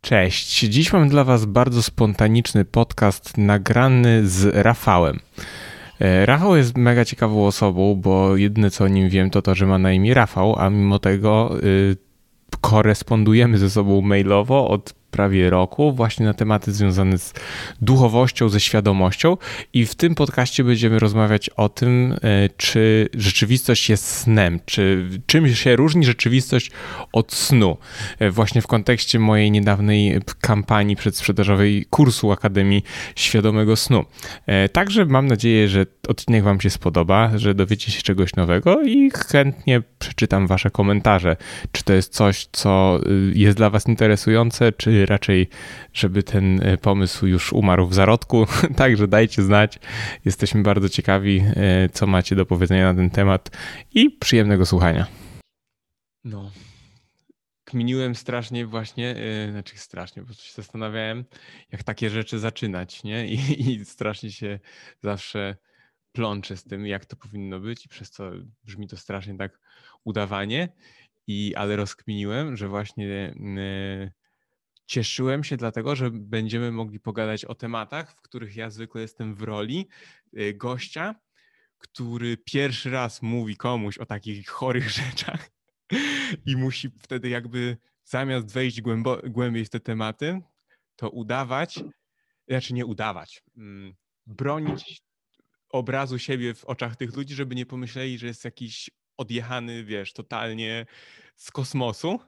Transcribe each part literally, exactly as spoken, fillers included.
Cześć, dziś mam dla Was bardzo spontaniczny podcast nagrany z Rafałem. Rafał jest mega ciekawą osobą, bo jedyne co o nim wiem to to, że ma na imię Rafał, a mimo tego y, korespondujemy ze sobą mailowo od prawie roku właśnie na tematy związane z duchowością, ze świadomością i w tym podcaście będziemy rozmawiać o tym, czy rzeczywistość jest snem, czy czym się różni rzeczywistość od snu. Właśnie w kontekście mojej niedawnej kampanii przedsprzedażowej kursu Akademii Świadomego Snu. Także mam nadzieję, że odcinek Wam się spodoba, że dowiecie się czegoś nowego i chętnie przeczytam Wasze komentarze. Czy to jest coś, co jest dla Was interesujące, czy raczej, żeby ten pomysł już umarł w zarodku. Także dajcie znać. Jesteśmy bardzo ciekawi, co macie do powiedzenia na ten temat i przyjemnego słuchania. No, kminiłem strasznie właśnie, yy, znaczy strasznie, bo się zastanawiałem, jak takie rzeczy zaczynać, nie? I, i strasznie się zawsze plączę z tym, jak to powinno być i przez co brzmi to strasznie tak udawanie. I, ale rozkminiłem, że właśnie yy, cieszyłem się dlatego, że będziemy mogli pogadać o tematach, w których ja zwykle jestem w roli gościa, który pierwszy raz mówi komuś o takich chorych rzeczach i musi wtedy jakby zamiast wejść głębo- głębiej w te tematy, to udawać, znaczy nie udawać, bronić obrazu siebie w oczach tych ludzi, żeby nie pomyśleli, że jest jakiś odjechany, wiesz, totalnie z kosmosu.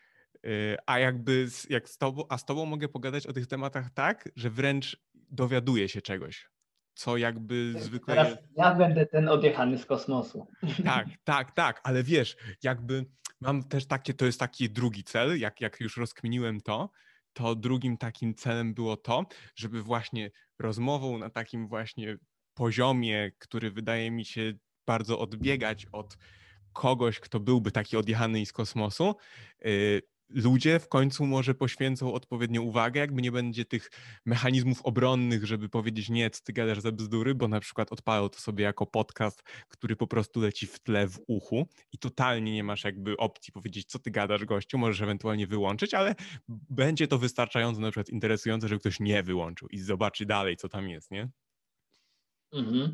A jakby z, jak z tobą, a z tobą mogę pogadać o tych tematach tak, że wręcz dowiaduję się czegoś, co jakby zwykle Teraz jest... ja będę ten odjechany z kosmosu. Tak, tak, tak, ale wiesz, jakby mam też takie, to jest taki drugi cel, jak, jak już rozkminiłem to, to drugim takim celem było to, żeby właśnie rozmową na takim właśnie poziomie, który wydaje mi się bardzo odbiegać od kogoś, kto byłby taki odjechany z kosmosu, yy, ludzie w końcu może poświęcą odpowiednią uwagę, jakby nie będzie tych mechanizmów obronnych, żeby powiedzieć nie, co ty gadasz za bzdury, bo na przykład odpalą to sobie jako podcast, który po prostu leci w tle w uchu i totalnie nie masz jakby opcji powiedzieć, co ty gadasz gościu, możesz ewentualnie wyłączyć, ale będzie to wystarczająco na przykład interesujące, żeby ktoś nie wyłączył i zobaczy dalej, co tam jest, nie? Mhm.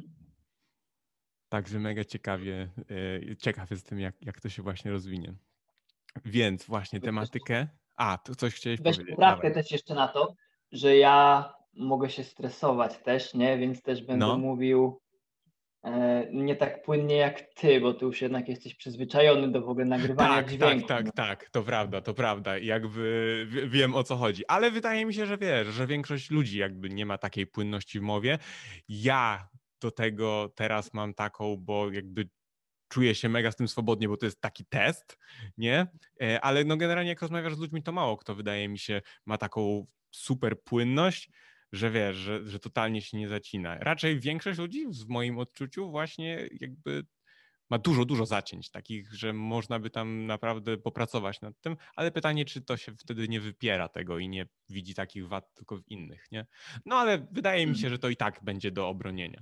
Także mega ciekawie, ciekaw jestem, jak, jak to się właśnie rozwinie. Więc właśnie tematykę... A, to coś chciałeś Weź powiedzieć. poprawkę Dawaj. też jeszcze na to, że ja mogę się stresować też, nie? Więc też będę No. mówił e, nie tak płynnie jak ty, bo ty już jednak jesteś przyzwyczajony do w ogóle nagrywania Tak, tak, dźwięku. tak, tak, to prawda, to prawda. Jakby w- wiem, o co chodzi. Ale wydaje mi się, że wiesz, że większość ludzi jakby nie ma takiej płynności w mowie. Ja do tego teraz mam taką, bo jakby czuję się mega z tym swobodnie, bo to jest taki test, nie? E, Ale no generalnie jak rozmawiasz z ludźmi, to mało kto wydaje mi się ma taką super płynność, że wiesz, że, że totalnie się nie zacina. Raczej większość ludzi w moim odczuciu właśnie jakby ma dużo, dużo zacięć takich, że można by tam naprawdę popracować nad tym, ale pytanie, czy to się wtedy nie wypiera tego i nie widzi takich wad tylko w innych, nie? No ale wydaje mi się, że to i tak będzie do obronienia.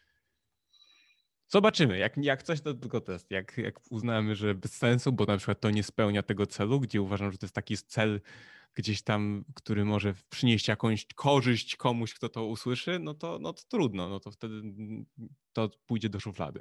Zobaczymy, jak, jak coś to tylko test, jak, jak uznamy, że bez sensu, bo na przykład to nie spełnia tego celu, gdzie uważam, że to jest taki cel gdzieś tam, który może przynieść jakąś korzyść komuś, kto to usłyszy, no to, no to trudno, no to wtedy to pójdzie do szuflady.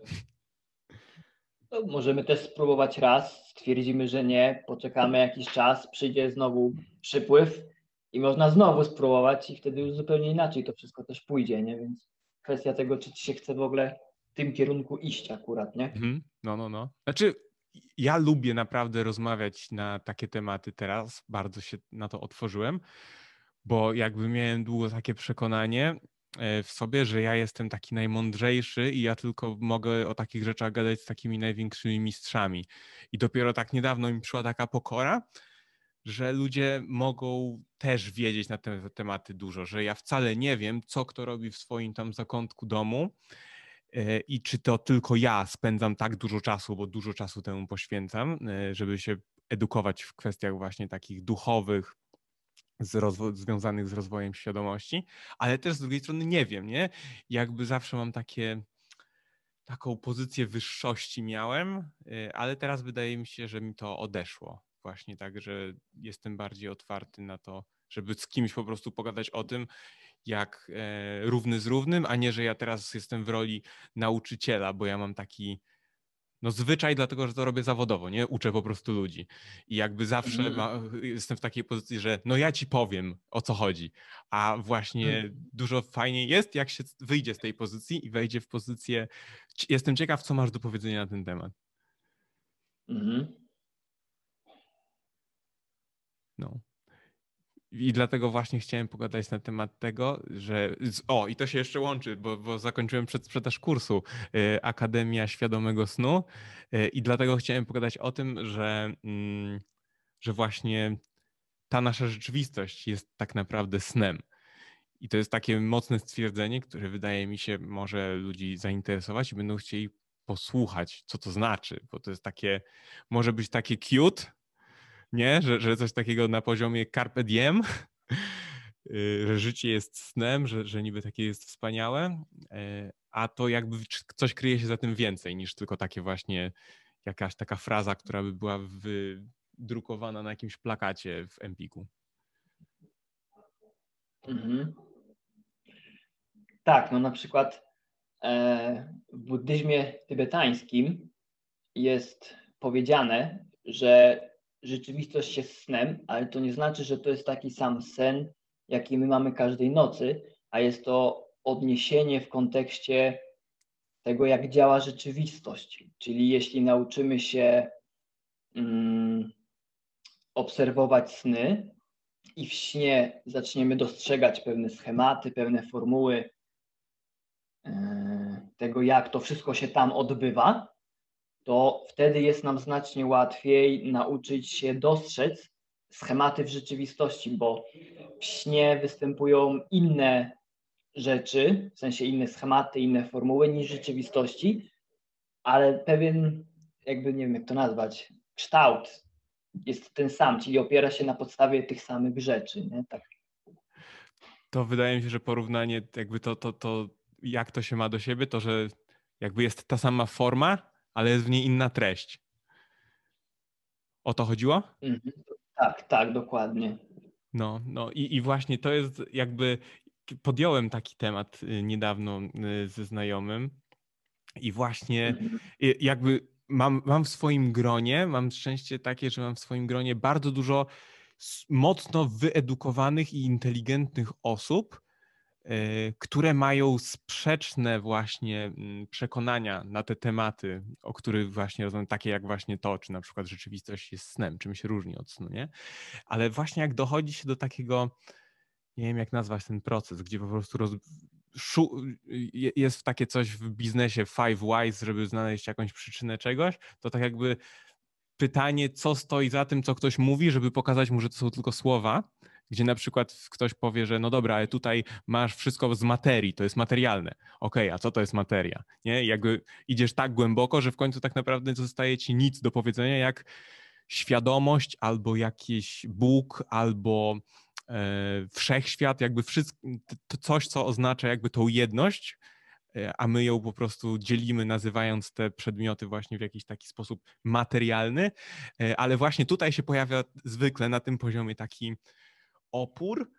To możemy też spróbować raz, stwierdzimy, że nie, poczekamy jakiś czas, przyjdzie znowu przypływ i można znowu spróbować i wtedy już zupełnie inaczej to wszystko też pójdzie, nie? Więc kwestia tego, czy ci się chce w ogóle w tym kierunku iść akurat, nie? Mhm. No, no, no. Znaczy, ja lubię naprawdę rozmawiać na takie tematy teraz, bardzo się na to otworzyłem, bo jakby miałem długo takie przekonanie w sobie, że ja jestem taki najmądrzejszy i ja tylko mogę o takich rzeczach gadać z takimi największymi mistrzami. I dopiero tak niedawno mi przyszła taka pokora, że ludzie mogą też wiedzieć na te tematy dużo, że ja wcale nie wiem, co kto robi w swoim tam zakątku domu i czy to tylko ja spędzam tak dużo czasu, bo dużo czasu temu poświęcam, żeby się edukować w kwestiach właśnie takich duchowych, z rozwo- związanych z rozwojem świadomości, ale też z drugiej strony nie wiem, nie? Jakby zawsze mam takie, taką pozycję wyższości miałem, ale teraz wydaje mi się, że mi to odeszło. Właśnie tak, że jestem bardziej otwarty na to, żeby z kimś po prostu pogadać o tym, jak e, równy z równym, a nie, że ja teraz jestem w roli nauczyciela, bo ja mam taki no zwyczaj, dlatego że to robię zawodowo, nie? Uczę po prostu ludzi. I jakby zawsze Mhm. ma, jestem w takiej pozycji, że no ja ci powiem, o co chodzi. A właśnie dużo fajniej jest, jak się wyjdzie z tej pozycji i wejdzie w pozycję. Jestem ciekaw, co masz do powiedzenia na ten temat. Mhm. No. I dlatego właśnie chciałem pogadać na temat tego, że... O, i to się jeszcze łączy, bo, bo zakończyłem przedsprzedaż kursu y, Akademia Świadomego Snu y, i dlatego chciałem pogadać o tym, że, mm, że właśnie ta nasza rzeczywistość jest tak naprawdę snem. I to jest takie mocne stwierdzenie, które wydaje mi się może ludzi zainteresować i będą chcieli posłuchać, co to znaczy, bo to jest takie, może być takie cute, nie? Że, że coś takiego na poziomie carpe diem, y, że życie jest snem, że, że niby takie jest wspaniałe, y, a to jakby coś kryje się za tym więcej niż tylko takie właśnie jakaś taka fraza, która by była wydrukowana na jakimś plakacie w Empiku. Mhm. Tak, no na przykład e, w buddyzmie tybetańskim jest powiedziane, że rzeczywistość jest snem, ale to nie znaczy, że to jest taki sam sen, jaki my mamy każdej nocy, a jest to odniesienie w kontekście tego, jak działa rzeczywistość. Czyli jeśli nauczymy się mm, obserwować sny i w śnie zaczniemy dostrzegać pewne schematy, pewne formuły e, tego, jak to wszystko się tam odbywa, to wtedy jest nam znacznie łatwiej nauczyć się dostrzec schematy w rzeczywistości, bo w śnie występują inne rzeczy, w sensie inne schematy, inne formuły niż w rzeczywistości, ale pewien, jakby nie wiem jak to nazwać, kształt jest ten sam, czyli opiera się na podstawie tych samych rzeczy. Nie? Tak. To wydaje mi się, że porównanie jakby to, to, to jak to się ma do siebie, to że jakby jest ta sama forma, ale jest w niej inna treść. O to chodziło? Mhm. Tak, tak, dokładnie. No, no i, i właśnie to jest jakby, podjąłem taki temat y, niedawno y, ze znajomym i właśnie Mhm. y, jakby mam, mam w swoim gronie, mam szczęście takie, że mam w swoim gronie bardzo dużo s- mocno wyedukowanych i inteligentnych osób, y, które mają sprzeczne właśnie mm, przekonania na te tematy, o których właśnie rozmawiam, takie jak właśnie to, czy na przykład rzeczywistość jest snem, czym się różni od snu, nie? Ale właśnie jak dochodzi się do takiego, nie wiem jak nazwać ten proces, gdzie po prostu roz... Szu... jest takie coś w biznesie five whys, żeby znaleźć jakąś przyczynę czegoś, to tak jakby pytanie, co stoi za tym, co ktoś mówi, żeby pokazać mu, że to są tylko słowa, gdzie na przykład ktoś powie, że no dobra, ale tutaj masz wszystko z materii, to jest materialne. Okej, okay, a co to jest materia? Nie? I jakby idziesz tak głęboko, że w końcu tak naprawdę nie zostaje ci nic do powiedzenia, jak świadomość albo jakiś Bóg, albo e, wszechświat, jakby wszystko, to coś, co oznacza jakby tą jedność, a my ją po prostu dzielimy, nazywając te przedmioty właśnie w jakiś taki sposób materialny, ale właśnie tutaj się pojawia zwykle na tym poziomie taki opór,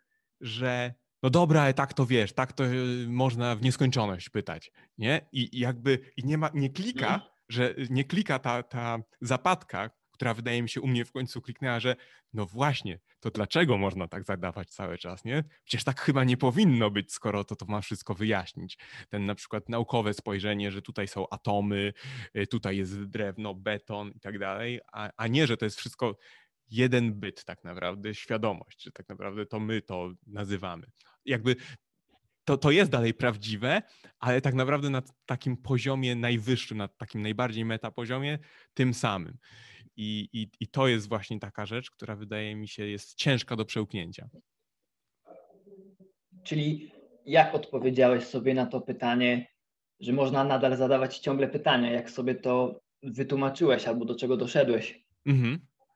że no dobra, ale tak to wiesz, tak to można w nieskończoność pytać, nie? I jakby i nie ma, nie klika, że nie klika ta, ta zapadka, która wydaje mi się u mnie w końcu kliknęła, że no właśnie, to dlaczego można tak zadawać cały czas, nie? Przecież tak chyba nie powinno być, skoro to, to ma wszystko wyjaśnić. Ten na przykład naukowe spojrzenie, że tutaj są atomy, tutaj jest drewno, beton i tak dalej, a, a nie, że to jest wszystko jeden byt tak naprawdę, świadomość, że tak naprawdę to my to nazywamy. Jakby to, to jest dalej prawdziwe, ale tak naprawdę na takim poziomie najwyższym, na takim najbardziej metapoziomie, tym samym. I, i, I to jest właśnie taka rzecz, która wydaje mi się jest ciężka do przełknięcia. Czyli jak odpowiedziałeś sobie na to pytanie, że można nadal zadawać ciągle pytania, jak sobie to wytłumaczyłeś albo do czego doszedłeś? Mhm.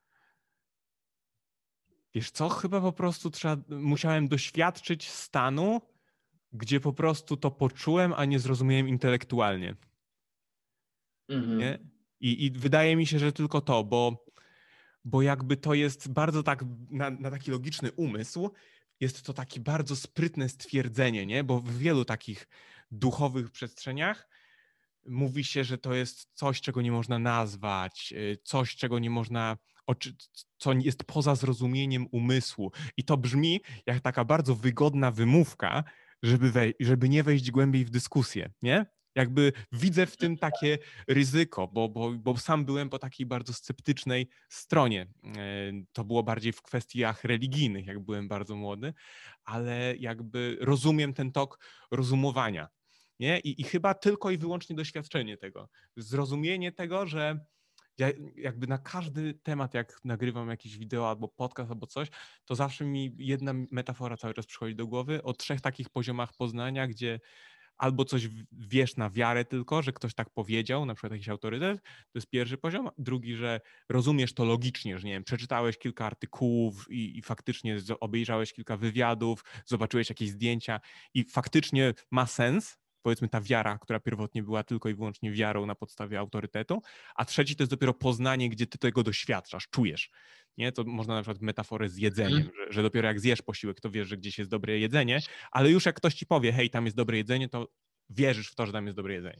Wiesz co, chyba po prostu trzeba, musiałem doświadczyć stanu, gdzie po prostu to poczułem, a nie zrozumiałem intelektualnie. Mhm. Nie? I, I wydaje mi się, że tylko to, bo bo jakby to jest bardzo tak, na, na taki logiczny umysł, jest to takie bardzo sprytne stwierdzenie, nie? Bo w wielu takich duchowych przestrzeniach mówi się, że to jest coś, czego nie można nazwać, coś, czego nie można, co jest poza zrozumieniem umysłu. I to brzmi jak taka bardzo wygodna wymówka, żeby, wej- żeby nie wejść głębiej w dyskusję, nie? Jakby widzę w tym takie ryzyko, bo, bo, bo sam byłem po takiej bardzo sceptycznej stronie. To było bardziej w kwestiach religijnych, jak byłem bardzo młody, ale jakby rozumiem ten tok rozumowania. Nie? I, I chyba tylko i wyłącznie doświadczenie tego. Zrozumienie tego, że ja jakby na każdy temat, jak nagrywam jakieś wideo albo podcast albo coś, to zawsze mi jedna metafora cały czas przychodzi do głowy o trzech takich poziomach poznania, gdzie albo coś wiesz na wiarę tylko, że ktoś tak powiedział, na przykład jakiś autorytet, to jest pierwszy poziom. Drugi, że rozumiesz to logicznie, że nie wiem, przeczytałeś kilka artykułów i, i faktycznie obejrzałeś kilka wywiadów, zobaczyłeś jakieś zdjęcia i faktycznie ma sens, powiedzmy ta wiara, która pierwotnie była tylko i wyłącznie wiarą na podstawie autorytetu, a trzeci to jest dopiero poznanie, gdzie ty tego doświadczasz, czujesz. Nie? To można na przykład metaforę z jedzeniem, Mhm. że, że dopiero jak zjesz posiłek, to wiesz, że gdzieś jest dobre jedzenie, ale już jak ktoś ci powie, hej, tam jest dobre jedzenie, to wierzysz w to, że tam jest dobre jedzenie.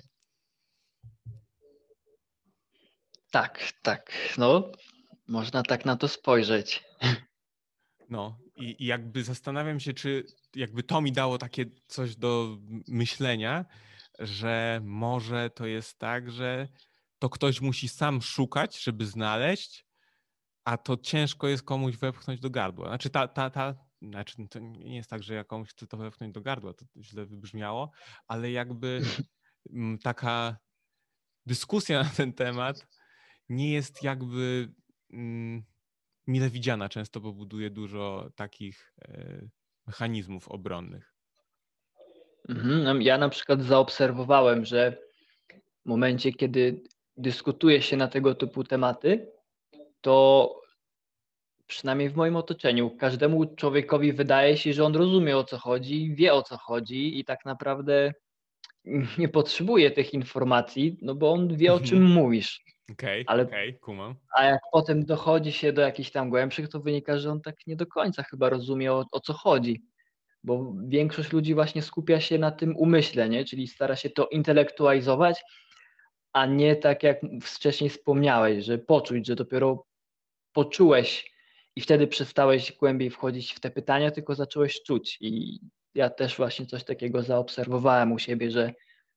Tak, tak. No, można tak na to spojrzeć. No i, i jakby zastanawiam się, czy jakby to mi dało takie coś do myślenia, że może to jest tak, że to ktoś musi sam szukać, żeby znaleźć, a to ciężko jest komuś wepchnąć do gardła. Znaczy ta, ta, ta, znaczy to nie jest tak, że ja komuś chcę to wepchnąć do gardła, to źle wybrzmiało, ale jakby m, taka dyskusja na ten temat nie jest jakby mm, mile widziana. Często powoduje dużo takich e, mechanizmów obronnych. Mhm. Ja na przykład zaobserwowałem, że w momencie, kiedy dyskutuje się na tego typu tematy, to przynajmniej w moim otoczeniu każdemu człowiekowi wydaje się, że on rozumie, o co chodzi, wie, o co chodzi i tak naprawdę nie potrzebuje tych informacji, no bo on wie, o czym Mhm. mówisz. Okej, Ale okej, kumam. a jak potem dochodzi się do jakichś tam głębszych, to wynika, że on tak nie do końca chyba rozumie, o, o co chodzi. Bo większość ludzi właśnie skupia się na tym umyśle, nie? Czyli stara się to intelektualizować, a nie tak jak wcześniej wspomniałeś, że poczuć, że dopiero poczułeś i wtedy przestałeś głębiej wchodzić w te pytania, tylko zacząłeś czuć. I ja też właśnie coś takiego zaobserwowałem u siebie, że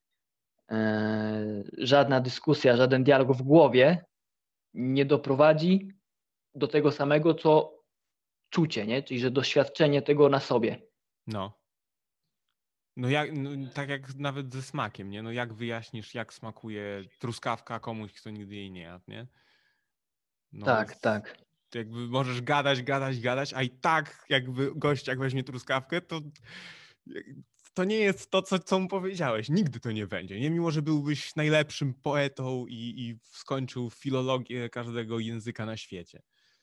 e, żadna dyskusja, żaden dialog w głowie nie doprowadzi do tego samego, co czucie, nie? Czyli że doświadczenie tego na sobie. No. No, jak, no tak jak nawet ze smakiem, nie? No jak wyjaśnisz, jak smakuje truskawka komuś, kto nigdy jej nie jadł, nie? No Tak, tak. jakby możesz gadać, gadać, gadać, a i tak jakby gość jak weźmie truskawkę, to to nie jest to, co, co mu powiedziałeś. Nigdy to nie będzie. Nie, mimo że byłbyś najlepszym poetą i, i skończył filologię każdego języka na świecie.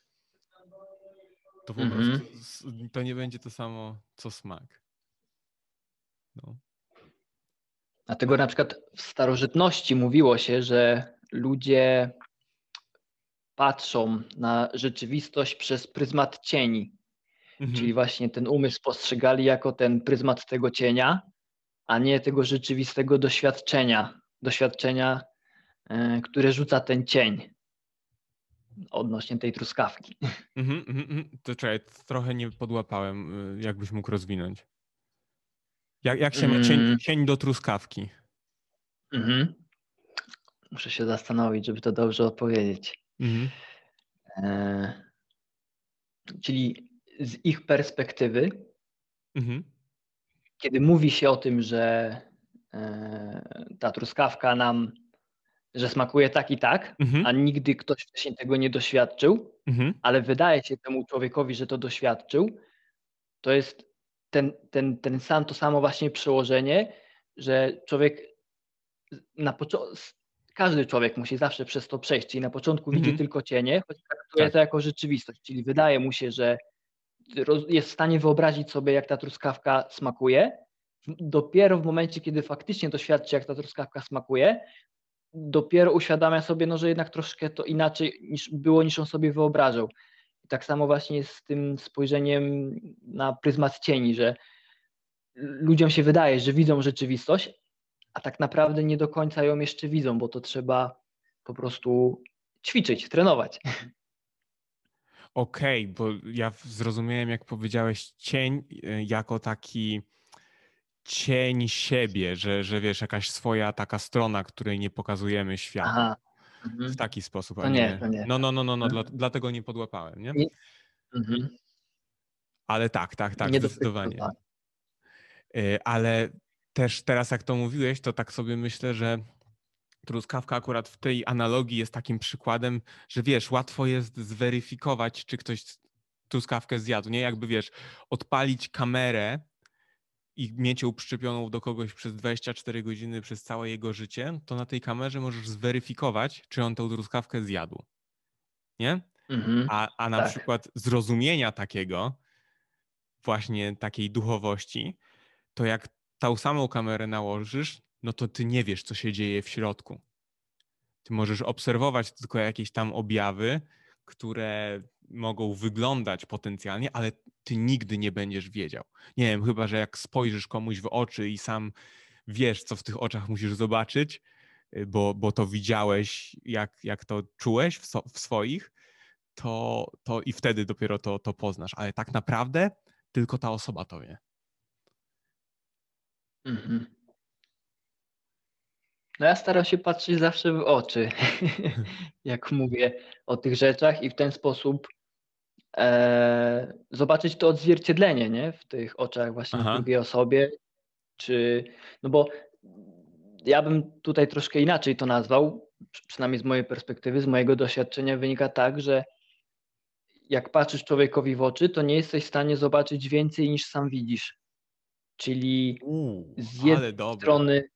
To po prostu Mhm. to nie będzie to samo, co smak. No. Dlatego na przykład w starożytności mówiło się, że ludzie patrzą na rzeczywistość przez pryzmat cieni. Czyli Mhm. właśnie ten umysł postrzegali jako ten pryzmat tego cienia, a nie tego rzeczywistego doświadczenia, doświadczenia, e, które rzuca ten cień odnośnie tej truskawki. Mhm, mhm, mhm. To czekaj, trochę nie podłapałem, y, jakbyś mógł rozwinąć. Jak, jak się ma cień, Mm, cień do truskawki? mhm. Muszę się zastanowić, żeby to dobrze odpowiedzieć. Mhm. E, czyli z ich perspektywy, Mhm. kiedy mówi się o tym, że e, ta truskawka nam, że smakuje tak i tak, Mhm. a nigdy ktoś wcześniej tego nie doświadczył, Mhm. ale wydaje się temu człowiekowi, że to doświadczył, to jest ten, ten, ten sam, to samo właśnie przełożenie, że człowiek na początku, każdy człowiek musi zawsze przez to przejść, czyli na początku widzi Mhm. tylko cienie, choć traktuje Tak. to jako rzeczywistość, czyli wydaje mu się, że jest w stanie wyobrazić sobie, jak ta truskawka smakuje. Dopiero w momencie, kiedy faktycznie doświadczy, jak ta truskawka smakuje, dopiero uświadamia sobie, no, że jednak troszkę to inaczej niż było, niż on sobie wyobrażał. I tak samo właśnie jest z tym spojrzeniem na pryzmat cieni, że ludziom się wydaje, że widzą rzeczywistość, a tak naprawdę nie do końca ją jeszcze widzą, bo to trzeba po prostu ćwiczyć, trenować. Okej, okay, bo ja zrozumiałem, jak powiedziałeś cień jako taki cień siebie, że, że wiesz, jakaś swoja taka strona, której nie pokazujemy światu. Aha. Mhm. W taki sposób, to a nie... nie. To nie. No, no, no, no, no Mhm. dla, dlatego nie podłapałem, nie? nie. Mhm. Ale tak, tak, tak, nie zdecydowanie. Ale też teraz, jak to mówiłeś, to tak sobie myślę, że truskawka akurat w tej analogii jest takim przykładem, że wiesz, łatwo jest zweryfikować, czy ktoś truskawkę zjadł, nie? Jakby wiesz, odpalić kamerę i mieć ją przyczepioną do kogoś przez dwadzieścia cztery godziny przez całe jego życie, to na tej kamerze możesz zweryfikować, czy on tę truskawkę zjadł, nie? Mhm. A, a na tak. przykład zrozumienia takiego, właśnie takiej duchowości, to jak tą samą kamerę nałożysz, no to ty nie wiesz, co się dzieje w środku. Ty możesz obserwować tylko jakieś tam objawy, które mogą wyglądać potencjalnie, ale ty nigdy nie będziesz wiedział. Nie wiem, chyba że jak spojrzysz komuś w oczy i sam wiesz, co w tych oczach musisz zobaczyć, bo, bo to widziałeś, jak, jak to czułeś w, so, w swoich, to, to i wtedy dopiero to, to poznasz. Ale tak naprawdę tylko ta osoba to wie. Mhm. No ja staram się patrzeć zawsze w oczy, jak mówię o tych rzeczach i w ten sposób e, zobaczyć to odzwierciedlenie, nie? W tych oczach właśnie w Aha. drugiej osobie, czy, no bo ja bym tutaj troszkę inaczej to nazwał, przynajmniej z mojej perspektywy, z mojego doświadczenia wynika tak, że jak patrzysz człowiekowi w oczy, to nie jesteś w stanie zobaczyć więcej niż sam widzisz. Czyli Uuu, z ale jednej dobre. strony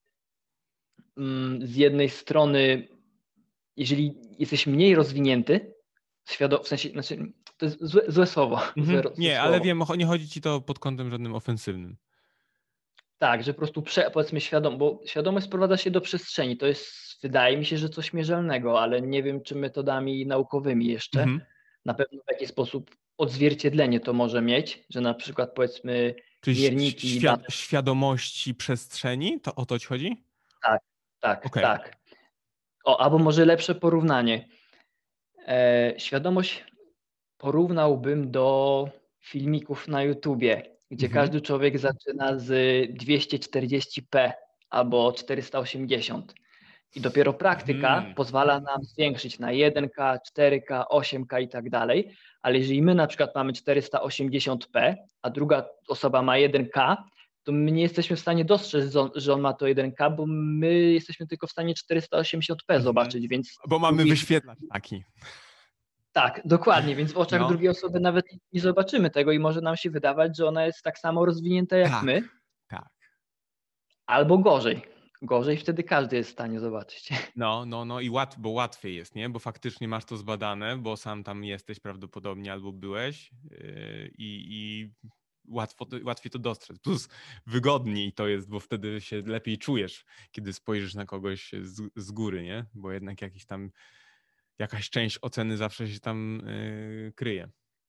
z jednej strony, jeżeli jesteś mniej rozwinięty, świadom, w sensie, znaczy, to jest złe, złe słowo. Mhm. Złe, złe Nie, słowo. ale wiem, nie chodzi ci to pod kątem żadnym ofensywnym. Tak, że po prostu prze, powiedzmy świadom, bo świadomość sprowadza się do przestrzeni. To jest, wydaje mi się, że coś mierzalnego, ale nie wiem, czy metodami naukowymi jeszcze. Mhm. Na pewno w jakiś sposób odzwierciedlenie to może mieć, że na przykład powiedzmy Czyli mierniki... świad dane... świadomości przestrzeni? To o to ci chodzi? Tak, tak, Okay. tak. O, albo może lepsze porównanie. E, świadomość porównałbym do filmików na YouTubie, gdzie Mhm. każdy człowiek zaczyna z dwieście czterdzieści p albo czterysta osiemdziesiąt. I dopiero praktyka Mhm. pozwala nam zwiększyć na jeden K, cztery K, osiem K i tak dalej. Ale jeżeli my na przykład mamy czterysta osiemdziesiąt p, a druga osoba ma jeden K, to my nie jesteśmy w stanie dostrzec, że on ma to jeden K, bo my jesteśmy tylko w stanie czterysta osiemdziesiąt p zobaczyć, więc... Bo mamy drugi... wyświetlacz taki. Tak, dokładnie, więc w oczach no. drugiej osoby nawet nie zobaczymy tego i może nam się wydawać, że ona jest tak samo rozwinięta jak tak, my. Tak. Albo gorzej. Gorzej wtedy każdy jest w stanie zobaczyć. No, no, no i łat, bo łatwiej jest, nie? Bo faktycznie masz to zbadane, bo sam tam jesteś prawdopodobnie albo byłeś yy, i łatwo to, łatwiej to dostrzec. Plus wygodniej to jest, bo wtedy się lepiej czujesz, kiedy spojrzysz na kogoś z, z góry, nie? Bo jednak jakiś tam jakaś część oceny zawsze się tam yy, kryje.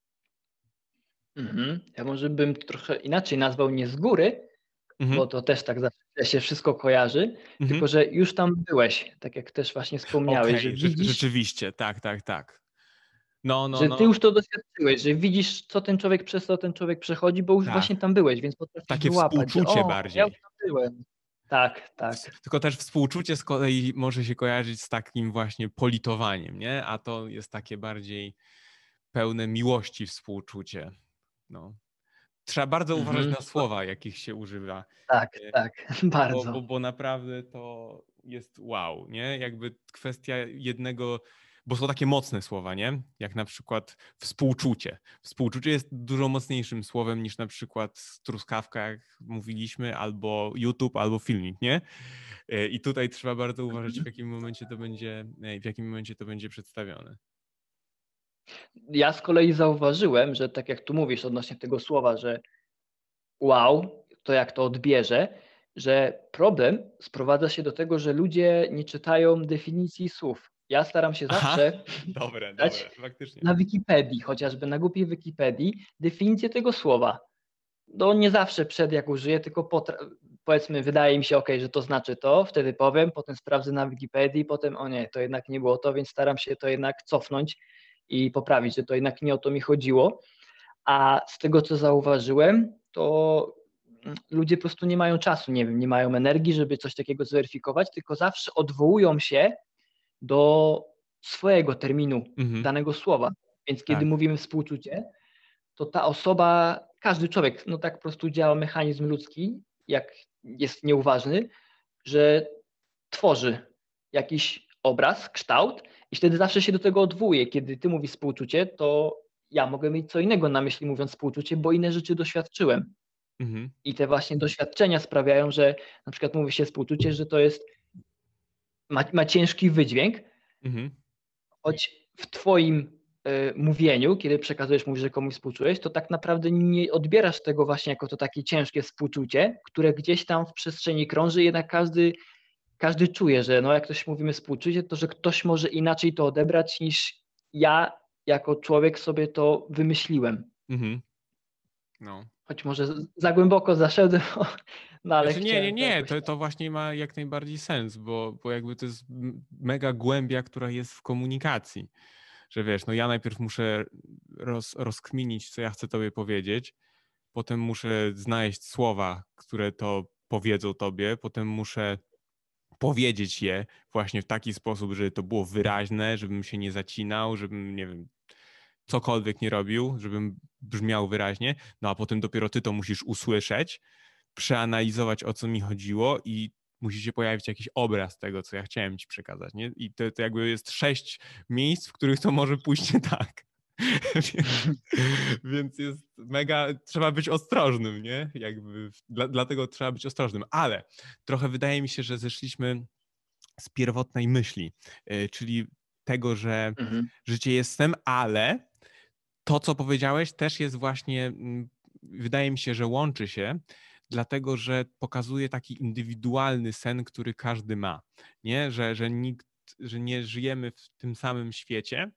Mhm. Ja może bym trochę inaczej nazwał, nie z góry, mhm. bo to też tak zawsze się wszystko kojarzy, mhm. tylko że już tam byłeś, tak jak też właśnie wspomniałeś, okay, że widzisz... Rzeczywiście, tak, tak, tak. No, no, że no. ty już to doświadczyłeś, że widzisz, co ten człowiek, przez co ten człowiek przechodzi, bo już tak. właśnie tam byłeś, więc potrafisz takie wyłapać, współczucie że, o, bardziej. ja już tam byłem. Tak, tak. Tylko też współczucie z kolei może się kojarzyć z takim właśnie politowaniem, nie? A to jest takie bardziej pełne miłości współczucie. No. Trzeba bardzo mm-hmm. uważać na słowa, jakich się używa. Tak, tak, bardzo. Bo, bo, bo naprawdę to jest wow, nie? Jakby kwestia jednego, bo są takie mocne słowa, nie? Jak na przykład współczucie. Współczucie jest dużo mocniejszym słowem niż na przykład truskawka, jak mówiliśmy, albo YouTube, albo filmik, nie? I tutaj trzeba bardzo uważać, w jakim momencie to będzie, w jakim momencie to będzie przedstawione. Ja z kolei zauważyłem, że tak jak tu mówisz odnośnie tego słowa, że wow, to jak to odbierze, że problem sprowadza się do tego, że ludzie nie czytają definicji słów. Ja staram się Aha, zawsze dobre, dać dobre, faktycznie. na Wikipedii, chociażby na głupiej Wikipedii, definicję tego słowa. No nie zawsze przed jak użyję, tylko potra- powiedzmy wydaje mi się ok, że to znaczy to, wtedy powiem, potem sprawdzę na Wikipedii, potem o nie, to jednak nie było to, więc staram się to jednak cofnąć i poprawić, że to jednak nie o to mi chodziło. A z tego co zauważyłem, to ludzie po prostu nie mają czasu, nie wiem, nie mają energii, żeby coś takiego zweryfikować, tylko zawsze odwołują się do swojego terminu Mhm, danego słowa. Więc kiedy tak. mówimy współczucie, to ta osoba, każdy człowiek, no tak po prostu działa mechanizm ludzki, jak jest nieuważny, że tworzy jakiś obraz, kształt i wtedy zawsze się do tego odwołuje. Kiedy ty mówisz współczucie, to ja mogę mieć co innego na myśli mówiąc współczucie, bo inne rzeczy doświadczyłem. Mhm, I te właśnie doświadczenia sprawiają, że na przykład mówi się współczucie, że to jest, ma, ma ciężki wydźwięk, mhm, choć w twoim y, mówieniu, kiedy przekazujesz, mówisz, że komuś współczujesz, to tak naprawdę nie odbierasz tego właśnie jako to takie ciężkie współczucie, które gdzieś tam w przestrzeni krąży, jednak każdy, każdy czuje, że no jak ktoś mówimy współczucie, to że ktoś może inaczej to odebrać niż ja jako człowiek sobie to wymyśliłem. mhm. No. Choć może za głęboko zaszedłem, no ale Znaczy nie, nie, chciałem to nie, jakoś to, tak. to właśnie ma jak najbardziej sens, bo, bo jakby to jest m- mega głębia, która jest w komunikacji, że wiesz, no ja najpierw muszę roz, rozkminić, co ja chcę tobie powiedzieć, potem muszę znaleźć słowa, które to powiedzą tobie, potem muszę powiedzieć je właśnie w taki sposób, żeby to było wyraźne, żebym się nie zacinał, żebym, nie wiem, cokolwiek nie robił, żebym brzmiał wyraźnie, no a potem dopiero ty to musisz usłyszeć, przeanalizować, o co mi chodziło i musi się pojawić jakiś obraz tego, co ja chciałem ci przekazać, nie? I to, to jakby jest sześć miejsc, w których to może pójść nie tak. więc, więc jest mega, trzeba być ostrożnym, nie? Jakby, dla, dlatego trzeba być ostrożnym, ale trochę wydaje mi się, że zeszliśmy z pierwotnej myśli, yy, czyli tego, że Mhm. życie jest snem, ale to, co powiedziałeś, też jest właśnie, mm, wydaje mi się, że łączy się, dlatego że pokazuje taki indywidualny sen, który każdy ma, nie? Że, że nikt, że nie żyjemy w tym samym świecie,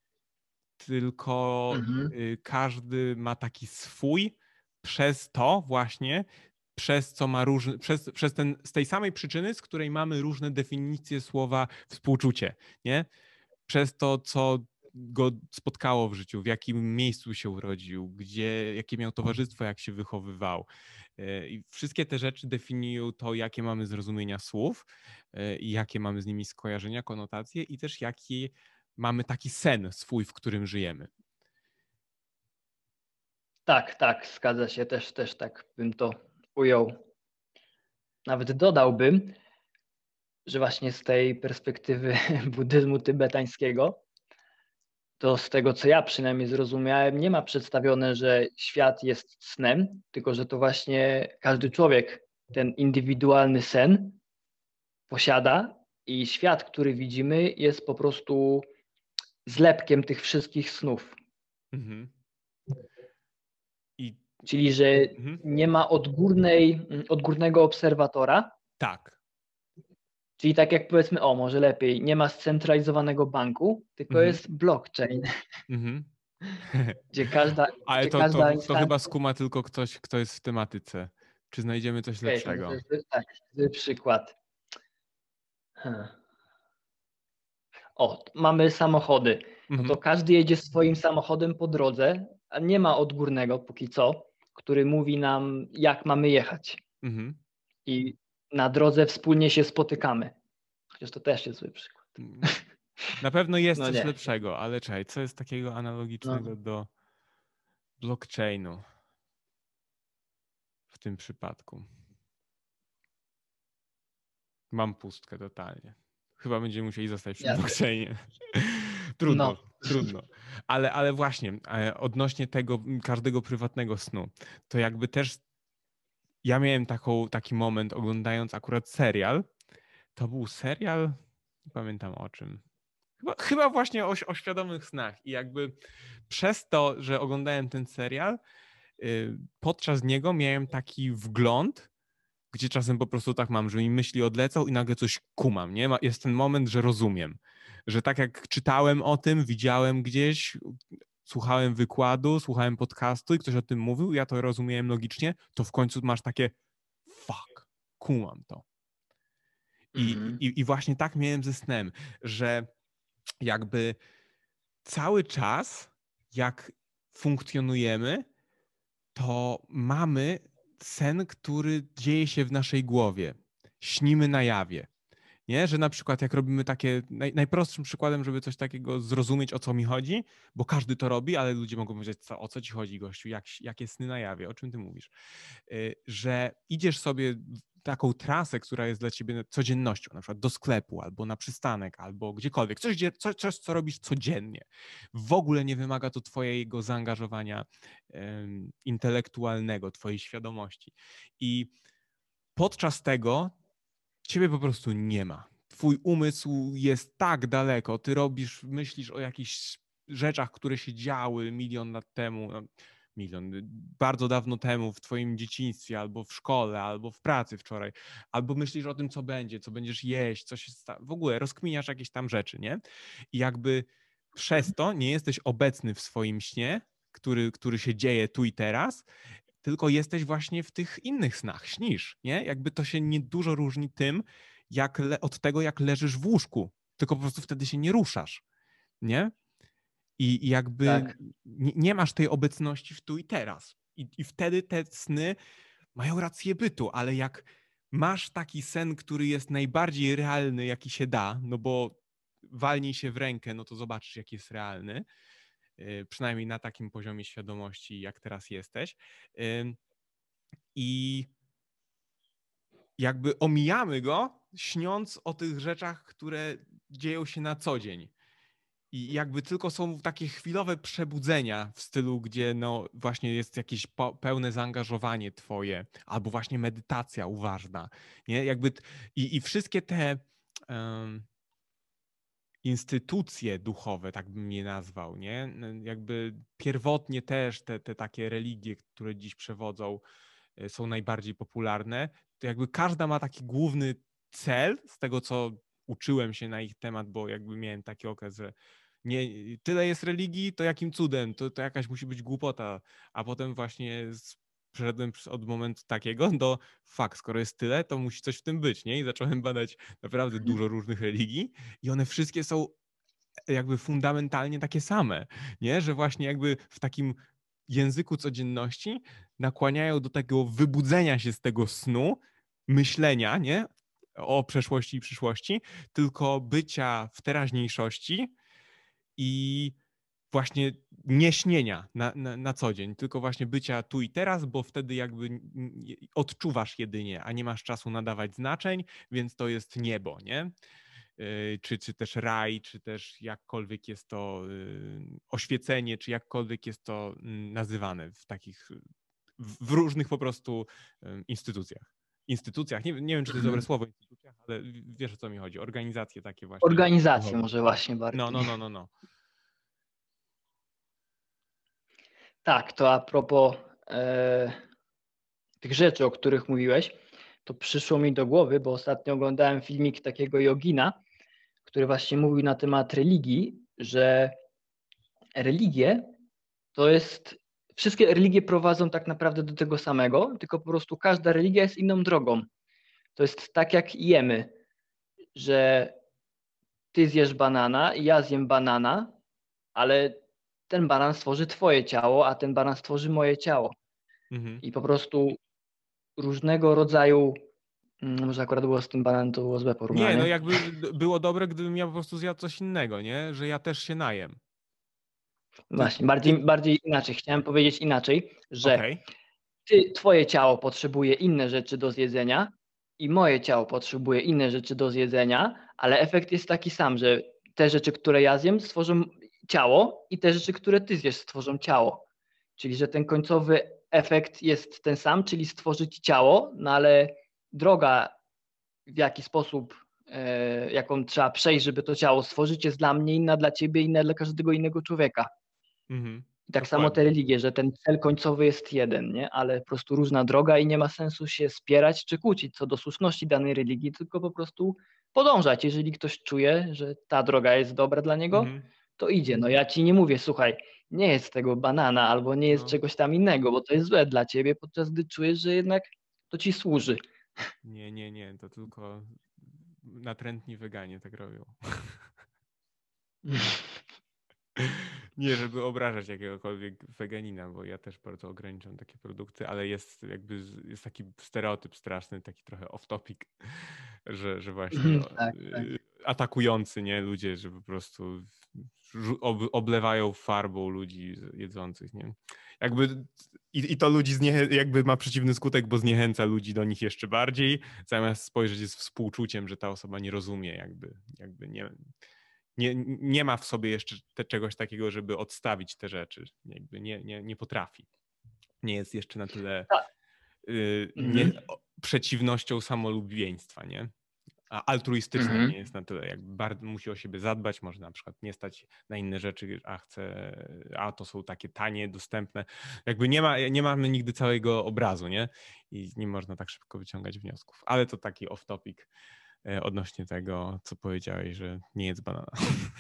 tylko Mhm. y, każdy ma taki swój, przez to właśnie, przez co ma różne, przez, przez ten, z tej samej przyczyny, z której mamy różne definicje słowa współczucie, nie? Przez to, co go spotkało w życiu, w jakim miejscu się urodził, gdzie, jakie miał towarzystwo, jak się wychowywał. Y, I wszystkie te rzeczy definiują to, jakie mamy zrozumienia słów y, i jakie mamy z nimi skojarzenia, konotacje i też jaki mamy taki sen swój, w którym żyjemy. Tak, tak, zgadza się, też, też tak bym to ujął. Nawet dodałbym, że właśnie z tej perspektywy buddyzmu tybetańskiego, to z tego, co ja przynajmniej zrozumiałem, nie ma przedstawione, że świat jest snem, tylko że to właśnie każdy człowiek ten indywidualny sen posiada i świat, który widzimy, jest po prostu zlepkiem tych wszystkich snów. Mhm. I Czyli, że mhm. nie ma odgórnej, odgórnego obserwatora, Tak. czyli tak jak powiedzmy, o może lepiej, nie ma scentralizowanego banku, tylko Mhm. jest blockchain, Mhm. gdzie każda, Ale gdzie to, to, każda to chyba instancja... skuma tylko ktoś, kto jest w tematyce. Czy znajdziemy coś Okej, okay, to lepszego? może jest tak, zły przykład. Hmm. O, mamy samochody. No Mhm. to każdy jedzie swoim samochodem po drodze, a nie ma odgórnego póki co, który mówi nam, jak mamy jechać. Mhm. I na drodze wspólnie się spotykamy. Chociaż to też jest zły przykład. Na pewno jest No coś nie. lepszego, ale czekaj, co jest takiego analogicznego No. do blockchainu w tym przypadku? Mam pustkę totalnie. Chyba będziemy musieli zostać przy Ja też. blockchainie. Trudno, No. trudno. Ale, ale właśnie, e, odnośnie tego każdego prywatnego snu, to jakby też ja miałem taką, taki moment oglądając akurat serial. To był serial, nie pamiętam o czym. Chyba, chyba właśnie o, o świadomych snach. I jakby przez to, że oglądałem ten serial, podczas niego miałem taki wgląd, gdzie czasem po prostu tak mam, że mi myśli odlecą i nagle coś kumam, nie? Ma- Jest ten moment, że rozumiem, że tak jak czytałem o tym, widziałem gdzieś, słuchałem wykładu, słuchałem podcastu i ktoś o tym mówił, ja to rozumiałem logicznie, to w końcu masz takie fuck, kumam to. I, Mhm. i, I właśnie tak miałem ze snem, że jakby cały czas, jak funkcjonujemy, to mamy sen, który dzieje się w naszej głowie. Śnimy na jawie. Nie? Że na przykład jak robimy takie, naj, najprostszym przykładem, żeby coś takiego zrozumieć, o co mi chodzi, bo każdy to robi, ale ludzie mogą powiedzieć, co, o co ci chodzi, gościu, jak, jakie sny na jawie, o czym ty mówisz? Y, że idziesz sobie w taką trasę, która jest dla ciebie codziennością, na przykład do sklepu, albo na przystanek, albo gdziekolwiek, coś, gdzie, coś, coś co robisz codziennie. W ogóle nie wymaga to twojego zaangażowania um, intelektualnego, twojej świadomości. I podczas tego ciebie po prostu nie ma. Twój umysł jest tak daleko, ty robisz, myślisz o jakichś rzeczach, które się działy milion lat temu, no, milion, bardzo dawno temu w twoim dzieciństwie, albo w szkole, albo w pracy wczoraj, albo myślisz o tym, co będzie, co będziesz jeść, co się sta- w ogóle rozkminiasz jakieś tam rzeczy, nie? I jakby przez to nie jesteś obecny w swoim śnie, który, który się dzieje tu i teraz, tylko jesteś właśnie w tych innych snach, śnisz, nie? Jakby to się nie dużo różni tym, jak le- od tego, jak leżysz w łóżku, tylko po prostu wtedy się nie ruszasz, nie? I, i jakby Tak. nie, nie masz tej obecności w tu i teraz. I, I wtedy te sny mają rację bytu, ale jak masz taki sen, który jest najbardziej realny, jaki się da, no bo walnij się w rękę, no to zobaczysz, jaki jest realny, yy, przynajmniej na takim poziomie świadomości, jak teraz jesteś. Yy, I jakby omijamy go, śniąc o tych rzeczach, które dzieją się na co dzień. I jakby tylko są takie chwilowe przebudzenia w stylu, gdzie no właśnie jest jakieś po, pełne zaangażowanie twoje, albo właśnie medytacja uważna, nie? Jakby t- i, i wszystkie te um, instytucje duchowe, tak bym je nazwał, nie? Jakby pierwotnie też te, te takie religie, które dziś przewodzą, y, są najbardziej popularne, to jakby każda ma taki główny cel, z tego co uczyłem się na ich temat, bo jakby miałem taki okres, że nie, tyle jest religii, to jakim cudem, to, to jakaś musi być głupota, a potem właśnie z, przeszedłem od momentu takiego do fakt, skoro jest tyle, to musi coś w tym być, nie? I zacząłem badać naprawdę dużo różnych religii i one wszystkie są jakby fundamentalnie takie same, nie? Że właśnie jakby w takim języku codzienności nakłaniają do tego wybudzenia się z tego snu, myślenia, nie? O przeszłości i przyszłości, tylko bycia w teraźniejszości i właśnie nie śnienia na, na, na co dzień, tylko właśnie bycia tu i teraz, bo wtedy jakby odczuwasz jedynie, a nie masz czasu nadawać znaczeń, więc to jest niebo, nie? Czy, czy też raj, czy też jakkolwiek jest to oświecenie, czy jakkolwiek jest to nazywane w takich, w różnych po prostu instytucjach. Instytucjach, nie, nie wiem, czy to jest dobre słowo, instytucjach, ale wiesz, o co mi chodzi. Organizacje takie właśnie Organizacje duchowe. może właśnie No, bardziej. no, no, no, no. Tak, to a propos e, tych rzeczy, o których mówiłeś, to przyszło mi do głowy, bo ostatnio oglądałem filmik takiego jogina, który właśnie mówił na temat religii, że religie to jest, wszystkie religie prowadzą tak naprawdę do tego samego, tylko po prostu każda religia jest inną drogą. To jest tak jak jemy, że ty zjesz banana i ja zjem banana, ale ten banan stworzy twoje ciało, a ten banan stworzy moje ciało. Mhm. I po prostu różnego rodzaju, mm, może akurat było z tym bananem, to było złe Nie, no porównanie. jakby było dobre, gdybym ja po prostu zjadł coś innego, nie? Że ja też się najem. Ty, Właśnie, bardziej, ty, bardziej inaczej. Chciałem powiedzieć inaczej, że okej. ty, twoje ciało potrzebuje inne rzeczy do zjedzenia i moje ciało potrzebuje inne rzeczy do zjedzenia, ale efekt jest taki sam, że te rzeczy, które ja zjem, stworzą ciało i te rzeczy, które ty zjesz, stworzą ciało. Czyli, że ten końcowy efekt jest ten sam, czyli stworzyć ciało, no ale droga, w jaki sposób, e, jaką trzeba przejść, żeby to ciało stworzyć, jest dla mnie inna, dla ciebie inna, dla każdego innego człowieka. Mhm. I tak samo te Dokładnie. religie, że ten cel końcowy jest jeden, nie? Ale po prostu różna droga i nie ma sensu się spierać czy kłócić co do słuszności danej religii, tylko po prostu podążać. Jeżeli ktoś czuje, że ta droga jest dobra dla niego, Mhm. to idzie. No ja ci nie mówię, słuchaj, nie jest tego banana albo nie jest No. czegoś tam innego, bo to jest złe dla ciebie, podczas gdy czujesz, że jednak to ci służy. Nie, nie, nie, to tylko natrętni weganie tak robią. Nie, żeby obrażać jakiegokolwiek weganina, bo ja też bardzo ograniczam takie produkty, ale jest jakby jest taki stereotyp straszny, taki trochę off-topic, że, że właśnie Tak, tak. y, atakujący, nie, ludzie, że po prostu żu- ob- oblewają farbą ludzi jedzących, nie. Jakby i, i to ludzi zniechę- jakby ma przeciwny skutek, bo zniechęca ludzi do nich jeszcze bardziej, zamiast spojrzeć z współczuciem, że ta osoba nie rozumie, jakby, jakby nie nie, nie ma w sobie jeszcze te, czegoś takiego, żeby odstawić te rzeczy. Jakby nie, nie, nie potrafi. Nie jest jeszcze na tyle Tak. y, nie, Mhm. o, przeciwnością samolubieństwa, nie? A altruistycznym Mhm. nie jest na tyle. Jakby bardzo musi o siebie zadbać, może na przykład nie stać na inne rzeczy, a chce, a to są takie tanie, dostępne. Jakby nie, ma, nie mamy nigdy całego obrazu, nie? I nie można tak szybko wyciągać wniosków. Ale to taki off-topic odnośnie tego, co powiedziałeś, że nie jedz banana.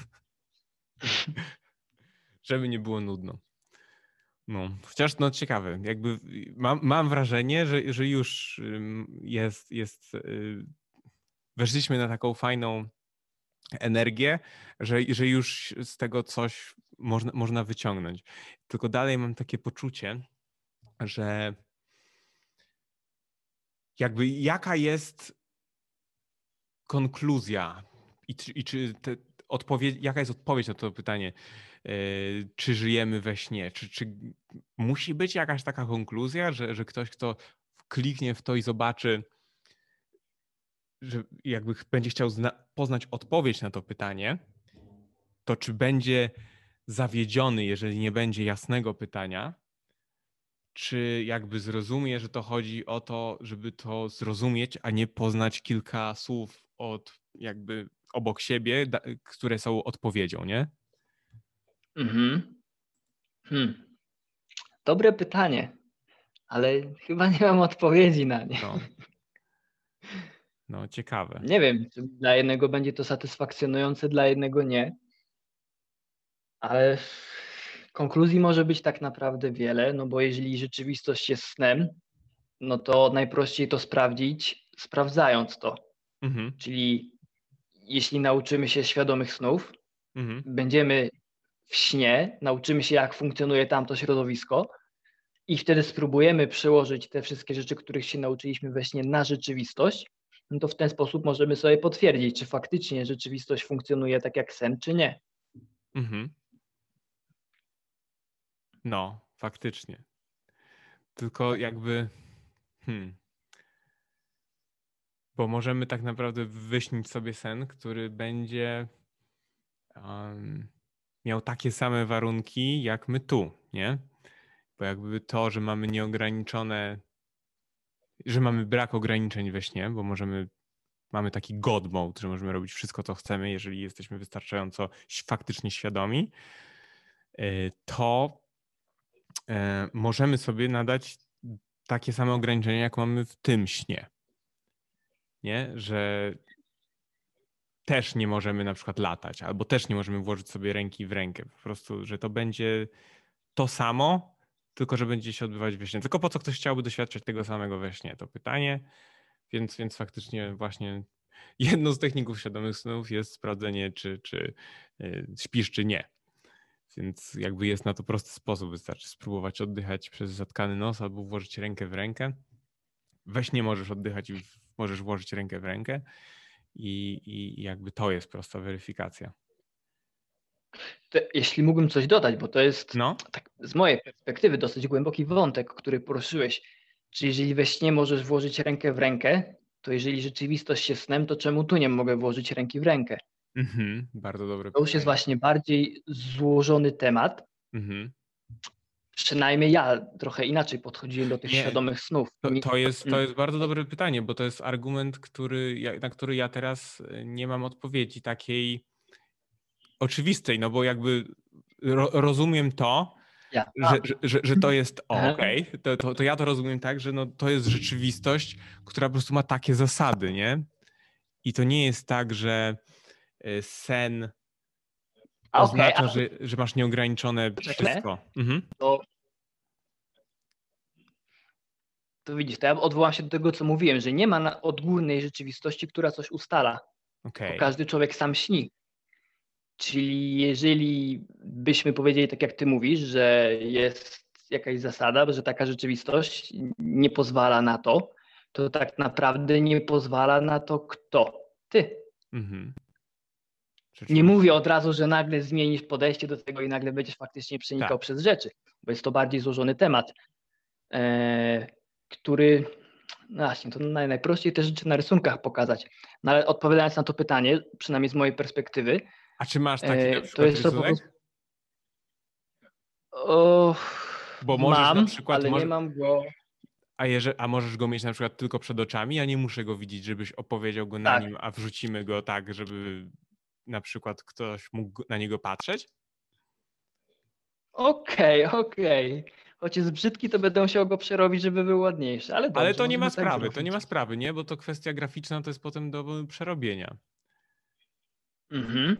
Żeby nie było nudno. No, chociaż no ciekawe, jakby mam, mam wrażenie, że, że już jest, jest, weszliśmy na taką fajną energię, że, że już z tego coś można, można wyciągnąć. Tylko dalej mam takie poczucie, że jakby jaka jest konkluzja i, czy- i czy te, odpowiedź, jaka jest odpowiedź na to pytanie, yy, czy żyjemy we śnie? Czy, czy musi być jakaś taka konkluzja, że, że ktoś, kto kliknie w to i zobaczy, że jakby będzie chciał zna- poznać odpowiedź na to pytanie, to czy będzie zawiedziony, jeżeli nie będzie jasnego pytania, czy jakby zrozumie, że to chodzi o to, żeby to zrozumieć, a nie poznać kilka słów od jakby obok siebie, da- które są odpowiedzią, nie? Mhm. Hmm. Dobre pytanie, ale chyba nie mam odpowiedzi na nie. No, no ciekawe. Nie wiem, czy dla jednego będzie to satysfakcjonujące, dla jednego nie. Ale konkluzji może być tak naprawdę wiele, no bo jeżeli rzeczywistość jest snem, no to najprościej to sprawdzić, sprawdzając to. Mhm, Czyli jeśli nauczymy się świadomych snów, mhm, będziemy w śnie, nauczymy się, jak funkcjonuje tamto środowisko i wtedy spróbujemy przełożyć te wszystkie rzeczy, których się nauczyliśmy we śnie, na rzeczywistość, no to w ten sposób możemy sobie potwierdzić, czy faktycznie rzeczywistość funkcjonuje tak jak sen, czy nie. mhm. No, faktycznie. Tylko jakby, hmm, bo możemy tak naprawdę wyśnić sobie sen, który będzie um, miał takie same warunki jak my tu, nie? Bo jakby to, że mamy nieograniczone, że mamy brak ograniczeń we śnie, bo możemy, mamy taki God mode, że możemy robić wszystko, co chcemy, jeżeli jesteśmy wystarczająco faktycznie świadomi, y, to y, możemy sobie nadać takie same ograniczenia, jak mamy w tym śnie. Nie? Że też nie możemy na przykład latać, albo też nie możemy włożyć sobie ręki w rękę. Po prostu, że to będzie to samo, tylko że będzie się odbywać we śnie. Tylko po co ktoś chciałby doświadczać tego samego we śnie? To pytanie. Więc, więc faktycznie właśnie jedną z techników świadomych snów jest sprawdzenie, czy, czy y, śpisz, czy nie. Więc jakby jest na to prosty sposób. Wystarczy spróbować oddychać przez zatkany nos albo włożyć rękę w rękę. We śnie możesz oddychać i w, możesz włożyć rękę w rękę i, i jakby to jest prosta weryfikacja. To, jeśli mógłbym coś dodać, bo to jest No, tak z mojej perspektywy dosyć głęboki wątek, który poruszyłeś. Czy jeżeli we śnie możesz włożyć rękę w rękę, to jeżeli rzeczywistość jest snem, to czemu tu nie mogę włożyć ręki w rękę? mhm, bardzo dobre To już jest pytanie. właśnie bardziej złożony temat. Mhm. Przynajmniej ja trochę inaczej podchodziłem do tych Nie, świadomych snów. to, Mi- to, jest, to mm, jest bardzo dobre pytanie, bo to jest argument, który, ja- na który ja teraz nie mam odpowiedzi takiej oczywistej, no bo jakby ro, rozumiem to, Ja. że, że, że, że to jest, o, Aha. okej, okay. to, to, to ja to rozumiem tak, że no, to jest rzeczywistość, która po prostu ma takie zasady, nie? I to nie jest tak, że y, sen A okej, oznacza, a że, że masz nieograniczone czekaj, wszystko. Mhm. to, to widzisz, to ja odwołam się do tego, co mówiłem, że nie ma na odgórnej rzeczywistości, która coś ustala, bo Okej. każdy człowiek sam śni. Czyli jeżeli byśmy powiedzieli, tak jak ty mówisz, że jest jakaś zasada, że taka rzeczywistość nie pozwala na to, to tak naprawdę nie pozwala na to kto? Ty. Mhm. Nie Rzeczywiście. mówię od razu, że nagle zmienisz podejście do tego i nagle będziesz faktycznie przenikał Tak. przez rzeczy, bo jest to bardziej złożony temat, e, który, no właśnie, to naj, najprościej te rzeczy na rysunkach pokazać. No ale odpowiadając na to pytanie, przynajmniej z mojej perspektywy, A czy masz taki na e, to przykład jest to po prostu. rysunek? O, Bo możesz na mam, przykład, ale nie może, mam go. a, jeżeli, a możesz go mieć na przykład tylko przed oczami, ja nie muszę go widzieć, żebyś opowiedział go na Tak. nim, a wrzucimy go tak, żeby na przykład ktoś mógł na niego patrzeć? Okej, okej. Choć jest brzydki, to będę musiał go przerobić, żeby był ładniejszy, ale Ale dobrze, to nie ma możemy tak sprawy, to nie zrobić. ma sprawy, nie? Bo to kwestia graficzna to jest potem do przerobienia. Mhm.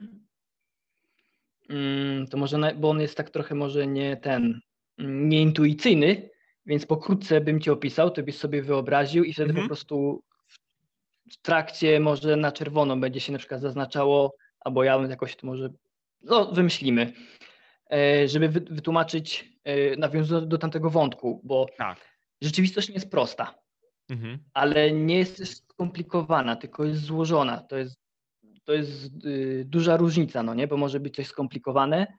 Mm, to może, na, bo on jest tak trochę może nie ten, mm, nieintuicyjny, więc pokrótce bym ci opisał, to byś sobie wyobraził i wtedy po Mhm. prostu w trakcie może na czerwono będzie się na przykład zaznaczało, albo ja jakoś to może, no wymyślimy, e, żeby wy, wytłumaczyć, e, nawiązując do tamtego wątku, bo Tak. rzeczywistość nie jest prosta, Mhm. ale nie jest też skomplikowana, tylko jest złożona. To jest, to jest y, duża różnica, no nie? Bo może być coś skomplikowane,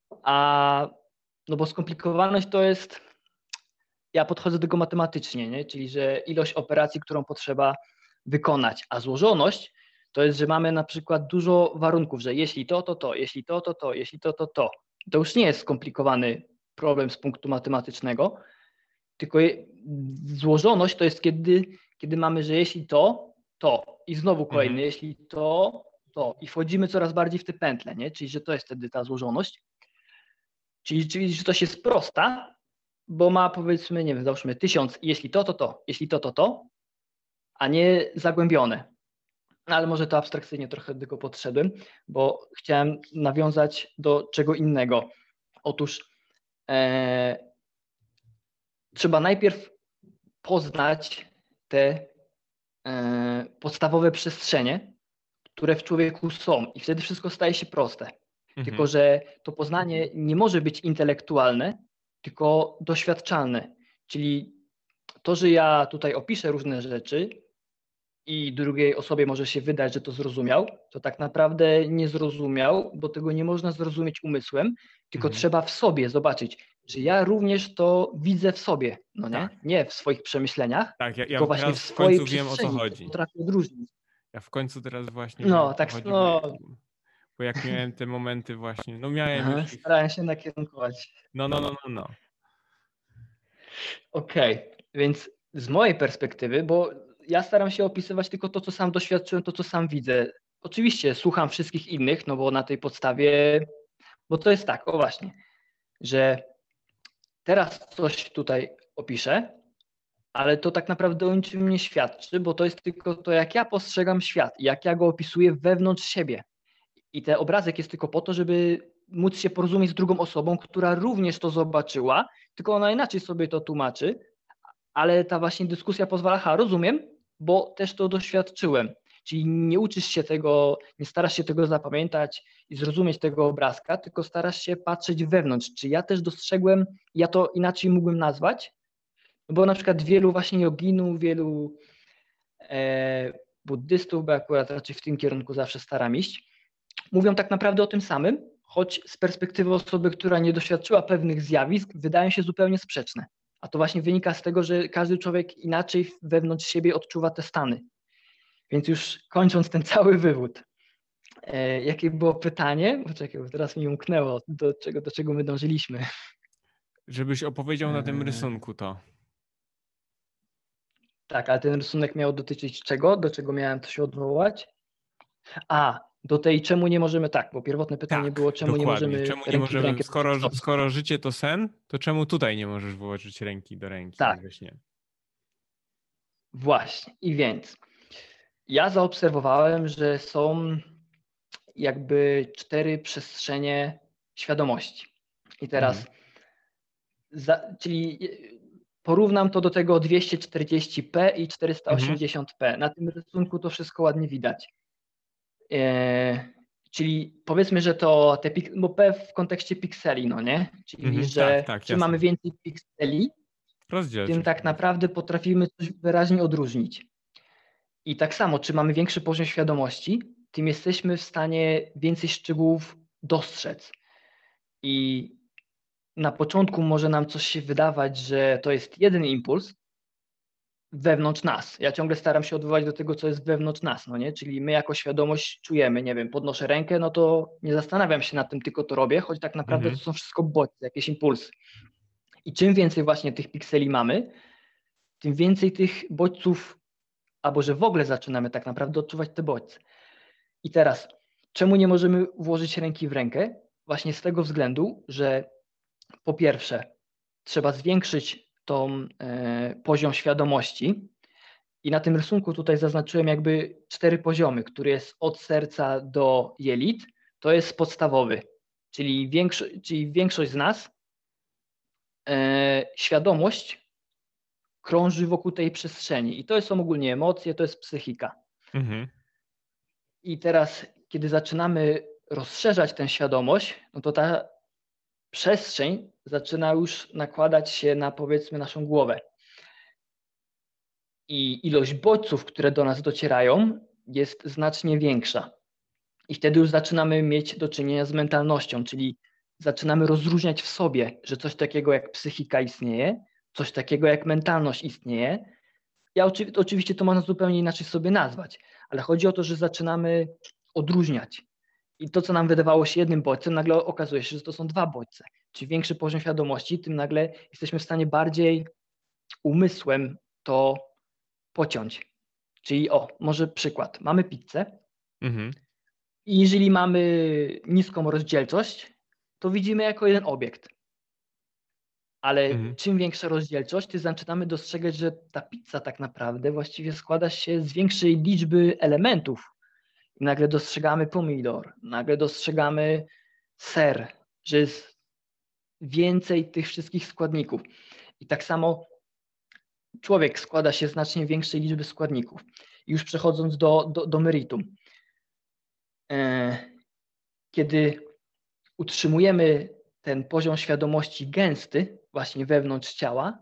a no bo skomplikowaność to jest, ja podchodzę do tego matematycznie, nie? Czyli że ilość operacji, którą potrzeba wykonać, a złożoność to jest, że mamy na przykład dużo warunków, że jeśli to, to to, jeśli to, to to, jeśli to, to to. To już nie jest skomplikowany problem z punktu matematycznego, tylko je, złożoność to jest kiedy, kiedy mamy, że jeśli to, to i znowu kolejny, Mhm. jeśli to, to i wchodzimy coraz bardziej w te pętle, nie? Czyli że to jest wtedy ta złożoność. Czyli, czyli że to się jest prosta, bo ma powiedzmy, nie wiem, załóżmy tysiąc, jeśli to, to to, jeśli to, to to, a nie zagłębione. No, ale może to abstrakcyjnie trochę do tego podszedłem, bo chciałem nawiązać do czego innego. Otóż e, trzeba najpierw poznać te e, podstawowe przestrzenie, które w człowieku są i wtedy wszystko staje się proste. Mhm. Tylko że to poznanie nie może być intelektualne, tylko doświadczalne. Czyli to, że ja tutaj opiszę różne rzeczy i drugiej osobie może się wydać, że to zrozumiał, to tak naprawdę nie zrozumiał, bo tego nie można zrozumieć umysłem, tylko Mhm. trzeba w sobie zobaczyć, czy ja również to widzę w sobie, no nie? Tak. Nie w swoich przemyśleniach, Tak, ja, tylko ja właśnie w teraz w swojej końcu wiem, o co przestrzeni, chodzi. potrafię odróżnić. Ja w końcu teraz właśnie wiem, No, o co tak, chodzi, bo, no, bo jak miałem te momenty właśnie, no miałem aha, już ich, starałem się nakierunkować. no, no, no, no, no. Okej, okay. Więc z mojej perspektywy, bo ja staram się opisywać tylko to, co sam doświadczyłem, to, co sam widzę. Oczywiście słucham wszystkich innych, no bo na tej podstawie, bo to jest tak, o właśnie, że teraz coś tutaj opiszę, ale to tak naprawdę o niczym nie świadczy, bo to jest tylko to, jak ja postrzegam świat, jak ja go opisuję wewnątrz siebie. I ten obrazek jest tylko po to, żeby móc się porozumieć z drugą osobą, która również to zobaczyła, tylko ona inaczej sobie to tłumaczy, ale ta właśnie dyskusja pozwala, ha, rozumiem, bo też to doświadczyłem. Czyli nie uczysz się tego, nie starasz się tego zapamiętać i zrozumieć tego obrazka, tylko starasz się patrzeć wewnątrz. Czy ja też dostrzegłem, ja to inaczej mógłbym nazwać? Bo na przykład wielu właśnie joginów, wielu e, buddystów, bo akurat raczej w tym kierunku zawsze staram iść, mówią tak naprawdę o tym samym, choć z perspektywy osoby, która nie doświadczyła pewnych zjawisk, wydają się zupełnie sprzeczne. A to właśnie wynika z tego, że każdy człowiek inaczej wewnątrz siebie odczuwa te stany. Więc już kończąc ten cały wywód, e, jakie było pytanie? Poczekaj, bo teraz mi umknęło, do czego, do czego my dążyliśmy. Żebyś opowiedział na tym E, rysunku to. Tak, ale ten rysunek miał dotyczyć czego? Do czego miałem to się odwołać? A, do tej czemu nie możemy tak, bo pierwotne pytanie Tak, było, czemu nie dokładnie. możemy Czemu nie ręki w możemy, rękę skoro, włożyć. skoro życie to sen, to czemu tutaj nie możesz włożyć ręki do ręki jak Tak. we śnie? Właśnie. I więc ja zaobserwowałem, że są jakby cztery przestrzenie świadomości. I teraz, Mhm. za, czyli porównam to do tego dwieście czterdzieści p i czterysta osiemdziesiąt p. Na tym rysunku to wszystko ładnie widać. E, czyli powiedzmy, że to te pik- bo P w kontekście pikseli, no nie? Czyli, Mhm, że tak, tak, czym jasne. mamy więcej pikseli, tym Rozdzielczość. tak naprawdę potrafimy coś wyraźnie odróżnić. I tak samo, czy mamy większy poziom świadomości, tym jesteśmy w stanie więcej szczegółów dostrzec. I na początku może nam coś się wydawać, że to jest jeden impuls wewnątrz nas. Ja ciągle staram się odwołać do tego, co jest wewnątrz nas, no nie? Czyli my jako świadomość czujemy, nie wiem, podnoszę rękę, no to nie zastanawiam się nad tym, tylko to robię, choć tak naprawdę Mhm. to są wszystko bodźce, jakieś impulsy. I czym więcej właśnie tych pikseli mamy, tym więcej tych bodźców, albo że w ogóle zaczynamy tak naprawdę odczuwać te bodźce. I teraz, czemu nie możemy włożyć ręki w rękę? Właśnie z tego względu, że po pierwsze, trzeba zwiększyć tą e, poziom świadomości. I na tym rysunku tutaj zaznaczyłem jakby cztery poziomy, który jest od serca do jelit. To jest podstawowy, czyli, większo czyli większość z nas e, świadomość krąży wokół tej przestrzeni. I to są ogólnie emocje, to jest psychika. Mhm. I teraz, kiedy zaczynamy rozszerzać tę świadomość, no to ta przestrzeń zaczyna już nakładać się na, powiedzmy, naszą głowę. I ilość bodźców, które do nas docierają, jest znacznie większa. I wtedy już zaczynamy mieć do czynienia z mentalnością, czyli zaczynamy rozróżniać w sobie, że coś takiego jak psychika istnieje, coś takiego jak mentalność istnieje. Ja oczy, oczywiście to można zupełnie inaczej sobie nazwać, ale chodzi o to, że zaczynamy odróżniać. I to, co nam wydawało się jednym bodźcem, nagle okazuje się, że to są dwa bodźce. Czyli większy poziom świadomości, tym nagle jesteśmy w stanie bardziej umysłem to pociąć. Czyli o, może przykład. Mamy pizzę Mhm. i jeżeli mamy niską rozdzielczość, to widzimy jako jeden obiekt. Ale Mhm. czym większa rozdzielczość, tym zaczynamy dostrzegać, że ta pizza tak naprawdę właściwie składa się z większej liczby elementów. I nagle dostrzegamy pomidor, nagle dostrzegamy ser, że jest więcej tych wszystkich składników. I tak samo człowiek składa się z znacznie większej liczby składników. I już przechodząc do, do, do meritum. Kiedy utrzymujemy ten poziom świadomości gęsty właśnie wewnątrz ciała,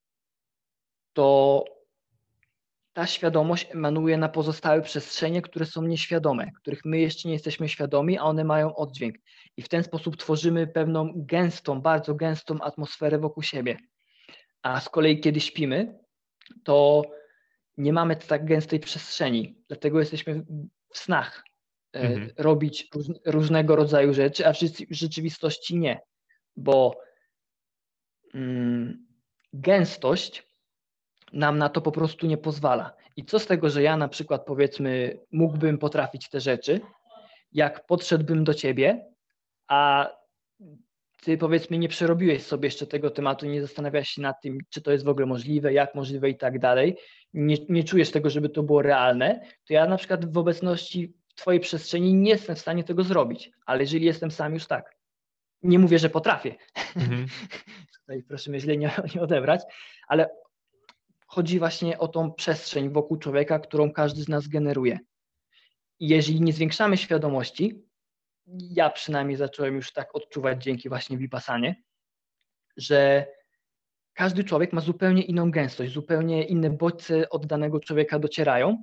to ta świadomość emanuje na pozostałe przestrzenie, które są nieświadome, których my jeszcze nie jesteśmy świadomi, a one mają oddźwięk. I w ten sposób tworzymy pewną gęstą, bardzo gęstą atmosferę wokół siebie. A z kolei kiedy śpimy, to nie mamy tak gęstej przestrzeni, dlatego jesteśmy w snach mhm. robić róż, różnego rodzaju rzeczy, a w rzeczywistości nie, bo mm, gęstość nam na to po prostu nie pozwala. I co z tego, że ja na przykład, powiedzmy, mógłbym potrafić te rzeczy, jak podszedłbym do ciebie, a ty, powiedzmy, nie przerobiłeś sobie jeszcze tego tematu, nie zastanawiasz się nad tym, czy to jest w ogóle możliwe, jak możliwe i tak dalej, nie, nie czujesz tego, żeby to było realne, to ja na przykład w obecności twojej przestrzeni nie jestem w stanie tego zrobić, ale jeżeli jestem sam, już tak. Nie mówię, że potrafię. Mhm. Tutaj proszę mnie źle nie, nie odebrać, ale chodzi właśnie o tą przestrzeń wokół człowieka, którą każdy z nas generuje. I jeżeli nie zwiększamy świadomości, ja przynajmniej zacząłem już tak odczuwać dzięki właśnie Vipassanie, że każdy człowiek ma zupełnie inną gęstość, zupełnie inne bodźce od danego człowieka docierają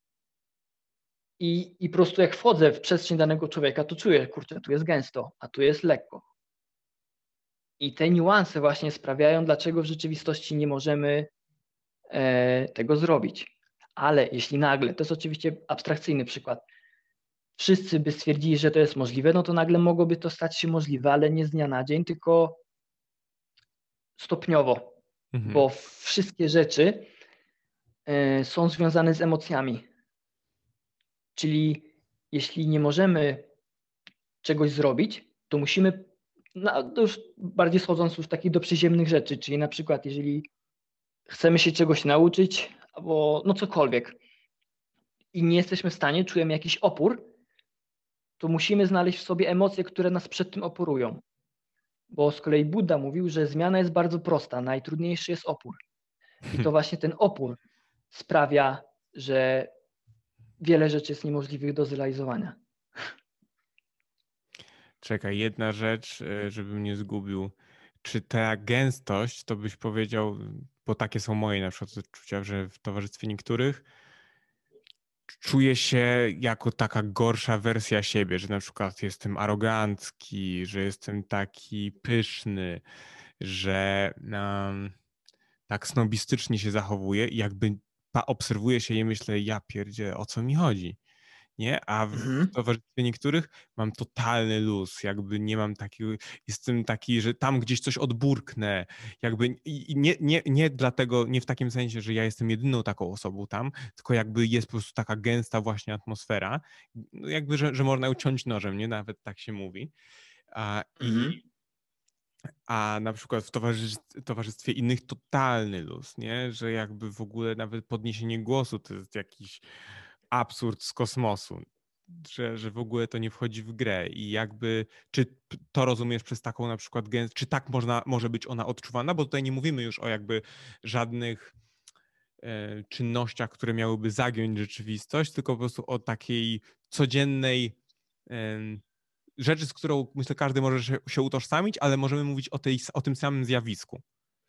i, i po prostu jak wchodzę w przestrzeń danego człowieka, to czuję, kurczę, tu jest gęsto, a tu jest lekko. I te niuanse właśnie sprawiają, dlaczego w rzeczywistości nie możemy e, tego zrobić. Ale jeśli nagle, to jest oczywiście abstrakcyjny przykład, wszyscy by stwierdzili, że to jest możliwe, no to nagle mogłoby to stać się możliwe, ale nie z dnia na dzień, tylko stopniowo, mhm. bo wszystkie rzeczy y, są związane z emocjami. Czyli jeśli nie możemy czegoś zrobić, to musimy, no, to już bardziej schodząc już takich do przyziemnych rzeczy, czyli na przykład jeżeli chcemy się czegoś nauczyć, albo no cokolwiek i nie jesteśmy w stanie, czujemy jakiś opór, to musimy znaleźć w sobie emocje, które nas przed tym oporują. Bo z kolei Buddha mówił, że zmiana jest bardzo prosta, najtrudniejszy jest opór. I to właśnie ten opór sprawia, że wiele rzeczy jest niemożliwych do zrealizowania. Czekaj, jedna rzecz, żebym nie zgubił. Czy ta gęstość, to byś powiedział, bo takie są moje na przykład odczucia, że w towarzystwie niektórych czuję się jako taka gorsza wersja siebie, że na przykład jestem arogancki, że jestem taki pyszny, że um, tak snobistycznie się zachowuję i jakby obserwuję się i myślę, ja pierdzie, o co mi chodzi? Nie? A w Mhm. towarzystwie niektórych mam totalny luz, jakby nie mam takiego, jestem taki, że tam gdzieś coś odburknę, jakby i nie, nie, nie dlatego, nie w takim sensie, że ja jestem jedyną taką osobą tam, tylko jakby jest po prostu taka gęsta właśnie atmosfera, no jakby, że, że można uciąć nożem, nie? Nawet tak się mówi. A, Mhm. i, a na przykład w towarzystwie, towarzystwie innych totalny luz, nie? Że jakby w ogóle nawet podniesienie głosu to jest jakiś absurd z kosmosu, że, że w ogóle to nie wchodzi w grę i jakby, czy to rozumiesz przez taką na przykład gęst, czy tak można, może być ona odczuwana, bo tutaj nie mówimy już o jakby żadnych e, czynnościach, które miałyby zagiąć rzeczywistość, tylko po prostu o takiej codziennej e, rzeczy, z którą myślę każdy może się, się utożsamić, ale możemy mówić o, tej, o tym samym zjawisku.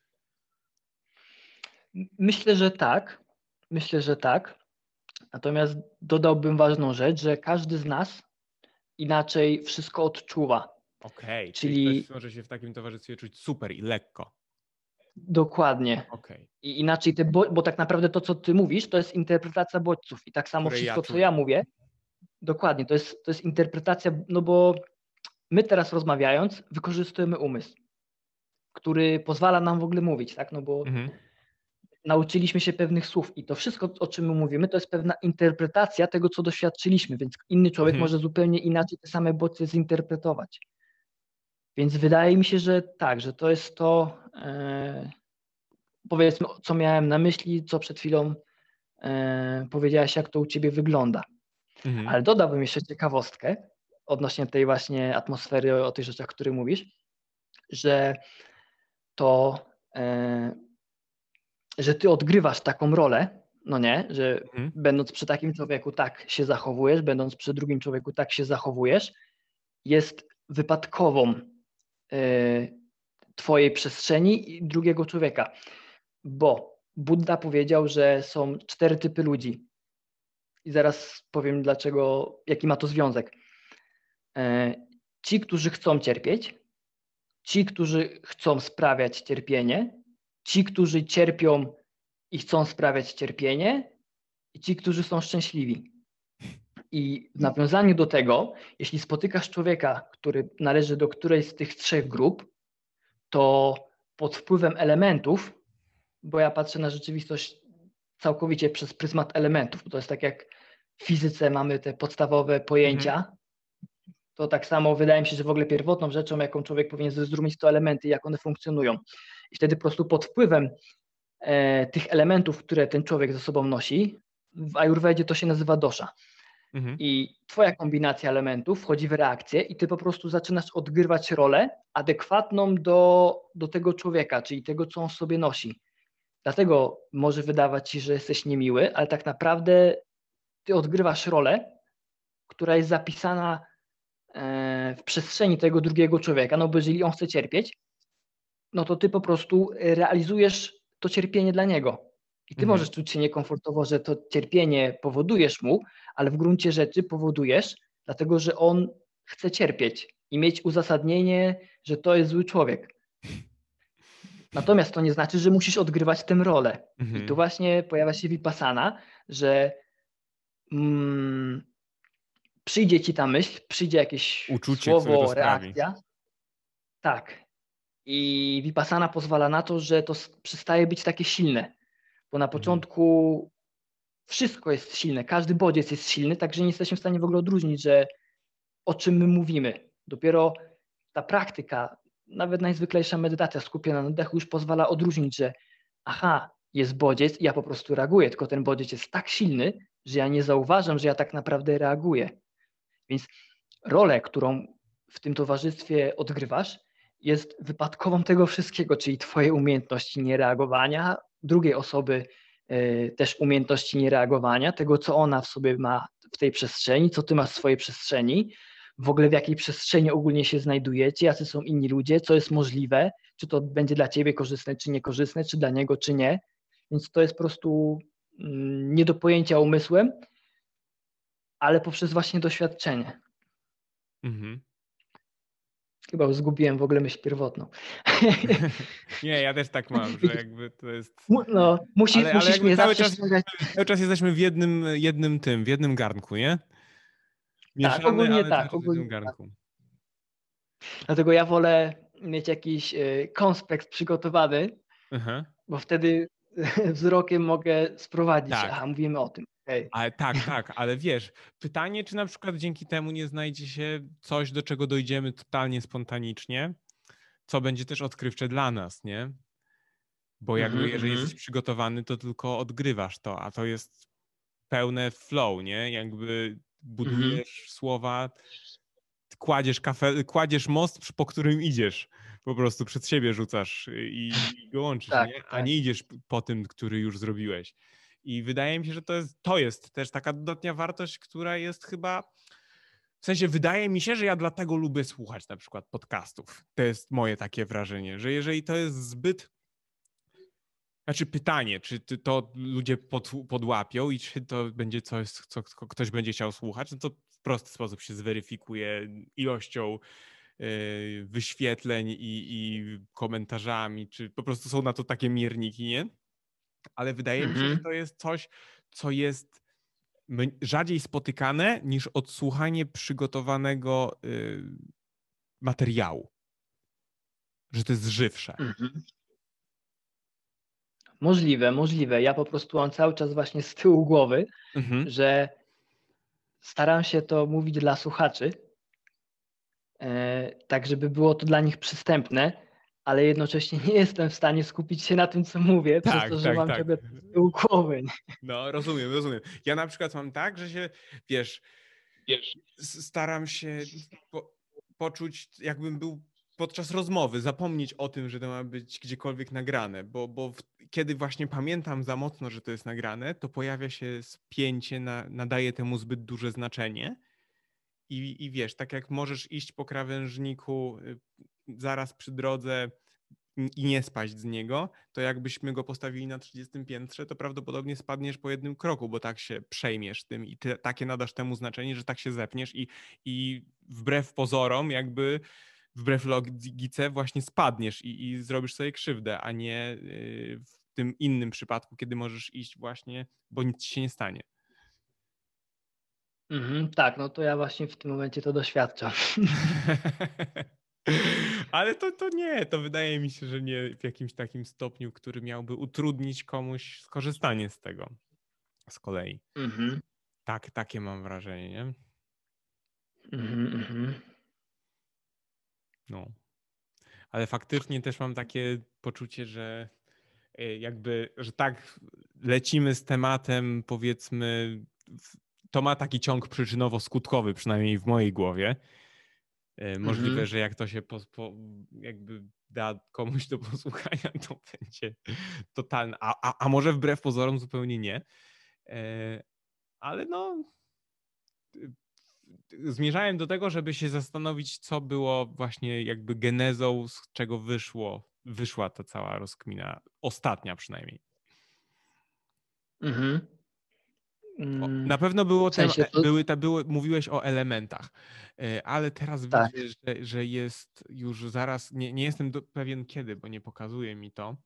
Myślę, że tak. Myślę, że tak. Natomiast dodałbym ważną rzecz, że każdy z nas inaczej wszystko odczuwa. Okej, okay, czyli Czyli ktoś może się w takim towarzystwie czuć super i lekko. dokładnie. Okay. I inaczej, te bo, bo tak naprawdę to, co ty mówisz, to jest interpretacja bodźców. I tak samo Które wszystko, ja co ja mówię, dokładnie, to jest, to jest interpretacja, no bo my teraz rozmawiając, wykorzystujemy umysł, który pozwala nam w ogóle mówić, tak? No bo mhm. nauczyliśmy się pewnych słów i to wszystko, o czym my mówimy, to jest pewna interpretacja tego, co doświadczyliśmy, więc inny człowiek Mhm. może zupełnie inaczej te same bodźce zinterpretować. Więc wydaje mi się, że tak, że to jest to, e, powiedzmy, co miałem na myśli, co przed chwilą e, powiedziałaś, jak to u ciebie wygląda. Mhm. Ale dodałbym jeszcze ciekawostkę odnośnie tej właśnie atmosfery, o tych rzeczach, o których mówisz, że to, e, że ty odgrywasz taką rolę, no nie, że Mhm. będąc przy takim człowieku tak się zachowujesz, będąc przy drugim człowieku tak się zachowujesz, jest wypadkową e, twojej przestrzeni i drugiego człowieka. Bo Buddha powiedział, że są cztery typy ludzi. I zaraz powiem dlaczego, jaki ma to związek. Ci, którzy chcą cierpieć, ci, którzy chcą sprawiać cierpienie, ci, którzy cierpią i chcą sprawiać cierpienie, i ci, którzy są szczęśliwi. I w nawiązaniu do tego, jeśli spotykasz człowieka, który należy do którejś z tych trzech grup, to pod wpływem elementów, bo ja patrzę na rzeczywistość całkowicie przez pryzmat elementów, bo to jest tak jak w fizyce mamy te podstawowe pojęcia, mhm. to tak samo wydaje mi się, że w ogóle pierwotną rzeczą, jaką człowiek powinien zrozumieć, to elementy, jak one funkcjonują. I wtedy po prostu pod wpływem e, tych elementów, które ten człowiek ze sobą nosi, w ajurwedzie to się nazywa dosza. Mhm. I twoja kombinacja elementów wchodzi w reakcję i ty po prostu zaczynasz odgrywać rolę adekwatną do, do tego człowieka, czyli tego, co on sobie nosi. Dlatego może wydawać ci, że jesteś niemiły, ale tak naprawdę ty odgrywasz rolę, która jest zapisana w przestrzeni tego drugiego człowieka, no bo jeżeli on chce cierpieć, no to ty po prostu realizujesz to cierpienie dla niego. I ty mhm. możesz czuć się niekomfortowo, że to cierpienie powodujesz mu, ale w gruncie rzeczy powodujesz, dlatego że on chce cierpieć i mieć uzasadnienie, że to jest zły człowiek. Natomiast to nie znaczy, że musisz odgrywać tę rolę. Mhm. I tu właśnie pojawia się vipassana, że mm, przyjdzie ci ta myśl, przyjdzie jakieś uczucie, słowo, reakcja. Tak. I vipassana pozwala na to, że to przestaje być takie silne. Bo na początku wszystko jest silne, każdy bodziec jest silny, także nie jesteśmy w stanie w ogóle odróżnić, że o czym my mówimy. Dopiero ta praktyka, nawet najzwyklejsza medytacja skupiona na oddechu już pozwala odróżnić, że aha, jest bodziec i ja po prostu reaguję, tylko ten bodziec jest tak silny, że ja nie zauważam, że ja tak naprawdę reaguję. Więc rolę, którą w tym towarzystwie odgrywasz, jest wypadkową tego wszystkiego, czyli twoje umiejętności niereagowania, drugiej osoby y, też umiejętności niereagowania, tego co ona w sobie ma w tej przestrzeni, co ty masz w swojej przestrzeni, w ogóle w jakiej przestrzeni ogólnie się znajdujecie, jacy są inni ludzie, co jest możliwe, czy to będzie dla ciebie korzystne, czy niekorzystne, czy dla niego, czy nie. Więc to jest po prostu mm, nie do pojęcia umysłem, ale poprzez właśnie doświadczenie. Mhm. Chyba już zgubiłem w ogóle myśl pierwotną. Nie, ja też tak mam, że jakby to jest... No, musi, ale, ale musisz jakby mnie cały zawsze czas, ściągać. cały czas jesteśmy w jednym, jednym tym, w jednym garnku, nie? Mieszamy, Tak, ogólnie ale cały tak, czas w jednym ogólnie tak. garnku. Dlatego ja wolę mieć jakiś y, konspekt przygotowany, Aha. bo wtedy wzrokiem mogę sprowadzić, Tak. aha, mówimy o tym. Okay. Ale tak, tak, ale wiesz, pytanie, czy na przykład dzięki temu nie znajdzie się coś, do czego dojdziemy totalnie spontanicznie, co będzie też odkrywcze dla nas, nie? Bo jakby Mhm, jeżeli mhm. jesteś przygotowany, to tylko odgrywasz to, a to jest pełne flow, nie? Jakby budujesz słowa, kładziesz, kafe, kładziesz most, po którym idziesz. Po prostu przed siebie rzucasz i, i go łączysz, Tak, nie? A tak. nie idziesz po tym, który już zrobiłeś. I wydaje mi się, że to jest, to jest też taka dodatnia wartość, która jest chyba... W sensie wydaje mi się, że ja dlatego lubię słuchać na przykład podcastów. To jest moje takie wrażenie, że jeżeli to jest zbyt... Znaczy pytanie, czy to ludzie pod, podłapią i czy to będzie coś, co ktoś będzie chciał słuchać, no to w prosty sposób się zweryfikuje ilością yy, wyświetleń i, i komentarzami, czy po prostu są na to takie mierniki, nie? Ale wydaje mi się, że to jest coś, co jest rzadziej spotykane niż odsłuchanie przygotowanego yy, materiału. Że to jest żywsze. Mhm. Możliwe, możliwe. Ja po prostu mam cały czas właśnie z tyłu głowy, Mhm. że staram się to mówić dla słuchaczy, e, tak żeby było to dla nich przystępne, ale jednocześnie nie jestem w stanie skupić się na tym, co mówię, Tak, przez to, że tak, mam tak. ciągle z tyłu głowy. No, rozumiem, rozumiem. Ja na przykład mam tak, że się, wiesz, Wiesz. staram się po, poczuć, jakbym był podczas rozmowy, zapomnieć o tym, że to ma być gdziekolwiek nagrane, bo, bo w, kiedy właśnie pamiętam za mocno, że to jest nagrane, to pojawia się spięcie, na, nadaje temu zbyt duże znaczenie i, i wiesz, tak jak możesz iść po krawężniku zaraz przy drodze i nie spaść z niego, to jakbyśmy go postawili na trzydziestym piętrze, to prawdopodobnie spadniesz po jednym kroku, bo tak się przejmiesz tym i ty, takie nadasz temu znaczenie, że tak się zepniesz i, i wbrew pozorom, jakby wbrew logice właśnie spadniesz i, i zrobisz sobie krzywdę, a nie w tym innym przypadku, kiedy możesz iść właśnie, bo nic ci się nie stanie. Mhm, tak, no to ja właśnie w tym momencie to doświadczam. Ale to, to nie, to wydaje mi się, że nie w jakimś takim stopniu, który miałby utrudnić komuś skorzystanie z tego z kolei. Mhm. Tak, takie mam wrażenie, nie? Mhm, mhm. No. Ale faktycznie też mam takie poczucie, że jakby, że tak lecimy z tematem, powiedzmy, to ma taki ciąg przyczynowo-skutkowy, przynajmniej w mojej głowie. Możliwe, Mhm. że jak to się po, po, jakby da komuś do posłuchania, to będzie totalne. A, a, a może wbrew pozorom zupełnie nie. Ale no, zmierzałem do tego, żeby się zastanowić, co było właśnie jakby genezą, z czego wyszło, wyszła ta cała rozkmina. Ostatnia przynajmniej. Mhm. O, na pewno było w sensie tem, to... były, ta, były, mówiłeś o elementach, ale teraz Tak. widzę, że, że jest już zaraz, nie, nie jestem do, pewien kiedy, bo nie pokazuje mi to,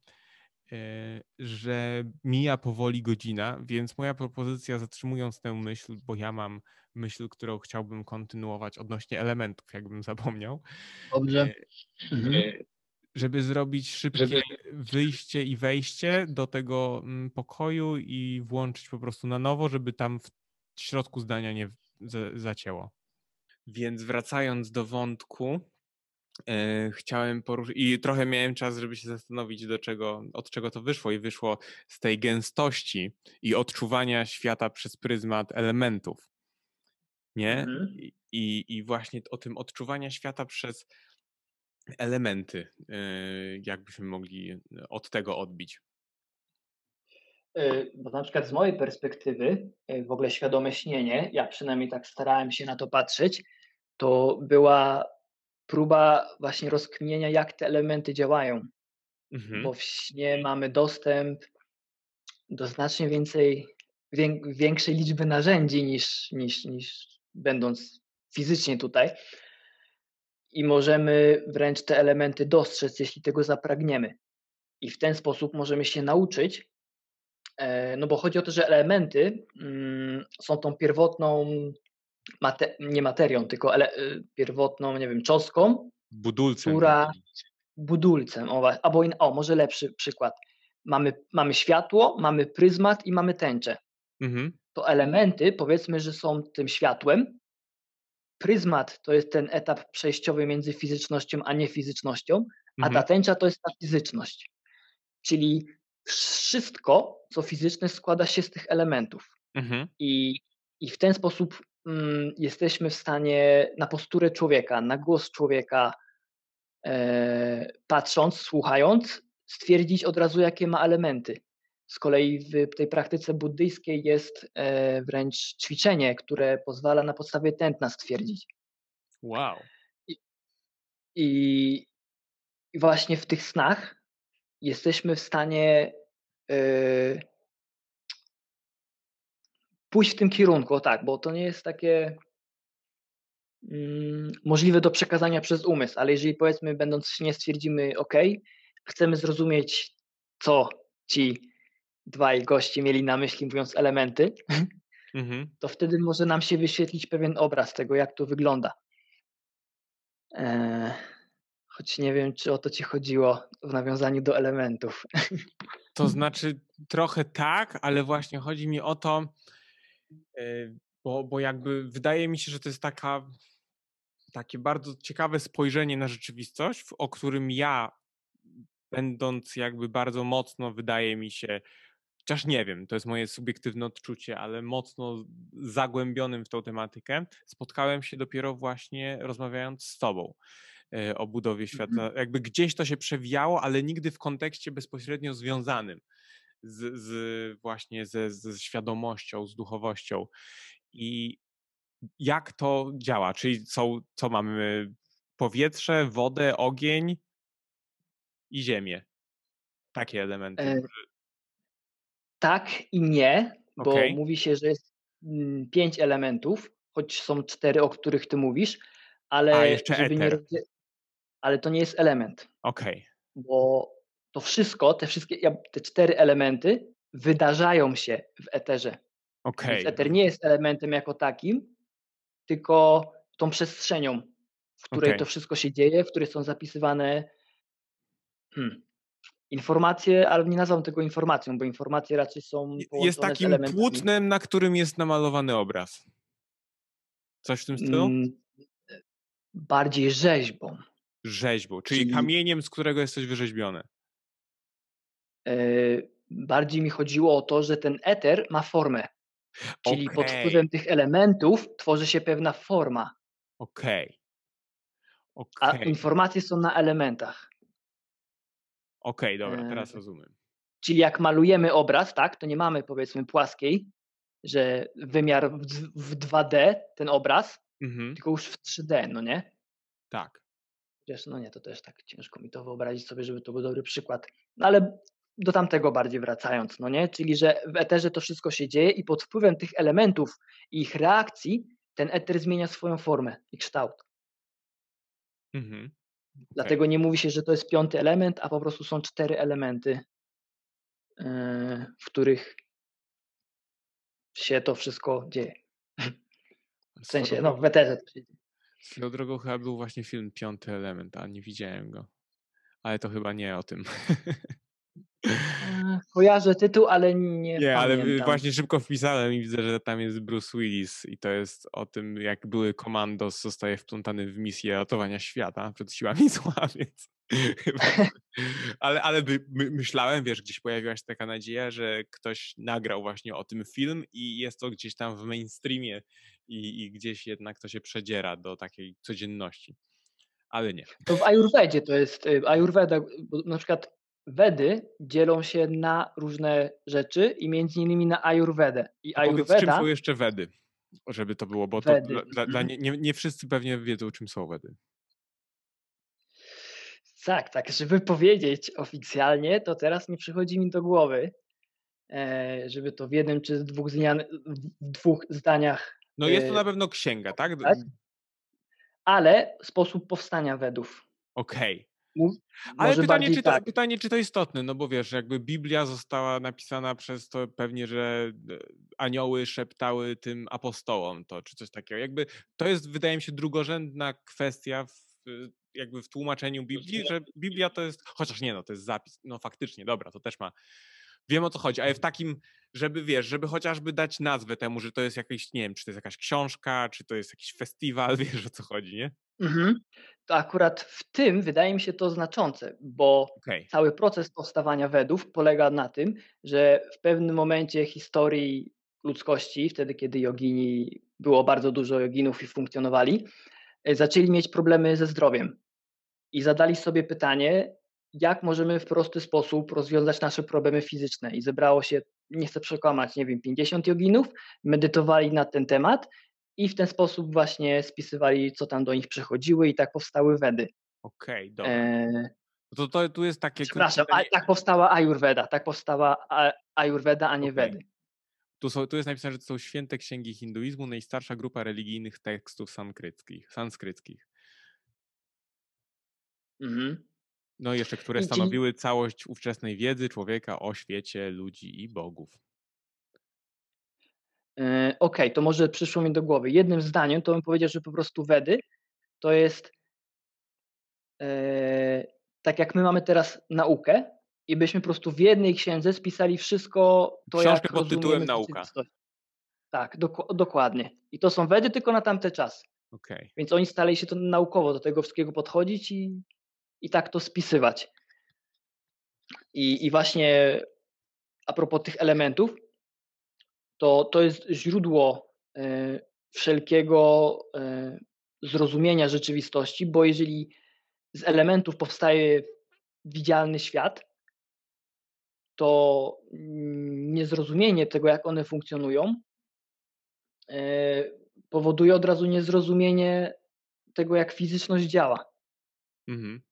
że mija powoli godzina, więc moja propozycja, zatrzymując tę myśl, bo ja mam myśl, którą chciałbym kontynuować odnośnie elementów, jakbym zapomniał. Dobrze. Mhm. żeby zrobić szybkie Żeby... wyjście i wejście do tego mm, pokoju i włączyć po prostu na nowo, żeby tam w środku zdania nie z- zacięło. Więc wracając do wątku, e, chciałem poruszyć i trochę miałem czas, żeby się zastanowić, do czego, od czego to wyszło i wyszło z tej gęstości i odczuwania świata przez pryzmat elementów. Nie? Mhm. I, i i właśnie o tym odczuwania świata przez elementy, e, jakbyśmy mogli od tego odbić. Y, Bo na przykład z mojej perspektywy, y, w ogóle świadome śnienie, ja przynajmniej tak starałem się na to patrzeć, to była próba właśnie rozkminienia, jak te elementy działają, Mhm. bo w śnie mamy dostęp do znacznie więcej, wię- większej liczby narzędzi niż, niż, niż będąc fizycznie tutaj i możemy wręcz te elementy dostrzec, jeśli tego zapragniemy. I w ten sposób możemy się nauczyć, e, no bo chodzi o to, że elementy mm, są tą pierwotną, mate, nie materią, tylko ele, y, pierwotną, nie wiem, cząstką, Budulcem która takim. budulcem, o, wa- albo in, o, może lepszy przykład. Mamy, mamy światło, mamy pryzmat i mamy tęczę. Mhm. To elementy, powiedzmy, że są tym światłem. Pryzmat to jest ten etap przejściowy między fizycznością a niefizycznością, a ta Mhm. tęcza to jest ta fizyczność. Czyli wszystko, co fizyczne, składa się z tych elementów. Mhm. I, i w ten sposób mm, jesteśmy w stanie na posturę człowieka, na głos człowieka, e, patrząc, słuchając, stwierdzić od razu, jakie ma elementy. Z kolei w tej praktyce buddyjskiej jest e, wręcz ćwiczenie, które pozwala na podstawie tętna stwierdzić. Wow. I, i, i właśnie w tych snach jesteśmy w stanie e, pójść w tym kierunku, o tak, bo to nie jest takie mm, możliwe do przekazania przez umysł, ale jeżeli powiedzmy będąc w śnie stwierdzimy, ok, chcemy zrozumieć, co ci dwaj goście mieli na myśli, mówiąc elementy, Mhm. to wtedy może nam się wyświetlić pewien obraz tego, jak to wygląda. Eee, choć nie wiem, czy o to ci chodziło w nawiązaniu do elementów. To znaczy trochę tak, ale właśnie chodzi mi o to, yy, bo, bo jakby wydaje mi się, że to jest taka, takie bardzo ciekawe spojrzenie na rzeczywistość, w- o którym ja, będąc jakby bardzo mocno, wydaje mi się, chociaż nie wiem, to jest moje subiektywne odczucie, ale mocno zagłębionym w tą tematykę, spotkałem się dopiero właśnie rozmawiając z tobą e, o budowie świata. Jakby gdzieś to się przewijało, ale nigdy w kontekście bezpośrednio związanym z, z właśnie ze, ze świadomością, z duchowością. I jak to działa? Czyli są, co mamy? Powietrze, wodę, ogień i ziemię. Takie elementy. Eee, tak i nie, bo Okej. mówi się, że jest mm, pięć elementów, choć są cztery, o których ty mówisz, A, ale jeszcze żeby nie eter. rozdzie- ale to nie jest element, Okej. bo to wszystko, te wszystkie, ja- te cztery elementy wydarzają się w eterze. Więc Okej. eter nie jest elementem jako takim, tylko tą przestrzenią, w której to Okej. wszystko się dzieje, w której są zapisywane hmm, informacje, ale nie nazwę tego informacją, bo informacje raczej są Jest połączone z takim elementami. płótnem, na którym jest namalowany obraz. Coś w tym stylu? Mm, bardziej rzeźbą, Rzeźbą, czyli czyli kamieniem, z którego jest coś wyrzeźbione. yy, bardziej mi chodziło o to, że ten eter ma formę, czyli pod Okej. wpływem tych elementów tworzy się pewna forma, Okej. a Okej. informacje są na elementach. Okej, dobra, teraz Yy, rozumiem. czyli jak malujemy obraz, tak, to nie mamy powiedzmy płaskiej, że wymiar w, w dwa D ten obraz, Mhm. tylko już w trzy D, no nie? Tak. Chociaż no nie, to też tak ciężko mi to wyobrazić sobie, żeby to był dobry przykład. No ale do tamtego bardziej wracając, no nie? Czyli, że w eterze to wszystko się dzieje i pod wpływem tych elementów i ich reakcji ten eter zmienia swoją formę i kształt. Mhm. Okej. Dlatego nie mówi się, że to jest piąty element, a po prostu są cztery elementy, yy, w których się to wszystko dzieje. W Swoją sensie, no drogą, w eterze to się dzieje. swoją drogą chyba był właśnie film Piąty Element, a nie widziałem go. ale to chyba nie o tym. E, Kojarzę tytuł, ale nie Nie, ale y, pamiętam. właśnie szybko wpisałem i widzę, że tam jest Bruce Willis i to jest o tym, jak były komandos zostaje wplątany w misję ratowania świata przed siłami zła, więc chyba... Ale, ale by, my, myślałem, wiesz, gdzieś pojawiła się taka nadzieja, że ktoś nagrał właśnie o tym film i jest to gdzieś tam w mainstreamie i, i gdzieś jednak to się przedziera do takiej codzienności. Ale nie. To w Ajurwedzie to jest, y, Ajurweda, bo na przykład Wedy dzielą się na różne rzeczy i między innymi na Ajurwedę. I To powiedz, czym są Ajurweda, jeszcze Wedy, żeby to było, bo to Wedy. dla, dla, dla Mhm. nie, nie, nie wszyscy pewnie wiedzą, czym są Wedy. Tak, tak, żeby powiedzieć oficjalnie, to teraz nie przychodzi mi do głowy, e, żeby to w jednym czy dwóch, zmian, w dwóch zdaniach No jest to e, na pewno księga, tak? D- dać, ale sposób powstania Wedów. Okej. Mów- Ale Może pytanie bardziej czy, to, tak. pytanie, czy to istotne, no bo wiesz, jakby Biblia została napisana przez to pewnie, że e, anioły szeptały tym apostołom to, czy coś takiego. Jakby to jest, wydaje mi się, drugorzędna kwestia w, jakby w tłumaczeniu Biblii, że Biblia to jest, chociaż nie, no to jest zapis, no faktycznie, dobra, to też ma, wiem o co chodzi, ale w takim, żeby wiesz, żeby chociażby dać nazwę temu, że to jest jakiś, nie wiem, czy to jest jakaś książka, czy to jest jakiś festiwal, wiesz o co chodzi, nie? Mhm. To akurat w tym wydaje mi się to znaczące, bo Okej. cały proces powstawania Wedów polega na tym, że w pewnym momencie historii ludzkości, wtedy kiedy jogini, było bardzo dużo joginów i funkcjonowali, e, zaczęli mieć problemy ze zdrowiem i zadali sobie pytanie, jak możemy w prosty sposób rozwiązać nasze problemy fizyczne. I zebrało się, nie chcę przekłamać, nie wiem, pięćdziesiąt joginów, medytowali nad ten temat i w ten sposób właśnie spisywali, co tam do nich przychodziły i tak powstały Wedy. Okej, dobra. Eee, No to, to tu jest takie krótkie przepraszam, a, tak powstała Ajurweda, tak powstała a, Ajurweda, a nie okej. Wedy. Tu, są, tu jest napisane, że to są święte księgi hinduizmu, najstarsza grupa religijnych tekstów sanskryckich. sanskryckich. Mhm. No i jeszcze, które I, czyli, stanowiły całość ówczesnej wiedzy człowieka o świecie, ludzi i bogów. e, Okej, to może przyszło mi do głowy. Jednym zdaniem to bym powiedział, że po prostu Wedy to jest e, tak jak my mamy teraz naukę i byśmy po prostu w jednej księdze spisali wszystko to, Książkę jak pod tytułem rozumiemy Nauka. rzeczywistość. Tak, dok- dokładnie. I to są Wedy tylko na tamte czasy. Okej. Więc oni starali się to naukowo do tego wszystkiego podchodzić i, i tak to spisywać. I, I właśnie a propos tych elementów, to to jest źródło e, wszelkiego e, zrozumienia rzeczywistości, bo jeżeli z elementów powstaje widzialny świat, to niezrozumienie tego, jak one funkcjonują, e, powoduje od razu niezrozumienie tego, jak fizyczność działa. Mhm.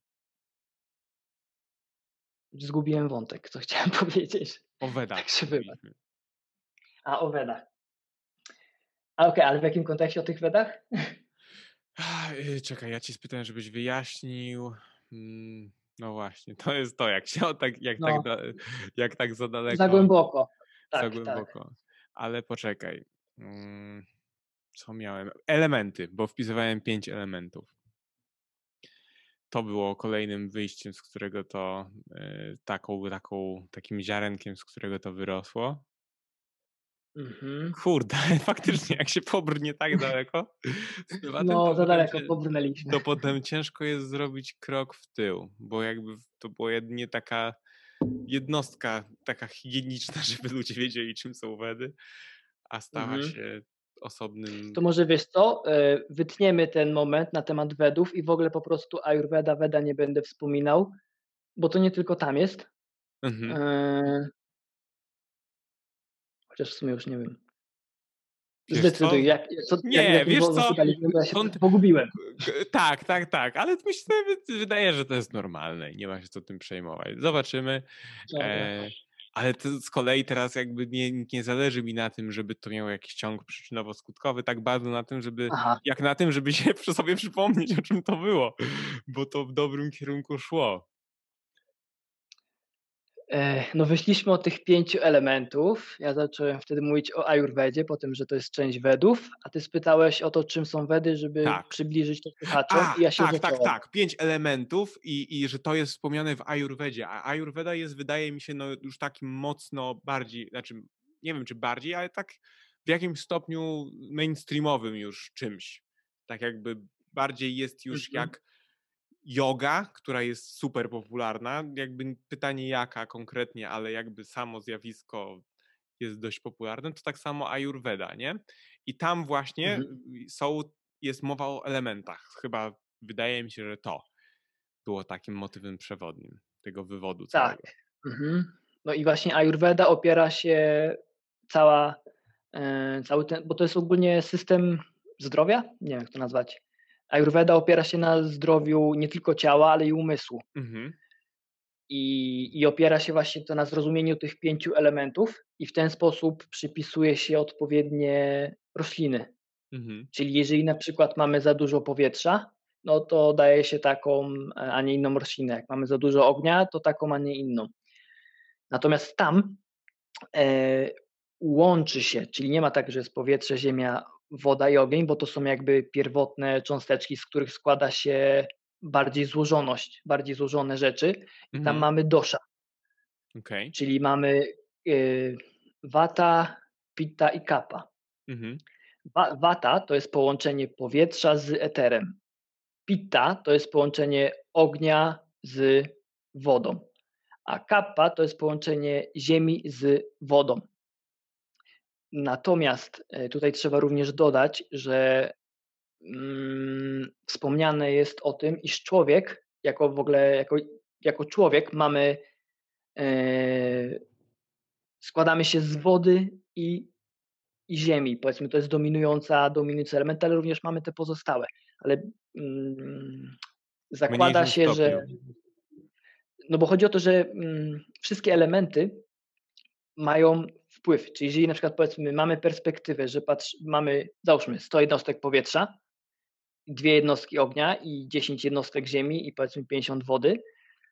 Zgubiłem wątek, co chciałem powiedzieć. O Wedach. Tak się bywa. mówiliśmy. A o Wedach. A okej, ale w jakim kontekście o tych Wedach? Ach, y, Czekaj, ja ci spytałem, żebyś wyjaśnił. Mm, No właśnie, to jest to, jak się o tak, jak tak, No, da, jak tak za daleko, za głęboko. za Tak, tak. głęboko. Ale poczekaj. Mm, Co miałem? Elementy, bo wpisywałem pięć elementów. To było kolejnym wyjściem, z którego to y, taką, taką, takim ziarenkiem, z którego to wyrosło. Mhm. Kurde, faktycznie, jak się pobrnie tak daleko z tematem, No, to za potem, daleko cię- pobrnęliśmy. to potem ciężko jest zrobić krok w tył, bo jakby to była jedynie taka jednostka, taka higieniczna, żeby ludzie wiedzieli, czym są Wedy, a stała Mhm. się osobnym... To może wiesz co, e, wytniemy ten moment na temat Wedów i w ogóle po prostu Ayurveda, Veda nie będę wspominał, bo to nie tylko tam jest. Mhm. E, Chociaż w sumie już nie wiem. Wiesz co? Zdecyduj, jak, co, jak, Nie, jakim wiesz co? zapytaliśmy, bo ja się Kont- pogubiłem. K- Tak, tak, tak, ale myślę, wydaje, że to jest normalne i nie ma się co tym przejmować. Zobaczymy. Dobra. E, ale to z kolei teraz jakby nie, nie zależy mi na tym, żeby to miało jakiś ciąg przyczynowo-skutkowy, tak bardzo na tym, żeby, Aha, jak na tym, żeby się przy sobie przypomnieć, o czym to było, bo to w dobrym kierunku szło. E, No wyszliśmy od tych pięciu elementów. Ja zacząłem wtedy mówić o Ajurwedzie, po tym, że to jest część Wedów, a ty spytałeś o to, czym są Wedy, żeby Tak. przybliżyć to słuchaczom A, i ja się tak, tak, zacząłem. tak. Pięć elementów i, i że to jest wspomniane w Ajurwedzie. A Ajurweda jest, wydaje mi się, no już takim mocno bardziej, znaczy nie wiem czy bardziej, ale tak w jakimś stopniu mainstreamowym już czymś. Tak jakby bardziej jest już Mhm. jak yoga, która jest super popularna. Jakby pytanie jaka konkretnie, ale jakby samo zjawisko jest dość popularne, to tak samo Ayurveda, nie? I tam właśnie Mhm. są, jest mowa o elementach. Chyba wydaje mi się, że to było takim motywem przewodnim tego wywodu Tak. całego. Mhm. No i właśnie Ajurweda opiera się cała, e, cały ten, bo to jest ogólnie system zdrowia? Nie wiem, jak to nazwać. Ajurweda opiera się na zdrowiu nie tylko ciała, ale i umysłu. Mhm, I, I opiera się właśnie to na zrozumieniu tych pięciu elementów i w ten sposób przypisuje się odpowiednie rośliny. mhm, Czyli jeżeli na przykład mamy za dużo powietrza, no to daje się taką, a nie inną roślinę. Jak mamy za dużo ognia, to taką, a nie inną. Natomiast tam e, łączy się, czyli nie ma tak, że jest powietrze, ziemia, woda i ogień, bo to są jakby pierwotne cząsteczki, z których składa się bardziej złożoność, bardziej złożone rzeczy i tam mhm, mamy dosza, okej, czyli mamy y, Vata, Pitta i Kapha. mhm, Va- Vata to jest połączenie powietrza z eterem. Pitta to jest połączenie ognia z wodą, a Kapha to jest połączenie ziemi z wodą. Natomiast e, tutaj trzeba również dodać, że mm, wspomniane jest o tym, iż człowiek, jako w ogóle, jako, jako człowiek mamy, e, składamy się z wody i, i ziemi. Powiedzmy, to jest dominująca, dominujący element, ale również mamy te pozostałe. Ale mm, w zakłada mniejszym się, że, stopniu. no bo chodzi o to, że mm, wszystkie elementy mają wpływ. Czyli jeżeli na przykład powiedzmy mamy perspektywę, że patrz, mamy załóżmy sto jednostek powietrza, dwie jednostki ognia i dziesięć jednostek ziemi i powiedzmy pięćdziesiąt wody,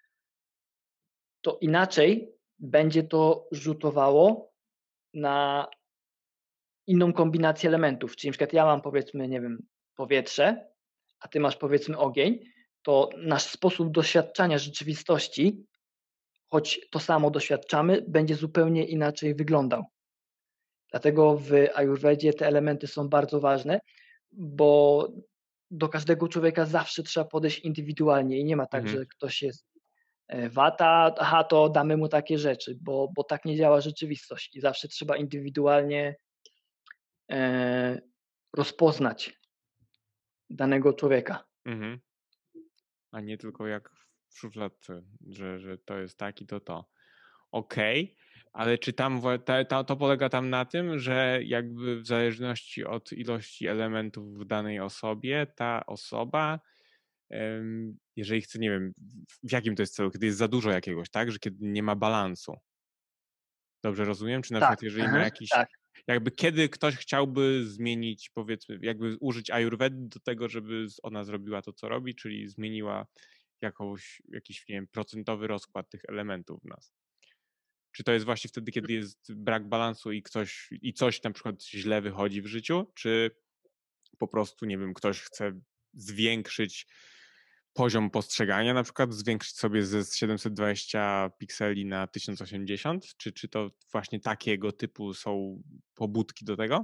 to inaczej będzie to rzutowało na inną kombinację elementów. Czyli na przykład ja mam powiedzmy, nie wiem, powietrze, a ty masz powiedzmy ogień, to nasz sposób doświadczania rzeczywistości, choć to samo doświadczamy, będzie zupełnie inaczej wyglądał. Dlatego w Ajurwedzie te elementy są bardzo ważne, bo do każdego człowieka zawsze trzeba podejść indywidualnie i nie ma tak, Mhm, że ktoś jest e, wata, aha, to damy mu takie rzeczy, bo, bo tak nie działa rzeczywistość i zawsze trzeba indywidualnie e, rozpoznać danego człowieka. mhm. A nie tylko jak w szufladce, że, że to jest tak i to to. Okej, ale czy tam wa- ta, ta, to polega tam na tym, że jakby w zależności od ilości elementów w danej osobie, ta osoba, em, jeżeli chce, nie wiem, w w jakim to jest celu, kiedy jest za dużo jakiegoś, tak, że kiedy nie ma balansu. Dobrze rozumiem? Czy na Tak, przykład jeżeli ma aha, jakiś, tak. jakby kiedy ktoś chciałby zmienić, powiedzmy, jakby użyć Ayurvedy do tego, żeby z- ona zrobiła to, co robi, czyli zmieniła jakąś, jakiś, nie wiem, procentowy rozkład tych elementów w nas. Czy to jest właśnie wtedy, kiedy jest brak balansu i ktoś, i coś na przykład źle wychodzi w życiu, czy po prostu, nie wiem, ktoś chce zwiększyć poziom postrzegania, na przykład zwiększyć sobie ze siedemset dwadzieścia pikseli na tysiąc osiemdziesiąt? Czy, czy to właśnie takiego typu są pobudki do tego?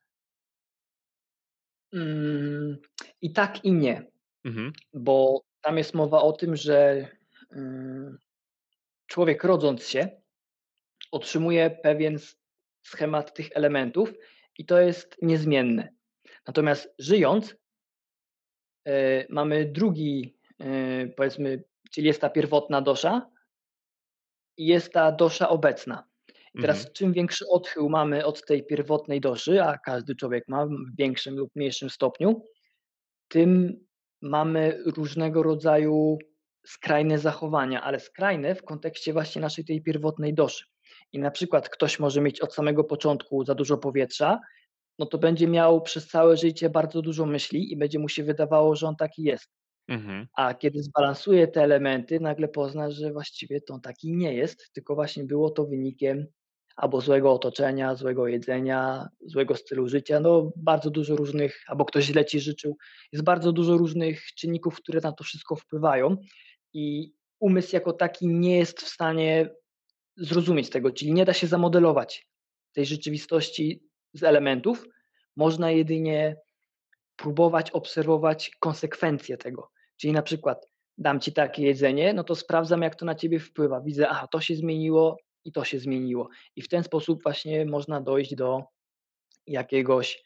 Mm, I tak i nie, Mhm, bo tam jest mowa o tym, że mm, człowiek rodząc się otrzymuje pewien schemat tych elementów i to jest niezmienne. Natomiast żyjąc, e, mamy drugi, e, powiedzmy, czyli jest ta pierwotna dosza i jest ta dosza obecna. I mhm, teraz czym większy odchył mamy od tej pierwotnej doszy, a każdy człowiek ma w większym lub mniejszym stopniu, tym mamy różnego rodzaju skrajne zachowania, ale skrajne w kontekście właśnie naszej tej pierwotnej doszy. I na przykład ktoś może mieć od samego początku za dużo powietrza, no to będzie miał przez całe życie bardzo dużo myśli i będzie mu się wydawało, że on taki jest. Mhm. A kiedy zbalansuje te elementy, nagle pozna, że właściwie to taki nie jest, tylko właśnie było to wynikiem albo złego otoczenia, złego jedzenia, złego stylu życia, no bardzo dużo różnych, albo ktoś źle ci życzył. Jest bardzo dużo różnych czynników, które na to wszystko wpływają i umysł jako taki nie jest w stanie zrozumieć tego, czyli nie da się zamodelować tej rzeczywistości z elementów. Można jedynie próbować obserwować konsekwencje tego. Czyli na przykład dam ci takie jedzenie, no to sprawdzam, jak to na ciebie wpływa. Widzę, aha, to się zmieniło i to się zmieniło. I w ten sposób właśnie można dojść do jakiegoś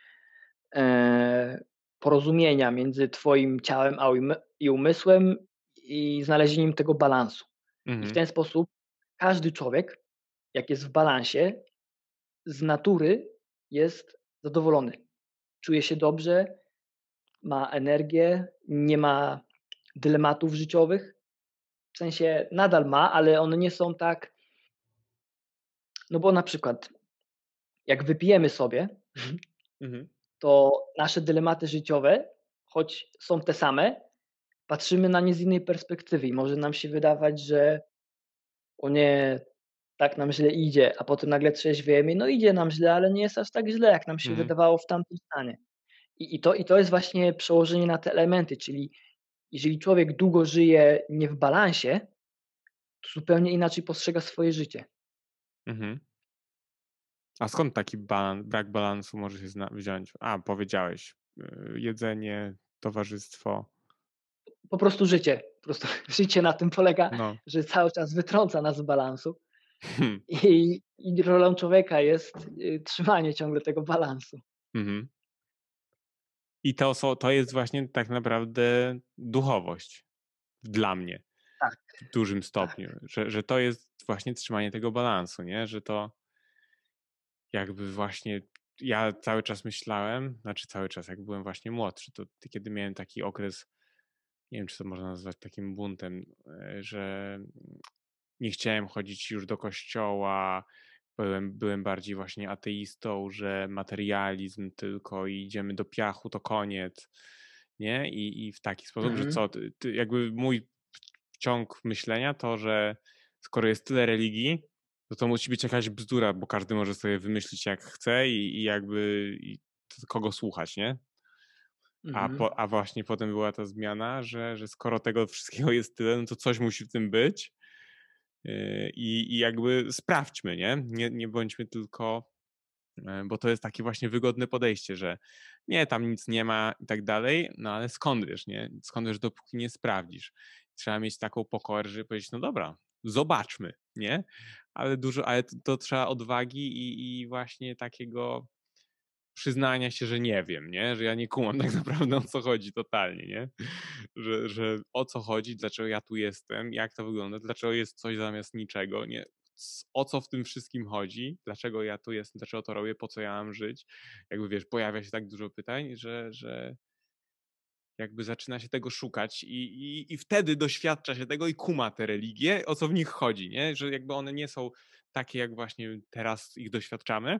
e, porozumienia między twoim ciałem a um- i umysłem i znalezieniem tego balansu. I w Mhm. ten sposób każdy człowiek, jak jest w balansie, z natury jest zadowolony. Czuje się dobrze, ma energię, nie ma dylematów życiowych. W sensie nadal ma, ale one nie są tak, no bo na przykład jak wypijemy sobie, Mhm. to nasze dylematy życiowe, choć są te same, patrzymy na nie z innej perspektywy i może nam się wydawać, że o nie, tak nam źle idzie, a potem nagle trzeźwiejemy, no idzie nam źle, ale nie jest aż tak źle, jak nam się Mhm. wydawało w tamtym stanie. I, i, to, I to jest właśnie przełożenie na te elementy, czyli jeżeli człowiek długo żyje nie w balansie, to zupełnie inaczej postrzega swoje życie. Mhm. A skąd taki balan, brak balansu może się zna- wziąć? A, powiedziałeś, y, jedzenie, towarzystwo. Po prostu życie. Po prostu życie na tym polega, No. że cały czas wytrąca nas z balansu i, i rolą człowieka jest y, trzymanie ciągle tego balansu. Mhm. I to, są, to jest właśnie tak naprawdę duchowość dla mnie Tak, w dużym tak. stopniu, że, że to jest właśnie trzymanie tego balansu, nie? Że to jakby właśnie ja cały czas myślałem, znaczy cały czas, jak byłem właśnie młodszy, to kiedy miałem taki okres, nie wiem, czy to można nazwać takim buntem, e, że nie chciałem chodzić już do kościoła, byłem, byłem bardziej właśnie ateistą, że materializm tylko i idziemy do piachu, to koniec, nie? I, i w taki sposób, że Mhm, co, ty, ty, jakby mój ciąg myślenia to, że skoro jest tyle religii, to to musi być jakaś bzdura, bo każdy może sobie wymyślić jak chce i, i jakby i kogo słuchać, nie? A, mhm, po, a właśnie potem była ta zmiana, że, że skoro tego wszystkiego jest tyle, no to coś musi w tym być. Yy, I, i jakby sprawdźmy, nie? nie? Nie bądźmy tylko, yy, bo to jest takie właśnie wygodne podejście, że nie, tam nic nie ma i tak dalej, no ale skąd wiesz, nie? Skąd wiesz, dopóki nie sprawdzisz. Trzeba mieć taką pokorę, żeby powiedzieć, no dobra, zobaczmy, nie? Ale dużo, ale to, to trzeba odwagi i, i właśnie takiego przyznania się, że nie wiem, nie? Że ja nie kumam tak naprawdę o co chodzi totalnie, nie? Że, że o co chodzi, dlaczego ja tu jestem, jak to wygląda, dlaczego jest coś zamiast niczego, nie? O co w tym wszystkim chodzi, dlaczego ja tu jestem, dlaczego to robię, po co ja mam żyć. Jakby wiesz, pojawia się tak dużo pytań, że, że jakby zaczyna się tego szukać i, i, i wtedy doświadcza się tego i kuma te religie, o co w nich chodzi, nie? Że jakby one nie są takie, jak właśnie teraz ich doświadczamy,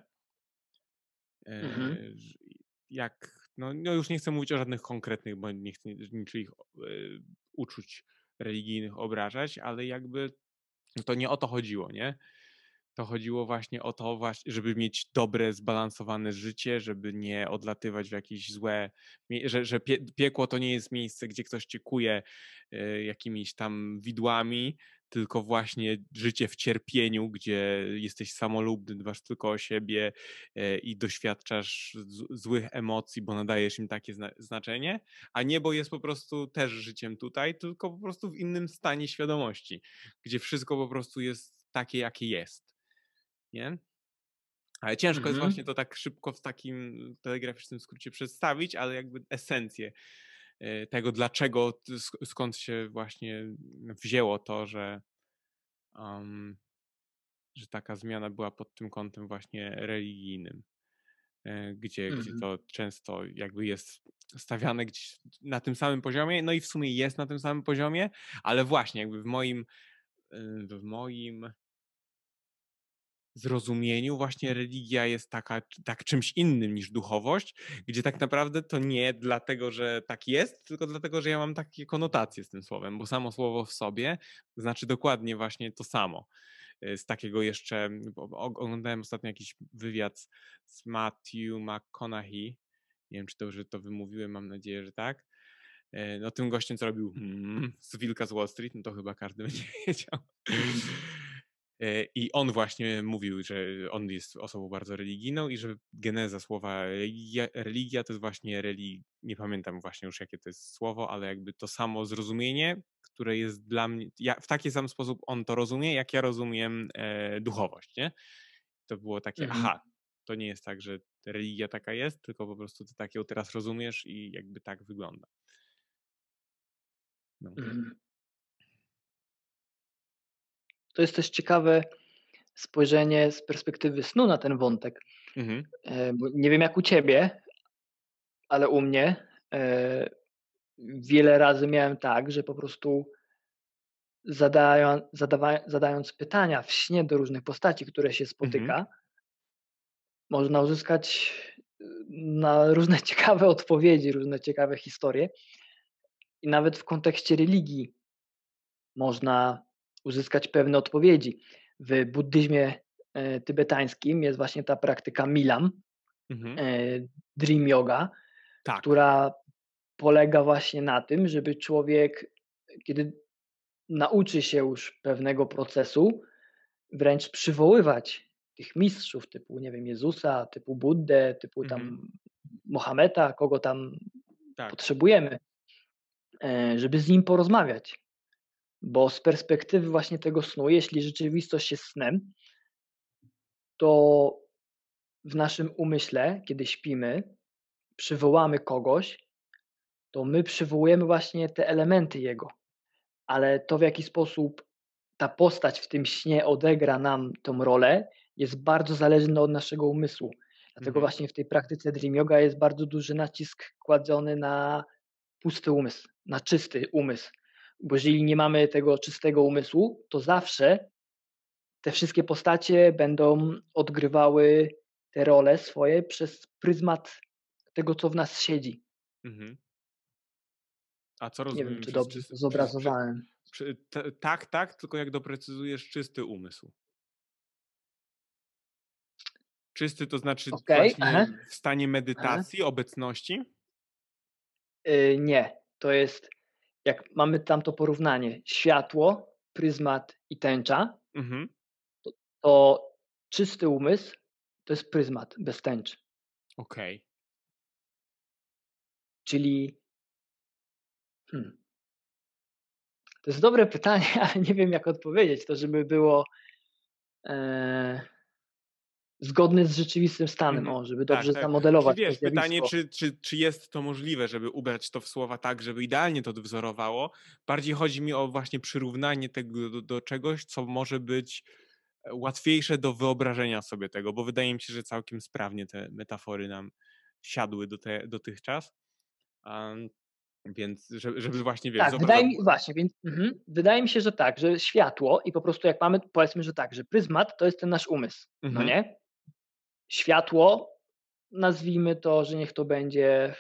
mhm, Eee, jak, no, no już nie chcę mówić o żadnych konkretnych, bo nie chcę niczyich e, uczuć religijnych obrażać, ale jakby to nie o to chodziło, nie? To chodziło właśnie o to, właśnie, żeby mieć dobre, zbalansowane życie, żeby nie odlatywać w jakieś złe, mie- że, że pie, piekło to nie jest miejsce, gdzie ktoś cię kuje e, jakimiś tam widłami, tylko właśnie życie w cierpieniu, gdzie jesteś samolubny, dbasz tylko o siebie e, i doświadczasz z, złych emocji, bo nadajesz im takie zna znaczenie, a niebo jest po prostu też życiem tutaj, tylko po prostu w innym stanie świadomości, gdzie wszystko po prostu jest takie, jakie jest, nie? Ale ciężko jest właśnie mhm, to tak szybko w takim telegraficznym skrócie przedstawić, ale jakby esencję e, tego, dlaczego, sk- skąd się właśnie wzięło to, że, um, że taka zmiana była pod tym kątem właśnie religijnym, e, gdzie, gdzie mhm, to często jakby jest stawiane gdzieś na tym samym poziomie, no i w sumie jest na tym samym poziomie, ale właśnie jakby w moim, e, w moim zrozumieniu właśnie religia jest taka, tak czymś innym niż duchowość, gdzie tak naprawdę to nie dlatego, że tak jest, tylko dlatego, że ja mam takie konotacje z tym słowem, bo samo słowo w sobie znaczy dokładnie właśnie to samo. Z takiego jeszcze, oglądałem ostatnio jakiś wywiad z Matthew McConaughey, nie wiem, czy to, że to wymówiłem, mam nadzieję, że tak. No tym gościem, co robił hmm, z Wilka z Wall Street, no to chyba każdy będzie wiedział. I on właśnie mówił, że on jest osobą bardzo religijną i że geneza słowa religia, religia to jest właśnie religi, nie pamiętam właśnie już jakie to jest słowo, ale jakby to samo zrozumienie, które jest dla mnie, ja, w taki sam sposób on to rozumie, jak ja rozumiem e, duchowość, nie? To było takie, Mhm. aha, to nie jest tak, że religia taka jest, tylko po prostu ty tak ją teraz rozumiesz i jakby tak wygląda. No. Mhm. To jest też ciekawe spojrzenie z perspektywy snu na ten wątek. Mhm. Bo nie wiem jak u ciebie, ale u mnie e, wiele razy miałem tak, że po prostu zadają, zadawa, zadając pytania w śnie do różnych postaci, które się spotyka, Mhm. można uzyskać na różne ciekawe odpowiedzi, różne ciekawe historie. I nawet w kontekście religii można uzyskać pewne odpowiedzi. W buddyzmie e, tybetańskim jest właśnie ta praktyka Milam, Mhm. e, Dream Yoga, Tak. która polega właśnie na tym, żeby człowiek, kiedy nauczy się już pewnego procesu, wręcz przywoływać tych mistrzów typu, nie wiem, Jezusa, typu Buddę, typu Mhm. tam Mohameda, kogo tam Tak. potrzebujemy, e, żeby z nim porozmawiać. Bo z perspektywy właśnie tego snu, jeśli rzeczywistość jest snem, to w naszym umyśle, kiedy śpimy, przywołamy kogoś, to my przywołujemy właśnie te elementy jego. Ale to, w jaki sposób ta postać w tym śnie odegra nam tą rolę, jest bardzo zależne od naszego umysłu. Dlatego Mhm. właśnie w tej praktyce Dream Yoga jest bardzo duży nacisk kładzony na pusty umysł, na czysty umysł. Bo jeżeli nie mamy tego czystego umysłu, to zawsze te wszystkie postacie będą odgrywały te role swoje przez pryzmat tego, co w nas siedzi. Mhm. A co Nie wiem, rozumiemy czy przez dobrze czysty... to Przez, przez, zobrazowałem. przez, t, tak, tak, tylko jak doprecyzujesz czysty umysł. Czysty to znaczy Okej, właśnie aha, w stanie aha. medytacji, obecności? Yy, nie, to jest, jak mamy tam to porównanie, światło, pryzmat i tęcza, Mhm. to czysty umysł to jest pryzmat bez tęczy. Okej. Okay. Czyli hmm, to jest dobre pytanie, ale nie wiem jak odpowiedzieć, to żeby było e, zgodne z rzeczywistym stanem, Mhm. o, żeby Tak, dobrze tak. Czyli zamodelować to wiesz, pytanie, zjawisko. czy, czy, czy jest to możliwe, żeby ubrać to w słowa tak, żeby idealnie to wzorowało. Bardziej chodzi mi o właśnie przyrównanie tego do, do czegoś, co może być łatwiejsze do wyobrażenia sobie tego, bo wydaje mi się, że całkiem sprawnie te metafory nam siadły do te, dotychczas. Um, więc żeby, żeby właśnie, wiesz, Tak, wydaje zobrazować. mi właśnie, więc mhm, wydaje mi się, że tak, że światło i po prostu jak mamy, powiedzmy, że tak, że pryzmat to jest ten nasz umysł, no Mhm. nie? Światło, nazwijmy to, że niech to będzie,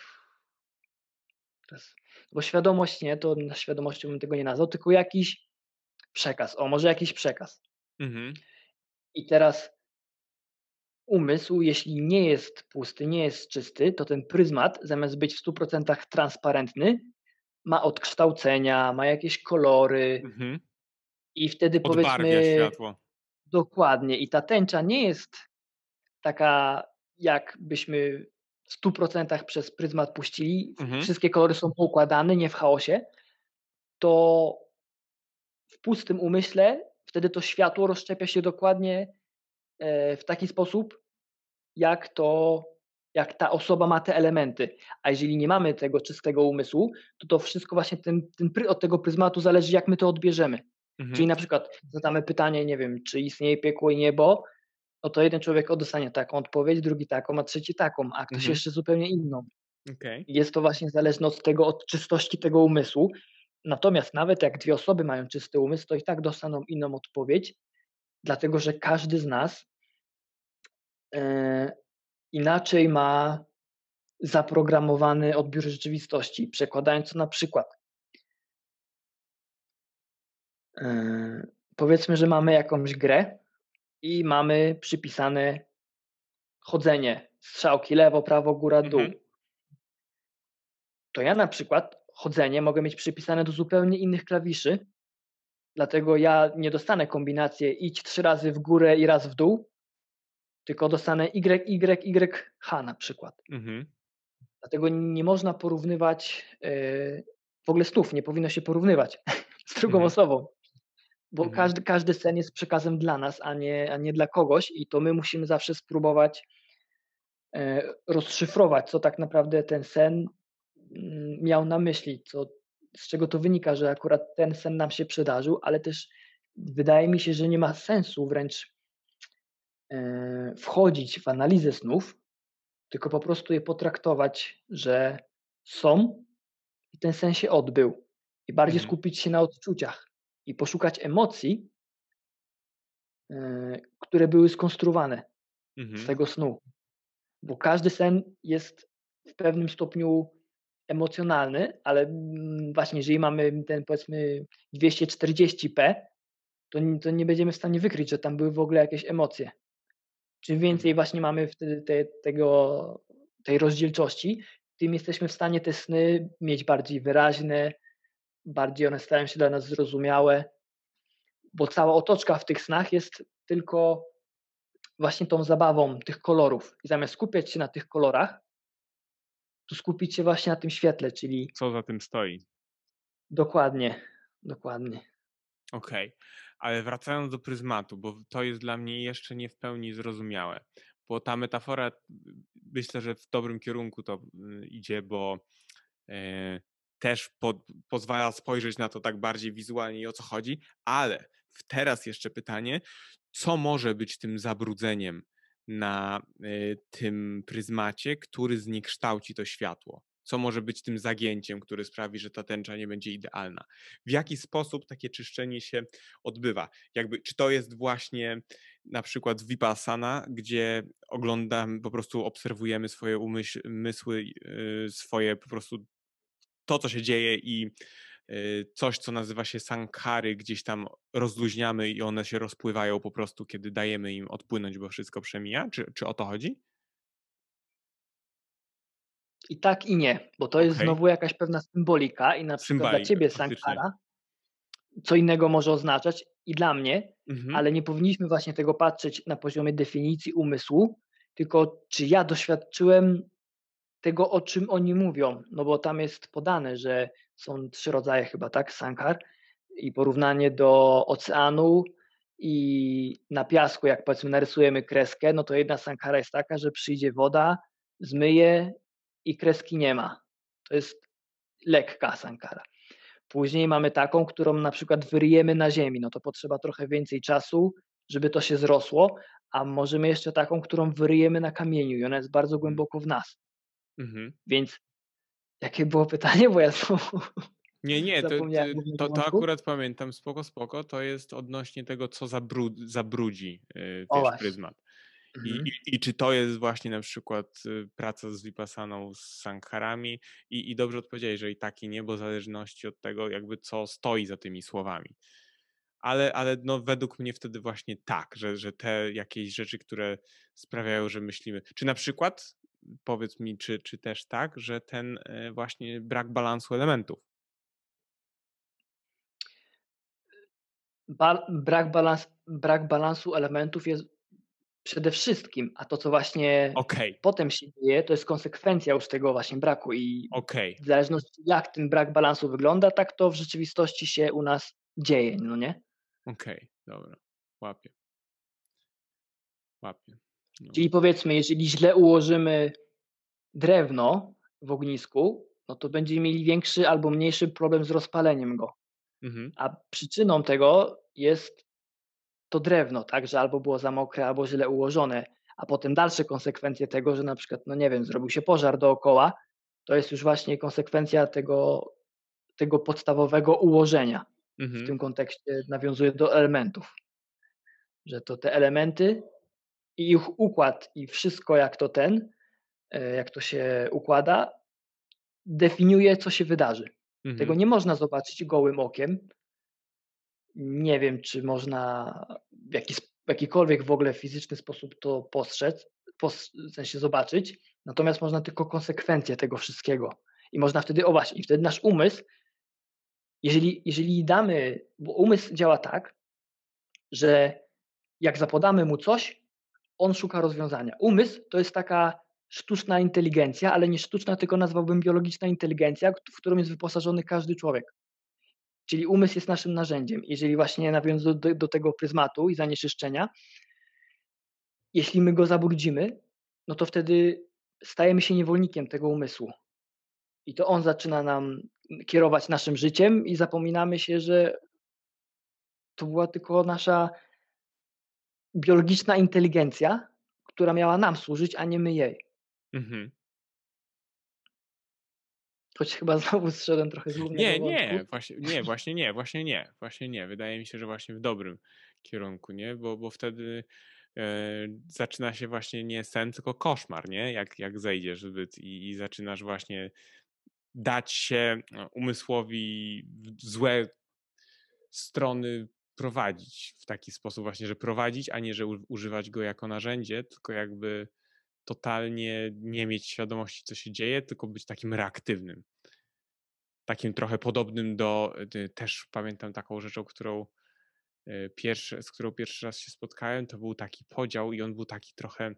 bo świadomość nie, to na świadomością bym tego nie nazwał, tylko jakiś przekaz, o, może jakiś przekaz. Mhm. I teraz umysł, jeśli nie jest pusty, nie jest czysty, to ten pryzmat, zamiast być w stu procentach transparentny, ma odkształcenia, ma jakieś kolory Mhm. i wtedy Odbarwia powiedzmy światło. dokładnie i ta tęcza nie jest taka, jakbyśmy w stu procentach przez pryzmat puścili, Mhm. wszystkie kolory są poukładane, nie w chaosie, to w pustym umyśle wtedy to światło rozszczepia się dokładnie w taki sposób, jak to, jak ta osoba ma te elementy. A jeżeli nie mamy tego czystego umysłu, to to wszystko właśnie ten, ten, od tego pryzmatu zależy, jak my to odbierzemy. Mhm. Czyli na przykład zadamy pytanie, nie wiem, czy istnieje piekło i niebo, no to jeden człowiek dostanie taką odpowiedź, drugi taką, a trzeci taką, a ktoś Mhm. jeszcze zupełnie inną. Okay. Jest to właśnie zależne od tego, od czystości tego umysłu. Natomiast nawet jak dwie osoby mają czysty umysł, to i tak dostaną inną odpowiedź, dlatego że każdy z nas e, inaczej ma zaprogramowany odbiór rzeczywistości. Przekładając to na przykład, e, powiedzmy, że mamy jakąś grę i mamy przypisane chodzenie, strzałki lewo, prawo, góra, dół. Mhm. To ja na przykład chodzenie mogę mieć przypisane do zupełnie innych klawiszy, dlatego ja nie dostanę kombinację idź trzy razy w górę i raz w dół, tylko dostanę Y, Y, Y, H na przykład. Mhm. Dlatego nie można porównywać, yy, w ogóle snów nie powinno się porównywać z drugą Mhm. osobą, bo Mhm. każdy, każdy sen jest przekazem dla nas, a nie, a nie dla kogoś i to my musimy zawsze spróbować yy, rozszyfrować, co tak naprawdę ten sen yy, miał na myśli, co, z czego to wynika, że akurat ten sen nam się przydarzył, ale też wydaje mi się, że nie ma sensu wręcz yy, wchodzić w analizę snów, tylko po prostu je potraktować, że są i ten sen się odbył. I bardziej Mhm. skupić się na odczuciach i poszukać emocji, yy, które były skonstruowane z Mhm. tego snu. Bo każdy sen jest w pewnym stopniu emocjonalny, ale mm, właśnie jeżeli mamy ten powiedzmy dwieście czterdzieści p, to, to nie będziemy w stanie wykryć, że tam były w ogóle jakieś emocje. Czym więcej Mhm. właśnie mamy wtedy te, tego, tej rozdzielczości, tym jesteśmy w stanie te sny mieć bardziej wyraźne, bardziej one stają się dla nas zrozumiałe, bo cała otoczka w tych snach jest tylko właśnie tą zabawą tych kolorów. I zamiast skupiać się na tych kolorach, to skupić się właśnie na tym świetle, czyli Co za tym stoi? dokładnie, dokładnie. Okej, ale wracając do pryzmatu, bo to jest dla mnie jeszcze nie w pełni zrozumiałe, bo ta metafora, myślę, że w dobrym kierunku to y, idzie, bo e, też po, pozwala spojrzeć na to tak bardziej wizualnie i o co chodzi, ale w teraz jeszcze pytanie, co może być tym zabrudzeniem na y, tym pryzmacie, który zniekształci to światło? Co może być tym zagięciem, który sprawi, że ta tęcza nie będzie idealna? W jaki sposób takie czyszczenie się odbywa? Jakby, czy to jest właśnie na przykład Vipassana, gdzie oglądam, po prostu obserwujemy swoje umyśl, umysły, yy, swoje po prostu to, co się dzieje i yy, coś, co nazywa się sankhary, gdzieś tam rozluźniamy i one się rozpływają po prostu, kiedy dajemy im odpłynąć, bo wszystko przemija? Czy, czy o to chodzi? I tak i nie, bo to jest Okej, okay. znowu jakaś pewna symbolika i na przykład dla Symbolika, ciebie faktycznie. Sankhara co innego może oznaczać i dla mnie, Mhm. ale nie powinniśmy właśnie tego patrzeć na poziomie definicji umysłu, tylko czy ja doświadczyłem tego, o czym oni mówią, no bo tam jest podane, że są trzy rodzaje chyba, tak, sankhar i porównanie do oceanu i na piasku, jak powiedzmy narysujemy kreskę, no to jedna sankhara jest taka, że przyjdzie woda, zmyje i kreski nie ma. To jest lekka sankhara. Później mamy taką, którą na przykład wyryjemy na ziemi, no to potrzeba trochę więcej czasu, żeby to się zrosło, a możemy jeszcze taką, którą wyryjemy na kamieniu i ona jest bardzo Mhm. głęboko w nas. Mhm. Więc jakie było pytanie, bo ja znowu Nie, nie, to, to, zapomniałem głównego to, to wątku. akurat pamiętam, spoko, spoko, to jest odnośnie tego, co zabrud, zabrudzi, yy, O wiesz, właśnie. pryzmat. I, Mhm. i, I czy to jest właśnie na przykład y, praca z Vipassaną, z Sankharami i, i dobrze odpowiedziałeś, że i tak i nie, bo w zależności od tego jakby co stoi za tymi słowami. Ale, ale no według mnie wtedy właśnie tak, że, że te jakieś rzeczy, które sprawiają, że myślimy, czy na przykład powiedz mi, czy, czy też tak, że ten y, właśnie brak balansu elementów. Ba brak, balans, brak balansu elementów jest przede wszystkim, a to, co właśnie Okej, okay, potem się dzieje, to jest konsekwencja już tego właśnie braku i okej. Okay. w zależności jak ten brak balansu wygląda, tak to w rzeczywistości się u nas dzieje, no nie? Okej, okay, dobra. Łapię. Łapię. No. Czyli powiedzmy, jeżeli źle ułożymy drewno w ognisku, no to będziemy mieli większy albo mniejszy problem z rozpaleniem go. Mhm. A przyczyną tego jest to drewno, tak, że albo było za mokre, albo źle ułożone, a potem dalsze konsekwencje tego, że na przykład, no nie wiem, zrobił się pożar dookoła, to jest już właśnie konsekwencja tego, tego podstawowego ułożenia. W Mhm. tym kontekście nawiązuje do elementów, że to te elementy i ich układ i wszystko jak to ten, jak to się układa, definiuje, co się wydarzy. Mhm. Tego nie można zobaczyć gołym okiem. Nie wiem, czy można w jaki, w jakikolwiek w ogóle fizyczny sposób to postrzec, pos, w sensie zobaczyć, natomiast można tylko konsekwencje tego wszystkiego. I można wtedy, o właśnie, i wtedy nasz umysł, jeżeli, jeżeli damy, bo umysł działa tak, że jak zapodamy mu coś, on szuka rozwiązania. Umysł to jest taka sztuczna inteligencja, ale nie sztuczna, tylko nazwałbym biologiczna inteligencja, w którą jest wyposażony każdy człowiek. Czyli umysł jest naszym narzędziem. Jeżeli właśnie nawiązując do, do tego pryzmatu i zanieczyszczenia, jeśli my go zabrudzimy, no to wtedy stajemy się niewolnikiem tego umysłu. I to on zaczyna nam kierować naszym życiem i zapominamy się, że to była tylko nasza biologiczna inteligencja, która miała nam służyć, a nie my jej. Mhm. Choć chyba znowu zszedłem trochę z głównego Nie, wątku. nie, właśnie nie, właśnie nie, właśnie nie, właśnie nie. Wydaje mi się, że właśnie w dobrym kierunku, nie? Bo, bo wtedy e, zaczyna się właśnie nie sen, tylko koszmar, nie? Jak, jak zejdziesz zbyt i, i zaczynasz właśnie dać się umysłowi w złe strony prowadzić w taki sposób właśnie, że prowadzić, a nie, że u, używać go jako narzędzie, tylko jakby totalnie nie mieć świadomości, co się dzieje, tylko być takim reaktywnym. Takim trochę podobnym do, też pamiętam taką rzeczą, którą pierwszy, z którą pierwszy raz się spotkałem, to był taki podział i on był taki trochę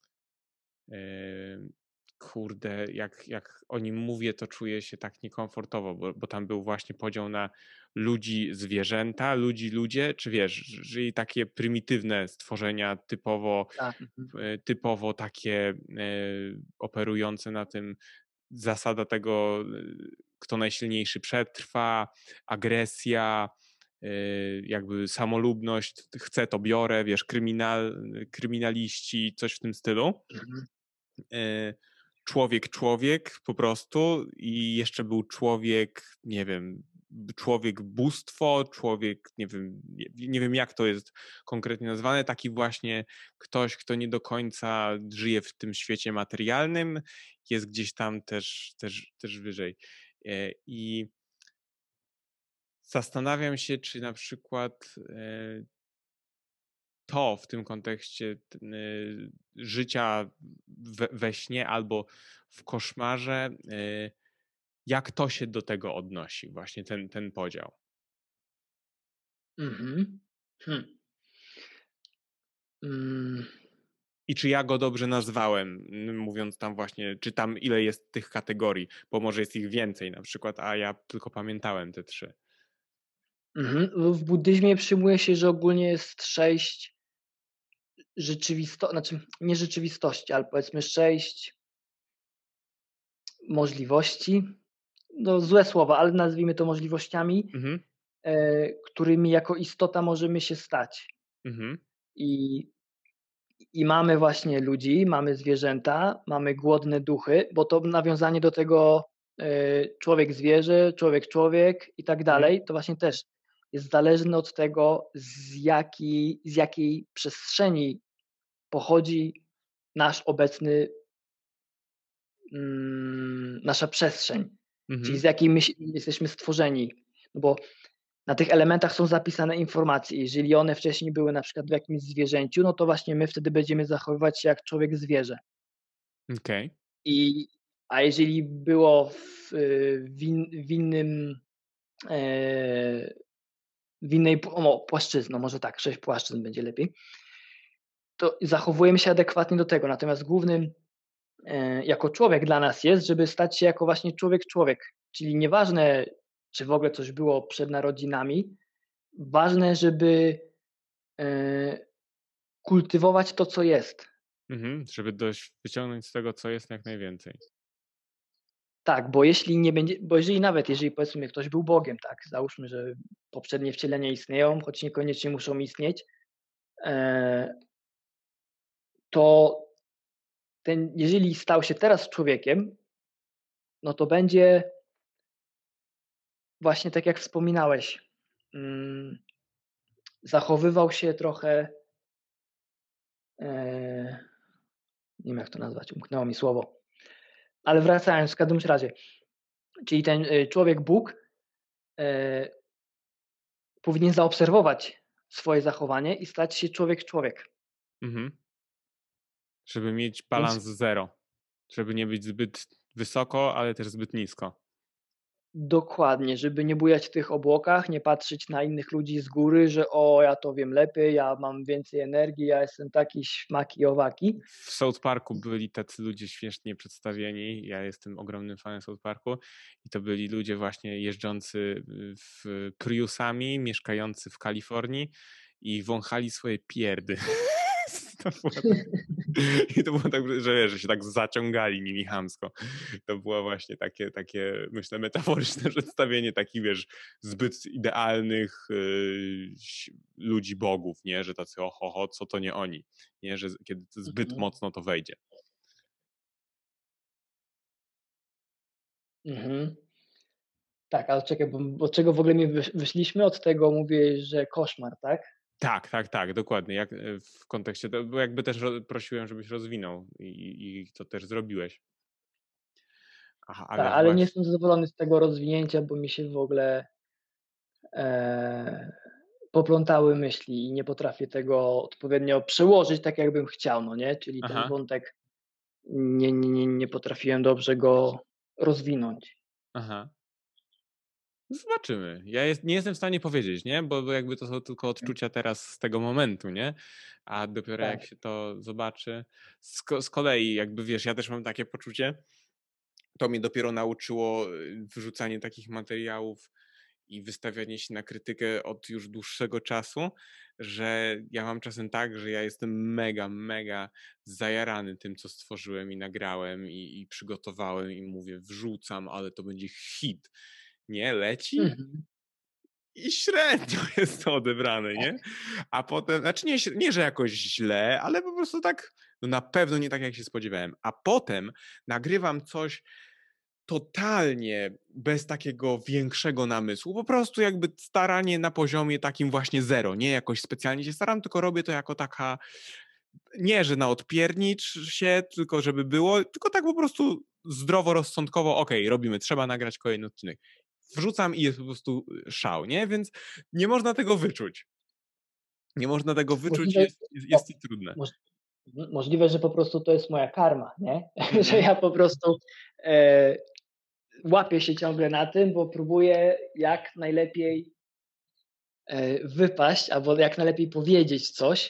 kurde, jak, jak o nim mówię, to czuję się tak niekomfortowo, bo, bo tam był właśnie podział na ludzi, zwierzęta, ludzi, ludzie, czy wiesz, czyli takie prymitywne stworzenia typowo, Tak. typowo takie operujące na tym, zasada tego, kto najsilniejszy przetrwa, agresja, jakby samolubność, chcę to biorę, wiesz, kryminal, kryminaliści, coś w tym stylu. Mhm. Człowiek, człowiek po prostu i jeszcze był człowiek, nie wiem, człowiek bóstwo, człowiek, nie wiem, nie, nie wiem jak to jest konkretnie nazwane, taki właśnie ktoś, kto nie do końca żyje w tym świecie materialnym, jest gdzieś tam też, też, też wyżej. I zastanawiam się, czy na przykład to w tym kontekście życia we, we śnie albo w koszmarze, jak to się do tego odnosi, właśnie ten, ten podział. Mhm. Hmm. Mm. I czy ja go dobrze nazwałem, mówiąc tam właśnie, czy tam ile jest tych kategorii, bo może jest ich więcej na przykład, a ja tylko pamiętałem te trzy. Mhm. W buddyzmie przyjmuje się, że ogólnie jest sześć rzeczywistości, znaczy nie rzeczywistości, ale powiedzmy sześć możliwości, no złe słowa, ale nazwijmy to możliwościami, mhm. e, którymi jako istota możemy się stać. Mhm. I, I mamy właśnie ludzi, mamy zwierzęta, mamy głodne duchy, bo to nawiązanie do tego e, człowiek-zwierzę, człowiek-człowiek i tak dalej, mhm. to właśnie też jest zależne od tego, z jakiej, z jakiej przestrzeni pochodzi nasz obecny, mm, nasza przestrzeń, mhm. czyli z jakiej my jesteśmy stworzeni, no bo na tych elementach są zapisane informacje. Jeżeli one wcześniej były na przykład w jakimś zwierzęciu, no to właśnie my wtedy będziemy zachowywać się jak człowiek-zwierzę. Okej. Okay. I, a jeżeli było w, w, in, w innym e, w innej o, płaszczyzno, może tak, sześć płaszczyzn będzie lepiej, to zachowujemy się adekwatnie do tego. Natomiast głównym e, jako człowiek dla nas jest, żeby stać się jako właśnie człowiek-człowiek. Czyli nieważne, czy w ogóle coś było przed narodzinami, ważne, żeby e, kultywować to, co jest. Mhm, żeby dość wyciągnąć z tego, co jest, jak najwięcej. Tak, bo jeśli nie będzie, bo jeżeli nawet, jeżeli powiedzmy ktoś był Bogiem, tak, załóżmy, że poprzednie wcielenia istnieją, choć niekoniecznie muszą istnieć, e, to ten, jeżeli stał się teraz człowiekiem, no to będzie właśnie tak jak wspominałeś, mm, zachowywał się trochę e, nie wiem jak to nazwać, umknęło mi słowo. Ale wracając, w każdym razie, czyli ten y, człowiek Bóg e, powinien zaobserwować swoje zachowanie i stać się człowiek-człowiek. Mhm. Żeby mieć Więc balans zero. Żeby nie być zbyt wysoko, ale też zbyt nisko. dokładnie, żeby nie bujać w tych obłokach, nie patrzeć na innych ludzi z góry, że o, ja to wiem lepiej, ja mam więcej energii, ja jestem taki śmaki owaki. W South Parku byli tacy ludzie śmiesznie przedstawieni. Ja jestem ogromnym fanem South Parku i to byli ludzie właśnie jeżdżący w Priusami, mieszkający w Kalifornii i wąchali swoje pierdy. To było tak, i to było tak, że, wiesz, że się tak zaciągali nimi chamsko. To było właśnie takie, takie myślę, metaforyczne przedstawienie takich, wiesz, zbyt idealnych yy, ludzi bogów, nie? Że tacy oho, ho, co to nie oni, nie? Że kiedy to zbyt Mhm. mocno to wejdzie. Mhm. Tak, ale czekaj, bo od czego w ogóle my wysz wyszliśmy? Od tego mówię, że koszmar, tak? Tak, tak, tak, dokładnie. Jak e, w kontekście, to, bo jakby też ro, prosiłem, żebyś rozwinął i, i to też zrobiłeś. Aha, a Tak, wiesz, ale nie właśnie. jestem zadowolony z tego rozwinięcia, bo mi się w ogóle e, poplątały myśli i nie potrafię tego odpowiednio przełożyć tak, jakbym chciał, no nie? Czyli ten Aha, wątek nie, nie, nie, nie potrafiłem dobrze go rozwinąć. aha. Zobaczymy. Ja jest, nie jestem w stanie powiedzieć, nie? Bo, bo jakby to są tylko odczucia teraz z tego momentu, nie? A dopiero jak Tak. się to zobaczy. Z, ko- z kolei, jakby wiesz, ja też mam takie poczucie, to mnie dopiero nauczyło y, wyrzucanie takich materiałów i wystawianie się na krytykę od już dłuższego czasu, że ja mam czasem tak, że ja jestem mega, mega zajarany tym, co stworzyłem i nagrałem i, i przygotowałem i mówię, wrzucam, ale to będzie hit. Nie, leci Mhm. i średnio jest to odebrane, nie? A potem, znaczy nie, nie, że jakoś źle, ale po prostu tak, no na pewno nie tak, jak się spodziewałem. A potem nagrywam coś totalnie bez takiego większego namysłu, po prostu jakby staranie na poziomie takim właśnie zero, nie jakoś specjalnie się staram, tylko robię to jako taka, nie, że na odpiernicz się, tylko żeby było, tylko tak po prostu zdroworozsądkowo, okej, okay, robimy, trzeba nagrać kolejny odcinek. Wrzucam i jest po prostu szał, nie? Więc nie można tego wyczuć. Nie można tego wyczuć, Możliwe, jest, jest, o, jest to trudne. moż, możliwe, że po prostu to jest moja karma, nie? Że Mhm. ja po prostu e, łapię się ciągle na tym, bo próbuję jak najlepiej e, wypaść, albo jak najlepiej powiedzieć coś,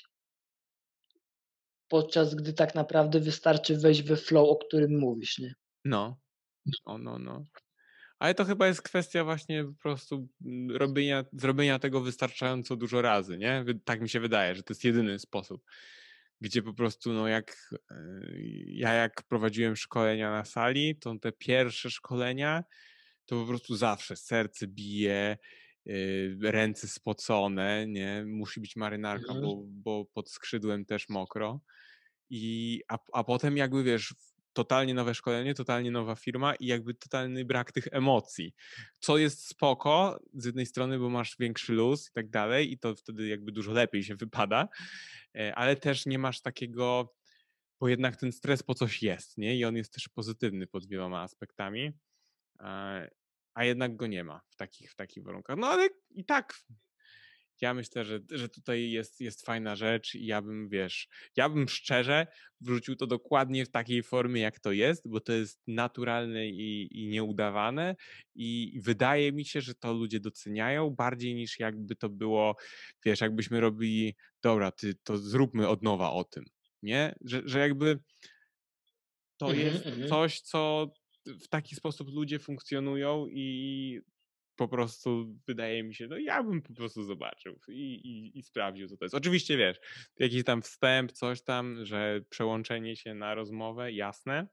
podczas gdy tak naprawdę wystarczy wejść we flow, o którym mówisz, nie? No, no, no, no. Ale to chyba jest kwestia właśnie po prostu mm, robienia, zrobienia tego wystarczająco dużo razy, nie? Wy- Tak mi się wydaje, że to jest jedyny sposób, gdzie po prostu, no jak e, ja jak prowadziłem szkolenia na sali, to te pierwsze szkolenia, to po prostu zawsze serce bije, yy, ręce spocone, nie? Musi być marynarka, Mhm. bo, bo pod skrzydłem też mokro. I, a, a potem jakby wiesz, totalnie nowe szkolenie, totalnie nowa firma i jakby totalny brak tych emocji. Co jest spoko z jednej strony, bo masz większy luz i tak dalej i to wtedy jakby dużo lepiej się wypada, e, ale też nie masz takiego, bo jednak ten stres po coś jest, nie? I on jest też pozytywny pod wieloma aspektami, a, a jednak go nie ma w takich, w takich warunkach. No ale i tak ja myślę, że, że tutaj jest, jest fajna rzecz i ja bym, wiesz, ja bym szczerze wrzucił to dokładnie w takiej formie, jak to jest, bo to jest naturalne i, i nieudawane i wydaje mi się, że to ludzie doceniają bardziej niż jakby to było, wiesz, jakbyśmy robili, dobra, ty, to zróbmy od nowa o tym, nie? Że, że jakby to Mhm, jest mhm. coś, co w taki sposób ludzie funkcjonują i po prostu wydaje mi się, no ja bym po prostu zobaczył i, i, i sprawdził, co to jest. Oczywiście wiesz, jakiś tam wstęp, coś tam, że przełączenie się na rozmowę, jasne,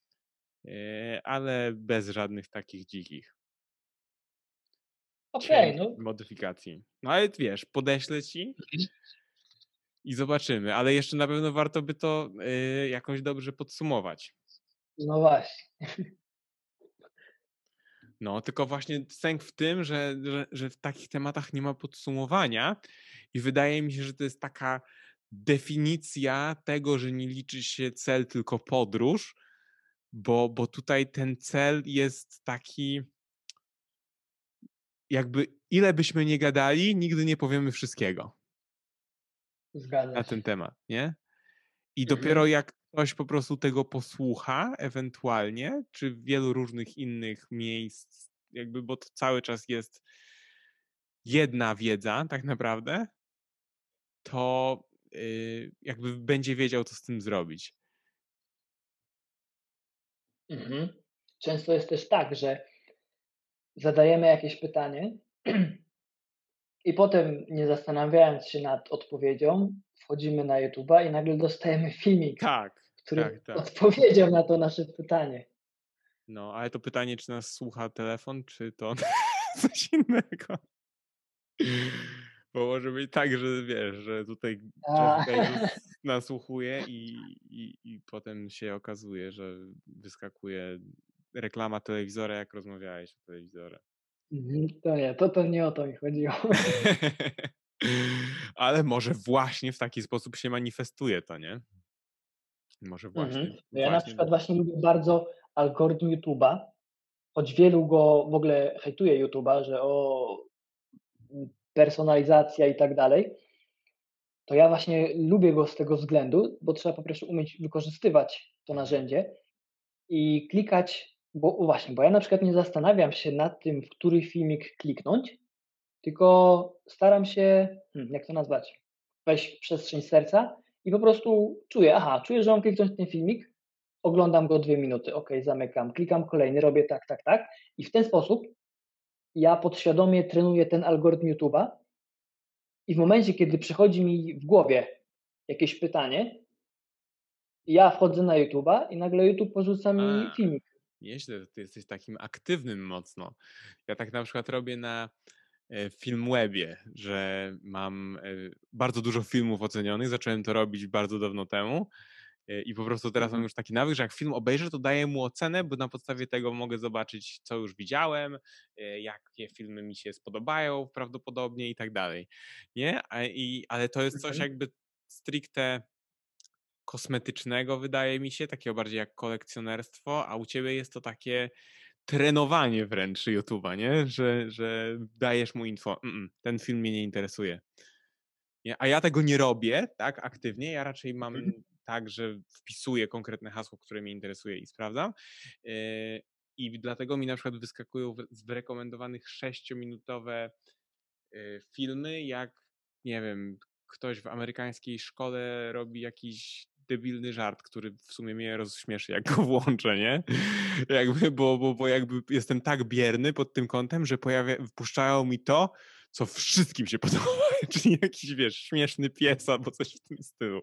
yy, ale bez żadnych takich dzikich Okej, cięć, no, modyfikacji. No ale wiesz, podeślę ci i zobaczymy, ale jeszcze na pewno warto by to yy, jakoś dobrze podsumować. no właśnie. No, tylko właśnie sęk w tym, że, że, że w takich tematach nie ma podsumowania i wydaje mi się, że to jest taka definicja tego, że nie liczy się cel, tylko podróż, bo, bo tutaj ten cel jest taki, jakby ile byśmy nie gadali, nigdy nie powiemy wszystkiego Zgadza na się. ten temat, nie? I dopiero Mhm. jak ktoś po prostu tego posłucha, ewentualnie, czy w wielu różnych innych miejsc, jakby, bo to cały czas jest jedna wiedza tak naprawdę, to yy, jakby będzie wiedział, co z tym zrobić. Mhm. Często jest też tak, że zadajemy jakieś pytanie i potem, nie zastanawiając się nad odpowiedzią, wchodzimy na YouTube'a i nagle dostajemy filmik, Tak, który tak, tak. odpowiedział na to nasze pytanie. No, ale to pytanie, czy nas słucha telefon, czy to coś innego? Bo może być tak, że wiesz, że tutaj Jeff A, Bezos nasłuchuje i, i, i potem się okazuje, że wyskakuje reklama telewizora, jak rozmawiałeś o telewizorze. mhm, to nie, to, to nie o to mi chodziło. Ale może właśnie w taki sposób się manifestuje to, nie? Może Mhm. właśnie, No ja na właśnie. przykład właśnie lubię bardzo algorytm YouTube'a, choć wielu go w ogóle hejtuje YouTube'a, że o personalizacja i tak dalej, to ja właśnie lubię go z tego względu, bo trzeba po prostu umieć wykorzystywać to Mhm. narzędzie i klikać, bo o właśnie, bo ja na przykład nie zastanawiam się nad tym, w który filmik kliknąć, tylko staram się, hmm, jak to nazwać, wejść w przestrzeń serca i po prostu czuję, aha, czuję, że mam kliknąć ten filmik, oglądam go dwie minuty, ok, zamykam, klikam kolejny, robię tak, tak, tak i w ten sposób ja podświadomie trenuję ten algorytm YouTube'a i w momencie, kiedy przychodzi mi w głowie jakieś pytanie, ja wchodzę na YouTube'a i nagle YouTube porzuca mi A, filmik. nieźle, że ty jesteś takim aktywnym mocno. Ja tak na przykład robię na e, Filmwebie, że mam e, bardzo dużo filmów ocenionych. Zacząłem to robić bardzo dawno temu e, i po prostu teraz mam Mhm, już taki nawyk, że jak film obejrzę, to daję mu ocenę, bo na podstawie tego mogę zobaczyć, co już widziałem, e, jakie filmy mi się spodobają prawdopodobnie i tak dalej. Nie? A, i, ale to jest coś mhm. jakby stricte kosmetycznego, wydaje mi się, takiego bardziej jak kolekcjonerstwo, a u ciebie jest to takie trenowanie wręcz YouTube'a, nie? Że, że dajesz mu info, mm, ten film mnie nie interesuje. Nie? A ja tego nie robię tak aktywnie, ja raczej mam Mhm. tak, że wpisuję konkretne hasło, które mnie interesuje i sprawdzam. Yy, I dlatego mi na przykład wyskakują w- z wyrekomendowanych sześciominutowe yy, filmy, jak nie wiem, ktoś w amerykańskiej szkole robi jakiś debilny żart, który w sumie mnie rozśmieszy, jak go włączę, nie? Jakby, bo, bo, bo jakby jestem tak bierny pod tym kątem, że pojawia, wpuszczają mi to, co wszystkim się podoba, czyli jakiś, wiesz, śmieszny pies albo coś w tym stylu.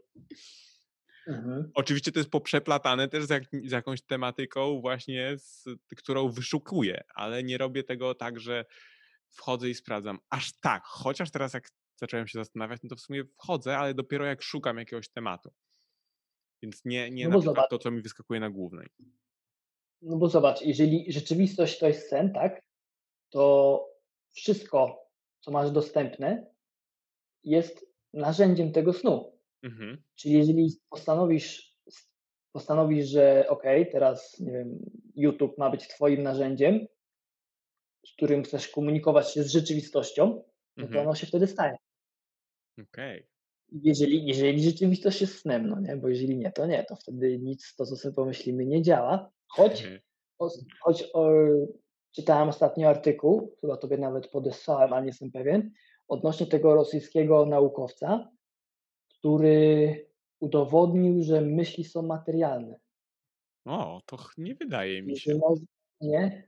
Mhm. Oczywiście to jest poprzeplatane też z, jak, z jakąś tematyką właśnie, z, którą wyszukuję, ale nie robię tego tak, że wchodzę i sprawdzam. Aż tak, chociaż teraz jak zacząłem się zastanawiać, no to w sumie wchodzę, ale dopiero jak szukam jakiegoś tematu. Więc nie, nie No na bo przykład zobacz, to, co mi wyskakuje na głównej. no bo zobacz, jeżeli rzeczywistość to jest sen, tak, to wszystko, co masz dostępne, jest narzędziem tego snu. Mhm, Czyli jeżeli postanowisz, postanowisz, że ok, teraz nie wiem, YouTube ma być Twoim narzędziem, z którym chcesz komunikować się z rzeczywistością, no to mhm, ono się wtedy stanie. okej. Jeżeli, jeżeli rzeczywistość jest snem, no nie, bo jeżeli nie, to nie, to wtedy nic, to co sobie pomyślimy, nie działa. Choć, o, choć o, czytałem ostatnio artykuł, chyba tobie nawet podesłałem, ale nie jestem pewien, odnośnie tego rosyjskiego naukowca, który udowodnił, że myśli są materialne. O, to ch- nie wydaje mi I że się. moż nie?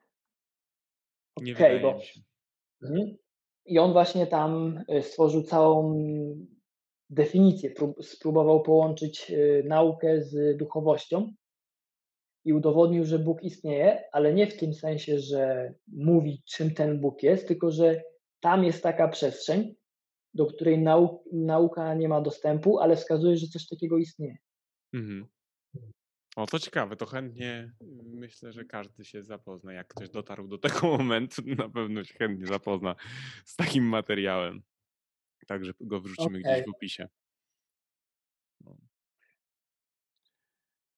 Nie Okej, wydaje bo mi się. mhm. I on właśnie tam, y, stworzył całą definicję, prób spróbował połączyć, y, naukę z duchowością i udowodnił, że Bóg istnieje, ale nie w tym sensie, że mówi, czym ten Bóg jest, tylko że tam jest taka przestrzeń, do której nau nauka nie ma dostępu, ale wskazuje, że coś takiego istnieje. Mhm. O, to ciekawe, to chętnie myślę, że każdy się zapozna. Jak ktoś dotarł do tego momentu, na pewno się chętnie zapozna z takim materiałem. Także go wrzucimy gdzieś Okej. w opisie.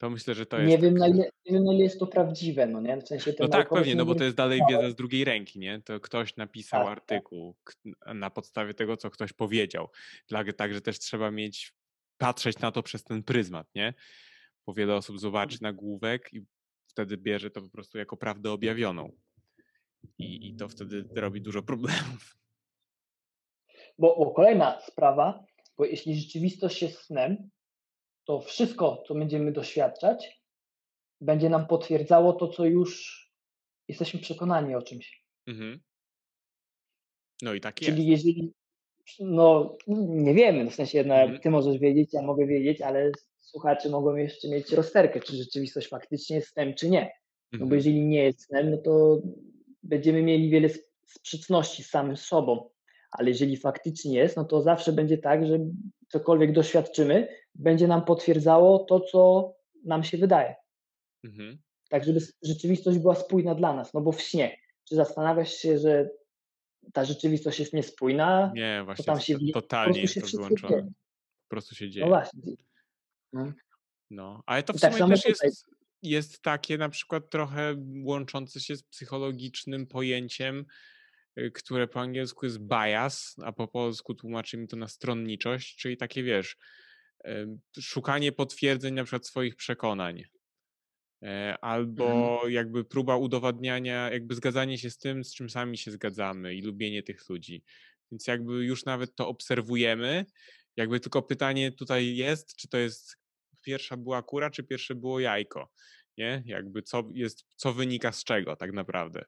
To myślę, że to Nie jest wiem, na tak. ile, nie wiem, na ile jest to prawdziwe, no nie? W sensie No ten tak, naukowiec pewnie, no nie bo to jest dalej weryfikowałem. wiedza z drugiej ręki, nie? To ktoś napisał Tak, tak. artykuł k- na podstawie tego, co ktoś powiedział. Dla- Także też trzeba mieć, patrzeć na to przez ten pryzmat, nie? Bo wiele osób zobaczy nagłówek i wtedy bierze to po prostu jako prawdę objawioną. I, i to wtedy robi dużo problemów. Bo, bo kolejna sprawa, bo jeśli rzeczywistość jest snem, to wszystko, co będziemy doświadczać, będzie nam potwierdzało to, co już jesteśmy przekonani o czymś. Mhm. No i tak Czyli jest. jeżeli, no nie wiemy, w sensie no, Mhm. ty możesz wiedzieć, ja mogę wiedzieć, ale słuchacze mogą jeszcze mieć rozterkę, czy rzeczywistość faktycznie jest snem, czy nie. No bo Mhm. jeżeli nie jest snem, no to będziemy mieli wiele sprzeczności z samym sobą. Ale jeżeli faktycznie jest, no to zawsze będzie tak, że cokolwiek doświadczymy, będzie nam potwierdzało to, co nam się wydaje. Mhm. Tak, żeby rzeczywistość była spójna dla nas. No bo w śnie, czy zastanawiasz się, że ta rzeczywistość jest niespójna, Nie, to właśnie tam to, się to, po totalnie prostu jest się to wszystko wyłączone. dzieje. Po prostu się No dzieje. właśnie. No. No, ale to I w tak sumie samo też tutaj. jest, jest takie na przykład trochę łączące się z psychologicznym pojęciem, y, które po angielsku jest bias, a po polsku tłumaczy mi to na stronniczość, czyli takie wiesz, em, szukanie potwierdzeń na przykład swoich przekonań. E, Mhm. Albo jakby próba udowadniania, jakby zgadzanie się z tym, z czym sami się zgadzamy i lubienie tych ludzi. Więc jakby już nawet to obserwujemy, jakby tylko pytanie tutaj jest, czy to jest pierwsza była kura, czy pierwsze było jajko, nie? Jakby co jest, co wynika z czego tak naprawdę.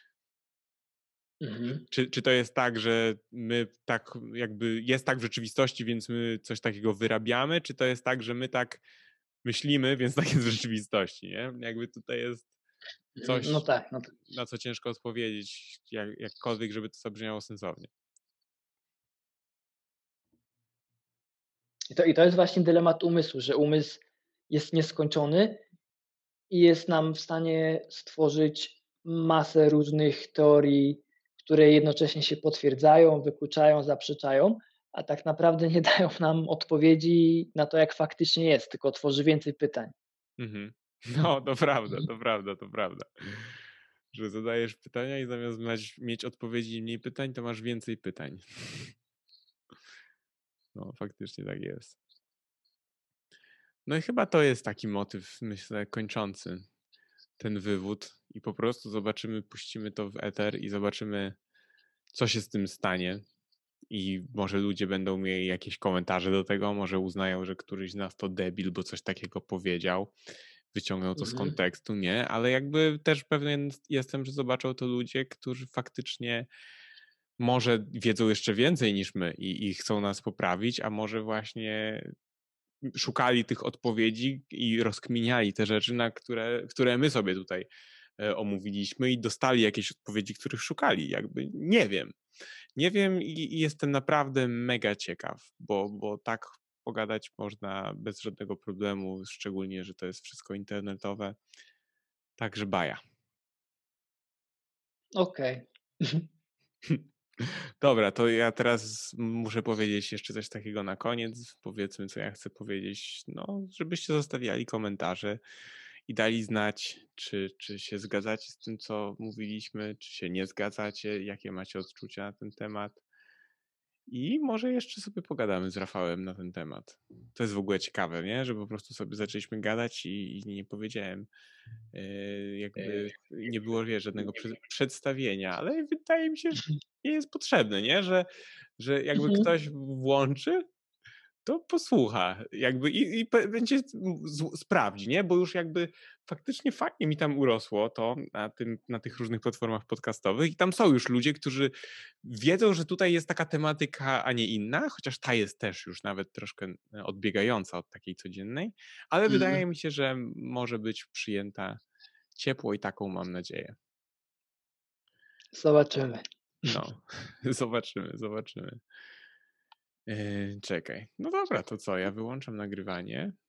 Mhm. Czy, czy to jest tak, że my tak jakby jest tak w rzeczywistości, więc my coś takiego wyrabiamy, czy to jest tak, że my tak myślimy, więc tak jest w rzeczywistości, nie? Jakby tutaj jest No coś, tak, no tak. na co ciężko odpowiedzieć, jak, jakkolwiek, żeby to zabrzmiało sensownie. I to, I to jest właśnie dylemat umysłu, że umysł jest nieskończony i jest nam w stanie stworzyć masę różnych teorii, które jednocześnie się potwierdzają, wykluczają, zaprzeczają, a tak naprawdę nie dają nam odpowiedzi na to, jak faktycznie jest, tylko tworzy więcej pytań. Mhm. No, to prawda, to prawda, to prawda. Że zadajesz pytania i zamiast mieć, mieć odpowiedzi i mniej pytań, to masz więcej pytań. No, faktycznie tak jest. No i chyba to jest taki motyw, myślę, kończący ten wywód i po prostu zobaczymy, puścimy to w eter i zobaczymy, co się z tym stanie. I może ludzie będą mieli jakieś komentarze do tego, może uznają, że któryś z nas to debil, bo coś takiego powiedział, wyciągnął to z Mhm. kontekstu, nie? Ale jakby też pewien jestem, że zobaczą to ludzie, którzy faktycznie może wiedzą jeszcze więcej niż my i, i chcą nas poprawić, a może właśnie szukali tych odpowiedzi i rozkminiali te rzeczy, na które, które my sobie tutaj e, omówiliśmy i dostali jakieś odpowiedzi, których szukali. Jakby nie wiem. Nie wiem i, i jestem naprawdę mega ciekaw, bo, bo tak pogadać można bez żadnego problemu, szczególnie, że to jest wszystko internetowe. Także baja. Okej. Dobra, to ja teraz muszę powiedzieć jeszcze coś takiego na koniec. Powiedzmy, co ja chcę powiedzieć. No, żebyście zostawiali komentarze i dali znać, czy, czy się zgadzacie z tym, co mówiliśmy, czy się nie zgadzacie, jakie macie odczucia na ten temat. I może jeszcze sobie pogadamy z Rafałem na ten temat. To jest w ogóle ciekawe, nie? Że po prostu sobie zaczęliśmy gadać i, i nie powiedziałem, yy, jakby nie było, wiesz, żadnego prze- przedstawienia, ale wydaje mi się, że nie jest potrzebne, nie? Że, że jakby Mhm. ktoś włączy, to posłucha, jakby i, i pe- będzie z, sprawdzi, nie? Bo już jakby faktycznie fajnie mi tam urosło to na, tym, na tych różnych platformach podcastowych i tam są już ludzie, którzy wiedzą, że tutaj jest taka tematyka, a nie inna, chociaż ta jest też już nawet troszkę odbiegająca od takiej codziennej, ale Mhm. wydaje mi się, że może być przyjęta ciepło i taką mam nadzieję. Zobaczymy. No, zobaczymy, zobaczymy. Yy, czekaj. No dobra, to co? Ja wyłączam nagrywanie.